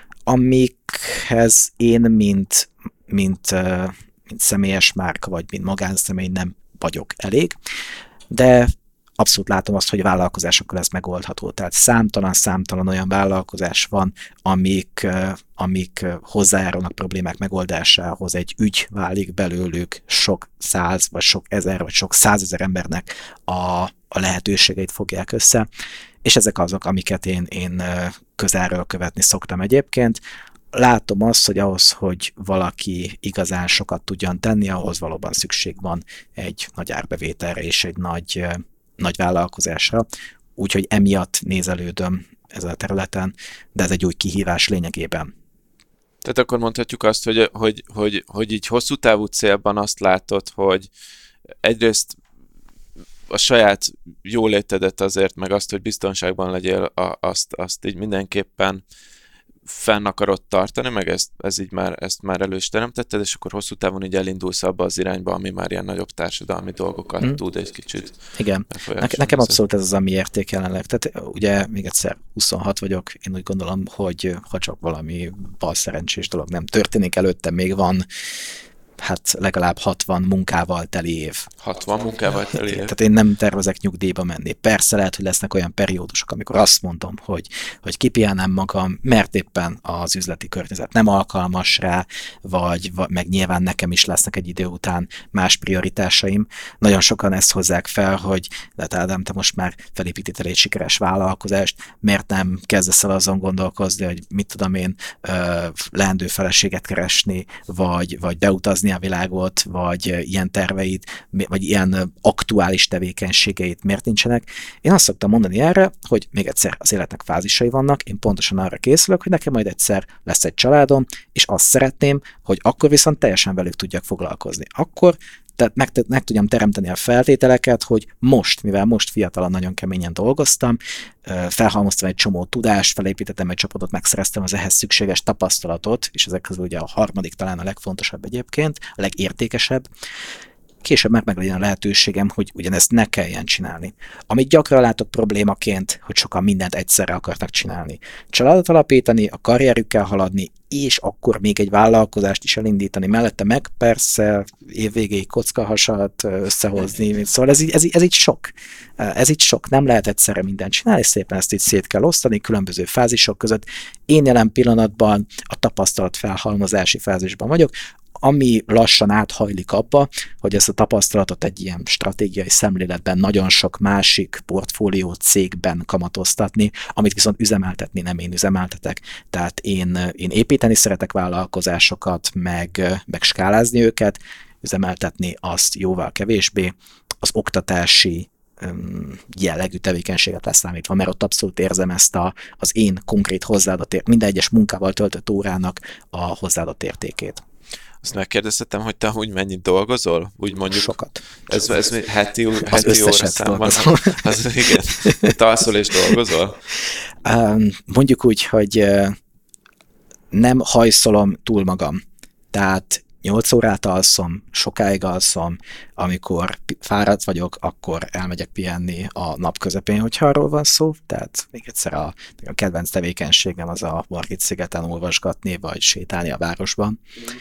amikhez én, mint személyes márka, vagy mint magánszemély nem vagyok elég, de abszolút látom azt, hogy vállalkozásokkal ez megoldható. Tehát számtalan olyan vállalkozás van, amik hozzájárulnak problémák megoldásához. Egy ügy válik belőlük sok 100, vagy sok 1000, vagy sok 100 000 embernek a lehetőségeit fogják össze, és ezek azok, amiket én közelről követni szoktam egyébként. Látom azt, hogy ahhoz, hogy valaki igazán sokat tudjon tenni, ahhoz valóban szükség van egy nagy árbevételre és egy nagy vállalkozásra, úgyhogy emiatt nézelődöm ezen a területen, de ez egy új kihívás lényegében. Tehát akkor mondhatjuk azt, hogy így hosszú távú célban azt látod, hogy egyrészt a saját jólétedet azért, meg azt, hogy biztonságban legyél, azt így mindenképpen fenn akarod tartani, meg ezt már elő is teremtetted, és akkor hosszú távon így elindulsz abba az irányba, ami már ilyen nagyobb társadalmi dolgokat tud egy kicsit. Igen, nekem abszolút ez az, ami érték jelenleg. Tehát ugye még egyszer 26 vagyok, én úgy gondolom, hogy ha csak valami balszerencsés dolog nem történik előttem, még van hát legalább 60 munkával teli év. 60 munkával teli év? Tehát én nem tervezek nyugdíjba menni. Persze lehet, hogy lesznek olyan periódusok, amikor azt mondom, hogy kipihenem magam, mert éppen az üzleti környezet nem alkalmas rá, vagy meg nyilván nekem is lesznek egy idő után más prioritásaim. Nagyon sokan ezt hozzák fel, hogy de Ádám, te most már felépítettél egy sikeres vállalkozást, miért nem kezdesz el azon gondolkozni, hogy mit tudom én, leendő feleséget keresni, vagy beutazni a világot, vagy ilyen terveid, vagy ilyen aktuális tevékenységeit miért nincsenek. Én azt szoktam mondani erre, hogy még egyszer az életnek fázisai vannak, én pontosan arra készülök, hogy nekem majd egyszer lesz egy családom, és azt szeretném, hogy akkor viszont teljesen velük tudjak foglalkozni. Akkor tehát meg tudjam teremteni a feltételeket, hogy mivel most fiatalan nagyon keményen dolgoztam, felhalmoztam egy csomó tudást, felépítettem egy csapatot, megszereztem az ehhez szükséges tapasztalatot, és ezek közül ugye a harmadik talán a legfontosabb egyébként, a legértékesebb, később meg legyen a lehetőségem, hogy ugyanezt ne kelljen csinálni. Amit gyakran látok problémaként, hogy sokan mindent egyszerre akarnak csinálni. Családot alapítani, a karrierükkel haladni, és akkor még egy vállalkozást is elindítani mellette, meg persze évvégéig kockahasat összehozni. Szóval ez így sok. Ez így sok. Nem lehet egyszerre mindent csinálni, szépen ezt így szét kell osztani különböző fázisok között. Én jelen pillanatban a tapasztalat felhalmozási fázisban vagyok, ami lassan áthajlik abba, hogy ezt a tapasztalatot egy ilyen stratégiai szemléletben nagyon sok másik portfólió cégben kamatoztatni, amit viszont üzemeltetni nem én üzemeltetek. Tehát én építeni szeretek vállalkozásokat, meg skálázni őket, üzemeltetni azt jóval kevésbé. Az oktatási jellegű tevékenységet leszámítva, mert ott abszolút érzem ezt az én konkrét hozzáadott minden egyes munkával töltött órának a hozzáadott értékét. Azt megkérdeztem, hogy te úgy mennyit dolgozol? Úgy mondjuk, sokat. Ez heti óra számban. Igen. Te alszol és dolgozol? Mondjuk úgy, hogy nem hajszolom túl magam. Tehát 8 órát alszom, sokáig alszom, amikor fáradt vagyok, akkor elmegyek pihenni a nap közepén, hogyha arról van szó. Tehát még egyszer a kedvenc tevékenységem az a Margit-szigeten olvasgatni, vagy sétálni a városban.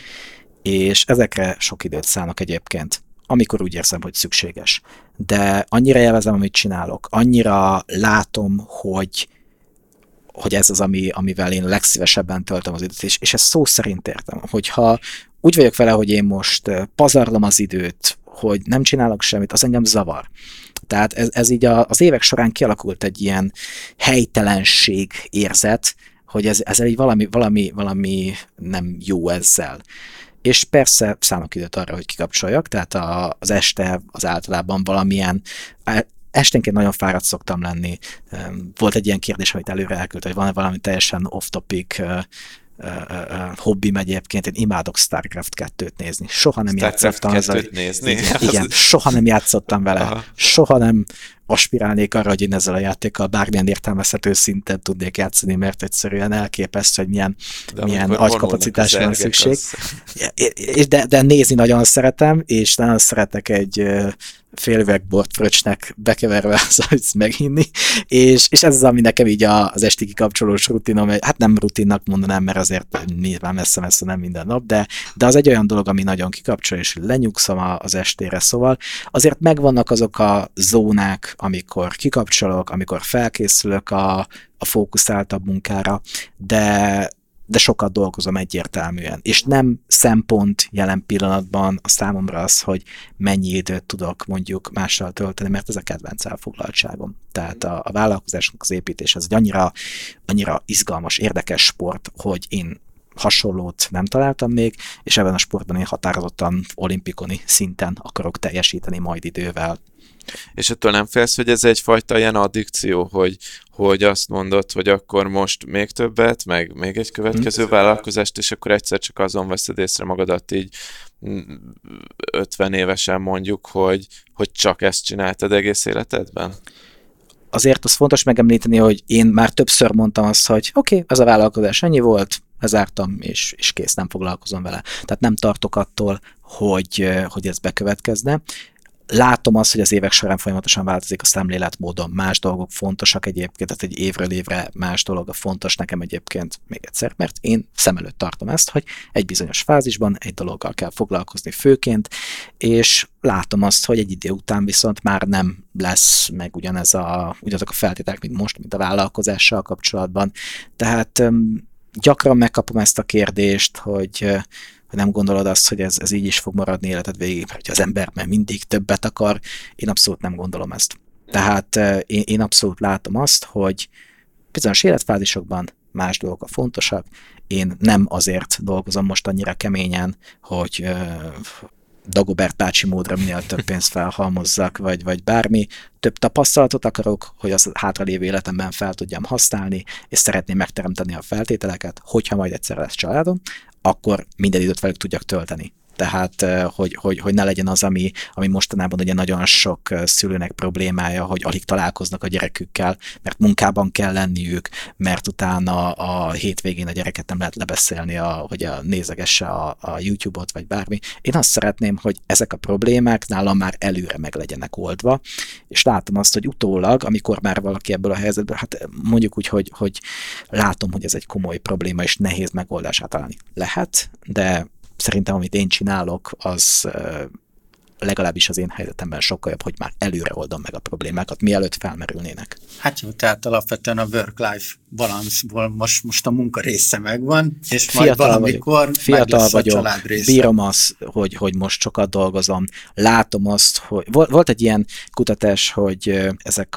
És ezekre sok időt szánok egyébként, amikor úgy érzem, hogy szükséges. De annyira élvezem, amit csinálok, annyira látom, hogy ez az, amivel én legszívesebben töltöm az időt, és ezt szó szerint értem, hogyha úgy vagyok vele, hogy én most pazarlom az időt, hogy nem csinálok semmit, az engem zavar. Tehát ez így az évek során kialakult egy ilyen helytelenség érzet, hogy ez így valami nem jó ezzel. És persze szánok időt arra, hogy kikapcsoljak, tehát az este az általában valamilyen esténként nagyon fáradt szoktam lenni. Volt egy ilyen kérdés, amit előre elküldte, hogy van-e valami teljesen off-topic hobbim egyébként, én imádok StarCraft 2-t nézni. Soha nem játszottam ezzel. Igen, soha nem játszottam vele. Aha. Soha nem aspirálnék arra, hogy én ezzel a játékkal bármilyen értelmezhető szinten tudnék játszani, mert egyszerűen elképesztő, hogy milyen agykapacitásra van szükség. De nézni nagyon szeretem, és nagyon szeretek egy fél üveg bort fröccsnek bekeverve az meginni, és ez az, ami nekem így az esti kikapcsolós rutinom, hát nem rutinnak mondanám, mert azért nyilván messze-messze nem minden nap, de az egy olyan dolog, ami nagyon kikapcsol, és lenyugszom az estére, szóval azért megvannak azok a zónák, amikor kikapcsolok, amikor felkészülök a fókuszáltabb munkára, de sokat dolgozom egyértelműen. És nem szempont jelen pillanatban a számomra az, hogy mennyi időt tudok mondjuk mással tölteni, mert ez a kedvenc elfoglaltságom. Tehát a vállalkozásnak az építés az egy annyira izgalmas, érdekes sport, hogy én hasonlót nem találtam még, és ebben a sportban én határozottan olimpikoni szinten akarok teljesíteni majd idővel. És ettől nem félsz, hogy ez egyfajta ilyen addikció, hogy azt mondod, hogy akkor most még többet, meg még egy következő vállalkozást, és akkor egyszer csak azon veszed észre magadat így 50 évesen mondjuk, hogy csak ezt csináltad egész életedben? Azért az fontos megemlíteni, hogy én már többször mondtam azt, hogy oké, ez a vállalkozás ennyi volt, lezártam, és kész, nem foglalkozom vele. Tehát nem tartok attól, hogy ez bekövetkezne. Látom azt, hogy az évek során folyamatosan változik a szemléletmódon, más dolgok fontosak egyébként, tehát egy évről évre más dolog a fontos nekem egyébként még egyszer, mert én szem előtt tartom ezt, hogy egy bizonyos fázisban egy dologgal kell foglalkozni főként, és látom azt, hogy egy idő után viszont már nem lesz meg ugyanazok a feltételek, mint most, mint a vállalkozással kapcsolatban. Tehát gyakran megkapom ezt a kérdést, hogy nem gondolod azt, hogy ez így is fog maradni életed végig, mert az ember már mindig többet akar, én abszolút nem gondolom ezt. Tehát én abszolút látom azt, hogy bizonyos életfázisokban más dolgok a fontosak. Én nem azért dolgozom most annyira keményen, hogy Dagobert bácsi módra minél több pénzt felhalmozzak, vagy bármi. Több tapasztalatot akarok, hogy az hátralévő életemben fel tudjam használni, és szeretném megteremteni a feltételeket, hogyha majd egyszer lesz családom, akkor minden időt velük tudjak tölteni. Tehát, hogy ne legyen az, ami mostanában ugye nagyon sok szülőnek problémája, hogy alig találkoznak a gyerekükkel, mert munkában kell lenniük, mert utána a hétvégén a gyereket nem lehet lebeszélni, hogy nézegesse a YouTube-ot, vagy bármi. Én azt szeretném, hogy ezek a problémák nálam már előre meg legyenek oldva, és látom azt, hogy utólag, amikor már valaki ebből a helyzetből, hát mondjuk úgy, hogy látom, hogy ez egy komoly probléma, és nehéz megoldását találni. Lehet, de szerintem, amit én csinálok, az legalábbis az én helyzetemben sokkal jobb, hogy már előre oldom meg a problémákat, mielőtt felmerülnének. Hát jó, tehát alapvetően a work-life balanszból most a munka része megvan, és majd valamikor meg lesz a család része. Bírom azt, hogy most sokat dolgozom. Látom azt, hogy volt egy ilyen kutatás, hogy ezek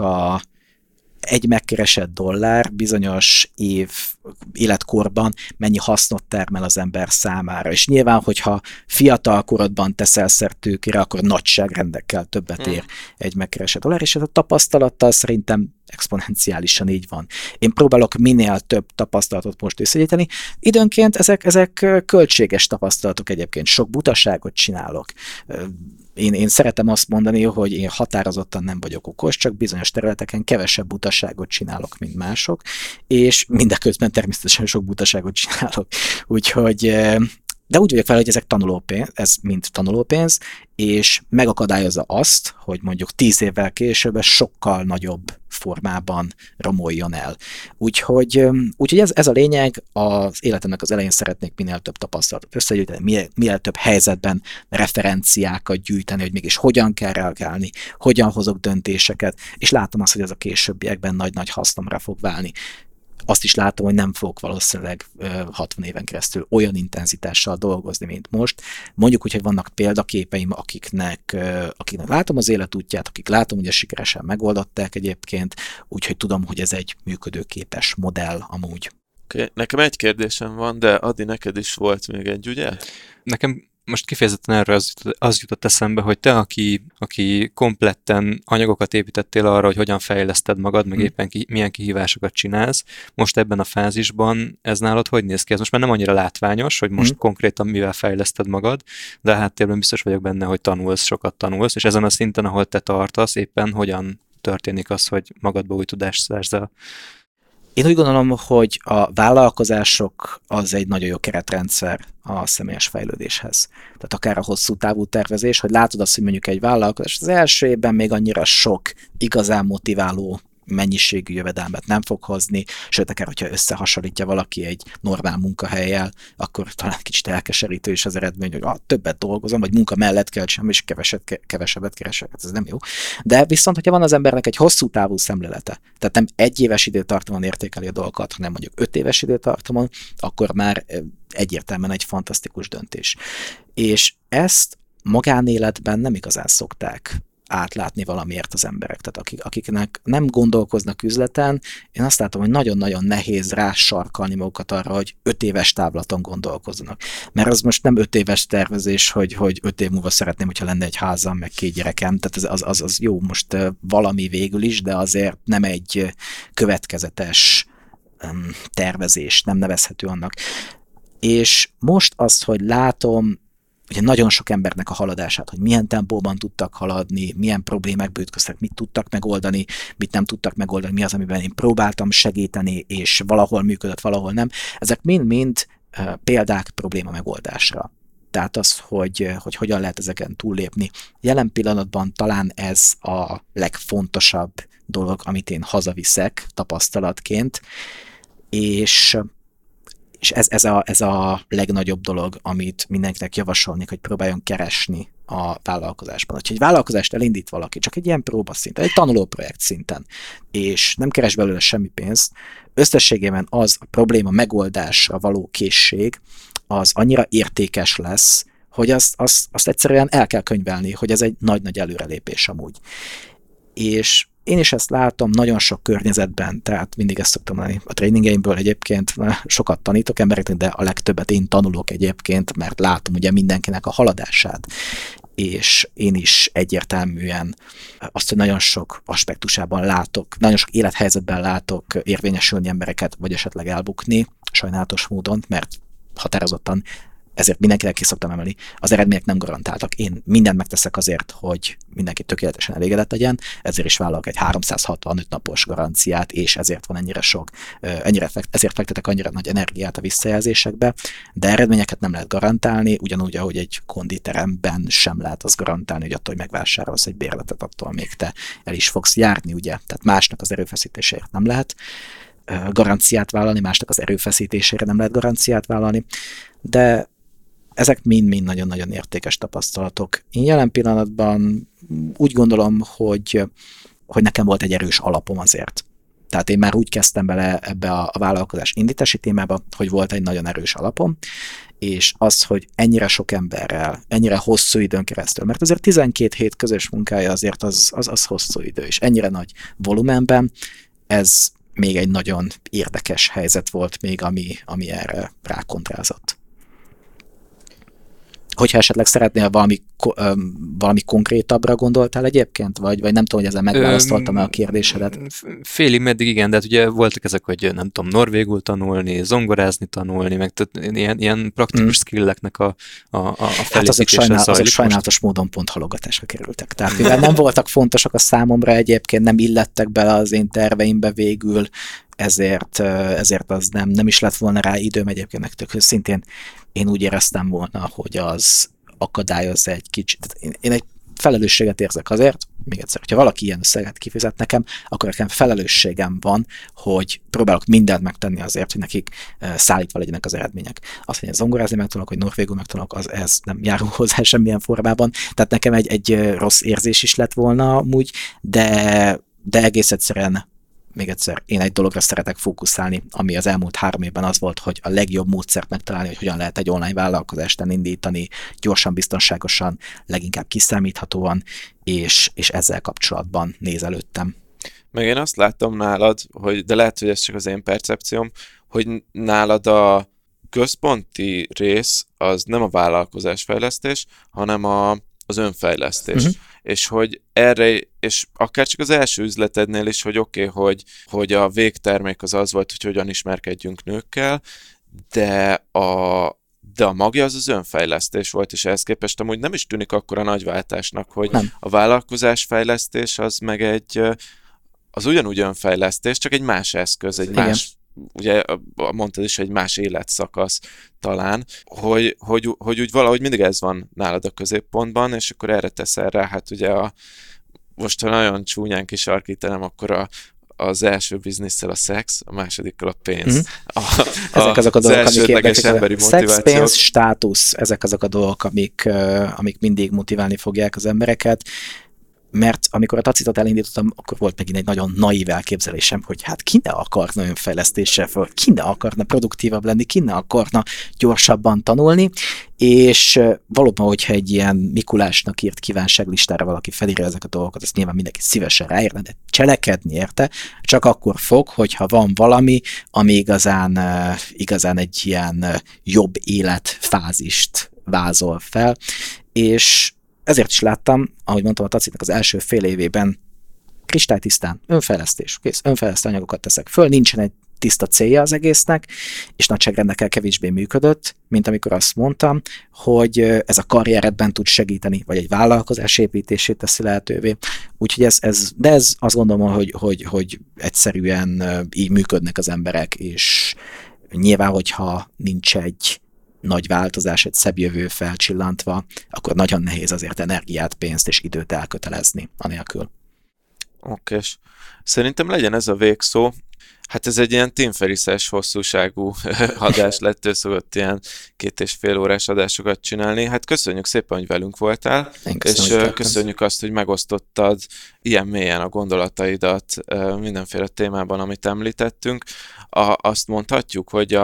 egy megkeresett dollár bizonyos életkorban mennyi hasznot termel az ember számára. És nyilván, hogyha fiatal korodban teszel szert tőkére, akkor nagyságrendekkel többet ér egy megkeresett dollár, és ez a tapasztalattal szerintem exponenciálisan így van. Én próbálok minél több tapasztalatot most összegyűjteni. Időnként ezek költséges tapasztalatok egyébként. Sok butaságot csinálok. Én szeretem azt mondani, hogy én határozottan nem vagyok okos, csak bizonyos területeken kevesebb butaságot csinálok, mint mások, és mindeközben természetesen sok butaságot csinálok. Úgyhogy de úgy vagyok vele, hogy ezek tanulópénz, ez mind tanulópénz, és megakadályozza azt, hogy mondjuk 10 évvel később sokkal nagyobb formában romoljon el. Úgyhogy ez a lényeg, az életemnek az elején szeretnék minél több tapasztalatot összegyűjteni, minél több helyzetben referenciákat gyűjteni, hogy mégis hogyan kell reagálni, hogyan hozok döntéseket, és látom azt, hogy ez a későbbiekben nagy-nagy hasznomra fog válni. Azt is látom, hogy nem fogok valószínűleg 60 éven keresztül olyan intenzitással dolgozni, mint most. Mondjuk úgy, hogy vannak példaképeim, akiknek látom az életútját, akik látom, hogy ezt sikeresen megoldották egyébként, úgyhogy tudom, hogy ez egy működőképes modell amúgy. Okay. Nekem egy kérdésem van, de Adi, neked is volt még egy, ugye? Nekem most kifejezetten erre az jutott eszembe, hogy te, aki kompletten anyagokat építettél arra, hogy hogyan fejleszted magad, meg éppen milyen kihívásokat csinálsz, most ebben a fázisban ez nálad hogy néz ki? Ez most már nem annyira látványos, hogy most konkrétan mivel fejleszted magad, de a háttérben biztos vagyok benne, hogy sokat tanulsz, és ezen a szinten, ahol te tartasz, éppen hogyan történik az, hogy magadba új tudást szerzel? Én úgy gondolom, hogy a vállalkozások az egy nagyon jó keretrendszer a személyes fejlődéshez. Tehát akár a hosszú távú tervezés, hogy látod azt, hogy mondjuk egy vállalkozás az első évben még annyira sok igazán motiváló mennyiségű jövedelmet nem fog hozni, sőt, akár hogyha összehasonlítja valaki egy normál munkahellyel, akkor talán kicsit elkeserítő is az eredmény, hogy többet dolgozom, vagy munka mellett kell csinálni, és kevesebbet keresek, ez nem jó. De viszont, hogyha van az embernek egy hosszú távú szemlélete, tehát nem egy éves időtartamon értékeli a dolgokat, hanem mondjuk 5 éves időtartamon, akkor már egyértelműen egy fantasztikus döntés. És ezt magánéletben nem igazán szokták átlátni valamiért az emberek. Tehát akiknek nem gondolkoznak üzleten, én azt látom, hogy nagyon-nagyon nehéz rásarkalni magukat arra, hogy 5 éves távlaton gondolkozzanak. Mert az most nem 5 éves tervezés, hogy 5 év múlva szeretném, hogyha lenne egy házam, meg 2 gyerekem. Tehát az jó most valami végül is, de azért nem egy következetes tervezés, nem nevezhető annak. És most azt, hogy látom, ugye nagyon sok embernek a haladását, hogy milyen tempóban tudtak haladni, milyen problémákba ütköztek, mit tudtak megoldani, mit nem tudtak megoldani, mi az, amiben én próbáltam segíteni, és valahol működött, valahol nem. Ezek mind-mind példák probléma megoldásra. Tehát az, hogy hogyan lehet ezeken túllépni. Jelen pillanatban talán ez a legfontosabb dolog, amit én hazaviszek tapasztalatként, és ez a legnagyobb dolog, amit mindenkinek javasolnék, hogy próbáljon keresni a vállalkozásban. Hogyha egy vállalkozást elindít valaki, csak egy ilyen próbaszinten, egy tanulóprojekt szinten, és nem keres belőle semmi pénzt, összességében az a probléma megoldásra való készség, az annyira értékes lesz, hogy azt egyszerűen el kell könyvelni, hogy ez egy nagy-nagy előrelépés amúgy. És én is ezt látom nagyon sok környezetben, tehát mindig ezt szoktam mondani a tréningeimből egyébként, sokat tanítok embereknek, de a legtöbbet én tanulok egyébként, mert látom ugye mindenkinek a haladását. És én is egyértelműen azt, hogy nagyon sok aspektusában látok, nagyon sok élethelyzetben látok érvényesülni embereket, vagy esetleg elbukni, sajnálatos módon, mert határozottan ezért mindenkinek ki szoktam emelni. Az eredmények nem garantáltak. Én mindent megteszek azért, hogy mindenki tökéletesen elégedett legyen, ezért is vállalok egy 365 napos garanciát, és ezért van ennyire sok, ezért fektetek annyira nagy energiát a visszajelzésekbe, de eredményeket nem lehet garantálni, ugyanúgy, ahogy egy konditeremben sem lehet azt garantálni, hogy attól, hogy megvásárolsz egy bérletet, attól még te el is fogsz járni, ugye? Tehát másnak az erőfeszítésért nem lehet garanciát vállalni, másnak az erőfeszítésére nem lehet garanciát vállalni, de ezek mind-mind nagyon-nagyon értékes tapasztalatok. Én jelen pillanatban úgy gondolom, hogy nekem volt egy erős alapom azért. Tehát én már úgy kezdtem bele ebbe a vállalkozás indítási témába, hogy volt egy nagyon erős alapom, és az, hogy ennyire sok emberrel, ennyire hosszú időn keresztül, mert azért 12 hét közös munkája azért az hosszú idő, és ennyire nagy volumenben, ez még egy nagyon érdekes helyzet volt még, ami erre rákontrázott. Hogyha esetleg szeretnél valami konkrétabbra gondoltál egyébként, vagy nem tudom, hogy ezzel megválasztoltam-e a kérdésedet? Félig meddig igen, de hát ugye voltak ezek, hogy nem tudom, norvégul tanulni, zongorázni tanulni, meg ilyen praktikus skilleknek a felépítése hát azok sajnálatos módon pont halogatásra kerültek. Tehát mivel nem voltak fontosak a számomra egyébként, nem illettek bele az én terveimbe végül, ezért az nem is lett volna rá időm egyébként, meg tök szintén én úgy éreztem volna, hogy az akadályozza egy kicsit. Én egy felelősséget érzek azért, még egyszer, hogyha valaki ilyen összeget kifizet nekem, akkor nekem felelősségem van, hogy próbálok mindent megtenni azért, hogy nekik szállítva legyenek az eredmények. Azt, hogy zongorázni megtanulok, hogy norvégul megtanulok, ez nem járul hozzá semmilyen formában. Tehát nekem egy rossz érzés is lett volna amúgy, de egész egyszerűen még egyszer, én egy dologra szeretek fókuszálni, ami az elmúlt 3 évben az volt, hogy a legjobb módszert megtalálni, hogy hogyan lehet egy online vállalkozást indítani, gyorsan, biztonságosan, leginkább kiszámíthatóan, és ezzel kapcsolatban nézelődtem. Meg én azt látom nálad, de lehet, hogy ez csak az én percepcióm, hogy nálad a központi rész az nem a vállalkozásfejlesztés, hanem az önfejlesztés. És hogy erre, és akár csak az első üzletednél is, hogy oké, hogy a végtermék az volt, hogy hogyan ismerkedjünk nőkkel, de a magja az önfejlesztés volt, és ehhez képest amúgy nem is tűnik akkora nagy váltásnak, hogy nem. A vállalkozásfejlesztés az meg az ugyanúgy önfejlesztés, csak egy más eszköz, egy más, ugye mondtad is, egy más életszakasz talán, hogy úgy valahogy mindig ez van nálad a középpontban, és akkor erre teszel rá, hát ugye most ha nagyon csúnyán kisarkítanám, akkor az első bizniszsel a szex, a másodikkal a pénz. Ezek azok a dolgok, amik érdekesek. Szex, pénz, státusz, ezek azok a dolgok, amik mindig motiválni fogják az embereket. Mert amikor a Tacitot elindítottam, akkor volt megint egy nagyon naív elképzelésem, hogy hát ki ne akarna önfejlesztéssel föl, ki ne akarna produktívabb lenni, ki ne akarna gyorsabban tanulni, és valóban, hogyha egy ilyen Mikulásnak írt kívánságlistára valaki felírja ezek a dolgokat, azt nyilván mindenki szívesen ráírna, de cselekedni érte, csak akkor fog, hogyha van valami, ami igazán egy ilyen jobb életfázist vázol fel, és ezért is láttam, ahogy mondtam, a Tacitnak az első fél évében kristálytisztán önfejlesztés, kész, önfejlesztő anyagokat teszek föl, nincsen egy tiszta célja az egésznek, és nagyságrendekkel kevésbé működött, mint amikor azt mondtam, hogy ez a karrieredben tud segíteni, vagy egy vállalkozás építését teszi lehetővé. Úgyhogy ez azt gondolom, hogy egyszerűen így működnek az emberek, és nyilván, hogyha nincs egy nagy változás, egy szebb jövő felcsillantva, akkor nagyon nehéz azért energiát, pénzt és időt elkötelezni anélkül. Oké. Szerintem legyen ez a végszó. Hát ez egy ilyen Tim Ferriss-es hosszúságú adás lett, ő szokott ilyen 2,5 órás adásokat csinálni. Hát köszönjük szépen, hogy velünk voltál, és köszönjük azt, hogy megosztottad ilyen mélyen a gondolataidat mindenféle témában, amit említettünk. Azt mondhatjuk, hogy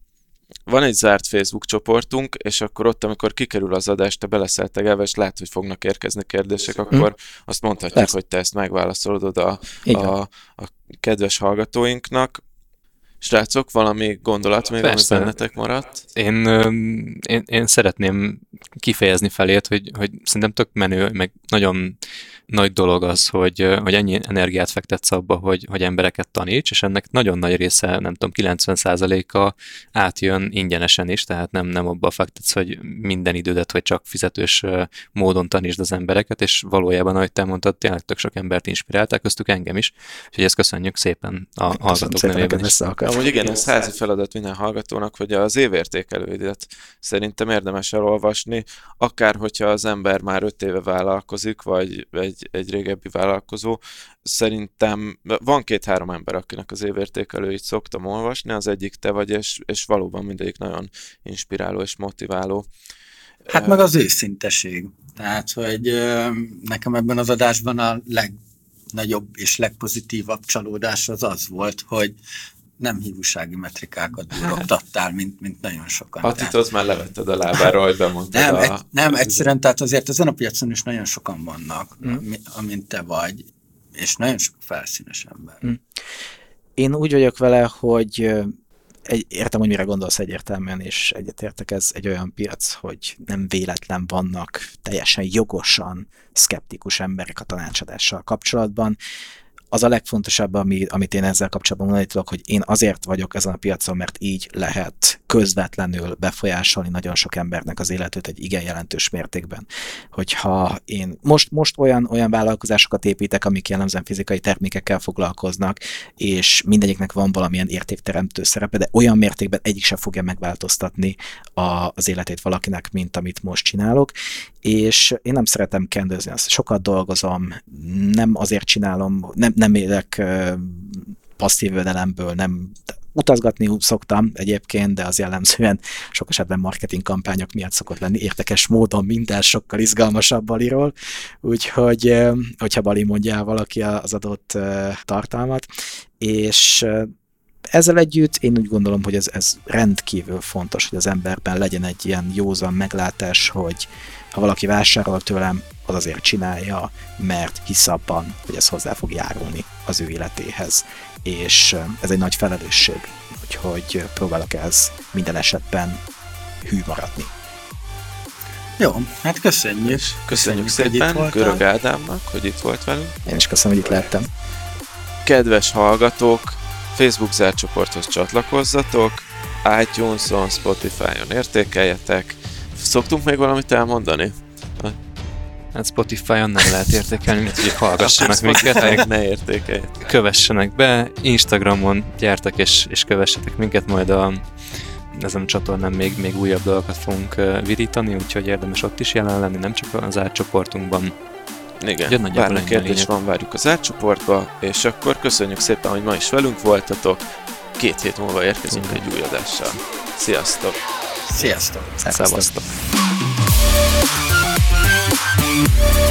van egy zárt Facebook csoportunk, és akkor ott, amikor kikerül az adás, te beleszel tegelve, és lát, hogy fognak érkezni kérdések, akkor azt mondhatjuk, hogy te ezt megválaszolod oda a kedves hallgatóinknak. Srácok, valami gondolat még, ami bennetek maradt? Én szeretném kifejezni felét, hogy szerintem tök menő, meg nagyon nagy dolog az, hogy ennyi energiát fektetsz abba, hogy embereket taníts, és ennek nagyon nagy része, nem tudom, 90%-a átjön ingyenesen is, tehát nem abba fektetsz, hogy minden idődet, hogy csak fizetős módon tanítsd az embereket, és valójában, ahogy te mondtad, tényleg tök sok embert inspirálták, köztük engem is, úgyhogy ezt köszönjük szépen a hallgatók nevében is. Amúgy igen, ez házi feladat minden hallgatónak, hogy az évértékelőidet szerintem érdemes elolvasni, akár hogyha az ember már 5 éve vállalkozik, vagy egy régebbi vállalkozó. Szerintem van 2-3 ember, akinek az évértékelőit szoktam olvasni, az egyik te vagy, és valóban mindegyik nagyon inspiráló és motiváló. Hát meg az őszinteség. Tehát, hogy nekem ebben az adásban a legnagyobb és legpozitívabb csalódás az volt, hogy nem hívúsági metrikákat durogtattál, mint nagyon sokan. Atitot már levetted a lábára, hogy bemondtad nem, egyszerűen, tehát azért ezen a piacon is nagyon sokan vannak, amint te vagy, és nagyon sok felszínes ember. Én úgy vagyok vele, hogy értem, hogy mire gondolsz egyértelműen, és egyetértek, ez egy olyan piac, hogy nem véletlen vannak teljesen jogosan szkeptikus emberek a tanácsadással kapcsolatban. Az a legfontosabb, amit én ezzel kapcsolatban mondani tudok, hogy én azért vagyok ezen a piacon, mert így lehet közvetlenül befolyásolni nagyon sok embernek az életét egy igen jelentős mértékben. Hogyha én most olyan vállalkozásokat építek, amik jellemzően fizikai termékekkel foglalkoznak, és mindegyiknek van valamilyen értékteremtő szerepe, de olyan mértékben egyik sem fogja megváltoztatni az életét valakinek, mint amit most csinálok, és én nem szeretem kendőzni azt. Sokat dolgozom, nem azért csinálom, nem élek passzív jövedelemből, nem utazgatni szoktam egyébként, de az jellemzően sok esetben marketing kampányok miatt szokott lenni, érdekes módon minden sokkal izgalmasabb Baliról, úgyhogy hogyha Bali mondja valaki az adott tartalmat, és ezzel együtt én úgy gondolom, hogy ez rendkívül fontos, hogy az emberben legyen egy ilyen józan meglátás, hogy ha valaki vásárol tőlem, az azért csinálja, mert hisz abban, hogy ez hozzá fog járulni az ő életéhez. És ez egy nagy felelősség, úgyhogy próbálok ez minden esetben hű maradni. Jó, hát köszönjük. Köszönjük szépen Görög Ádámnak, hogy itt volt velünk. Én is köszönöm, hogy itt lehettem. Kedves hallgatók, Facebook zárt csoporthoz csatlakozzatok, iTunes-on, Spotify-on értékeljetek. Szoktunk még valamit elmondani? Hát Spotify-on nem lehet értékelni, úgyhogy hallgassanak minket, ne értékeljetek. Kövessenek be, Instagramon gyertek és kövessetek minket, majd ezen a csatornán még újabb dolgokat fogunk virítani, úgyhogy érdemes ott is jelen lenni, nem csak az átcsoportunkban. Igen, bármi kérdés van, várjuk az átcsoportba, és akkor köszönjük szépen, hogy ma is velünk voltatok. 2 hét múlva érkezünk egy új adással. Sziasztok! Sziasztok! Szevasztok!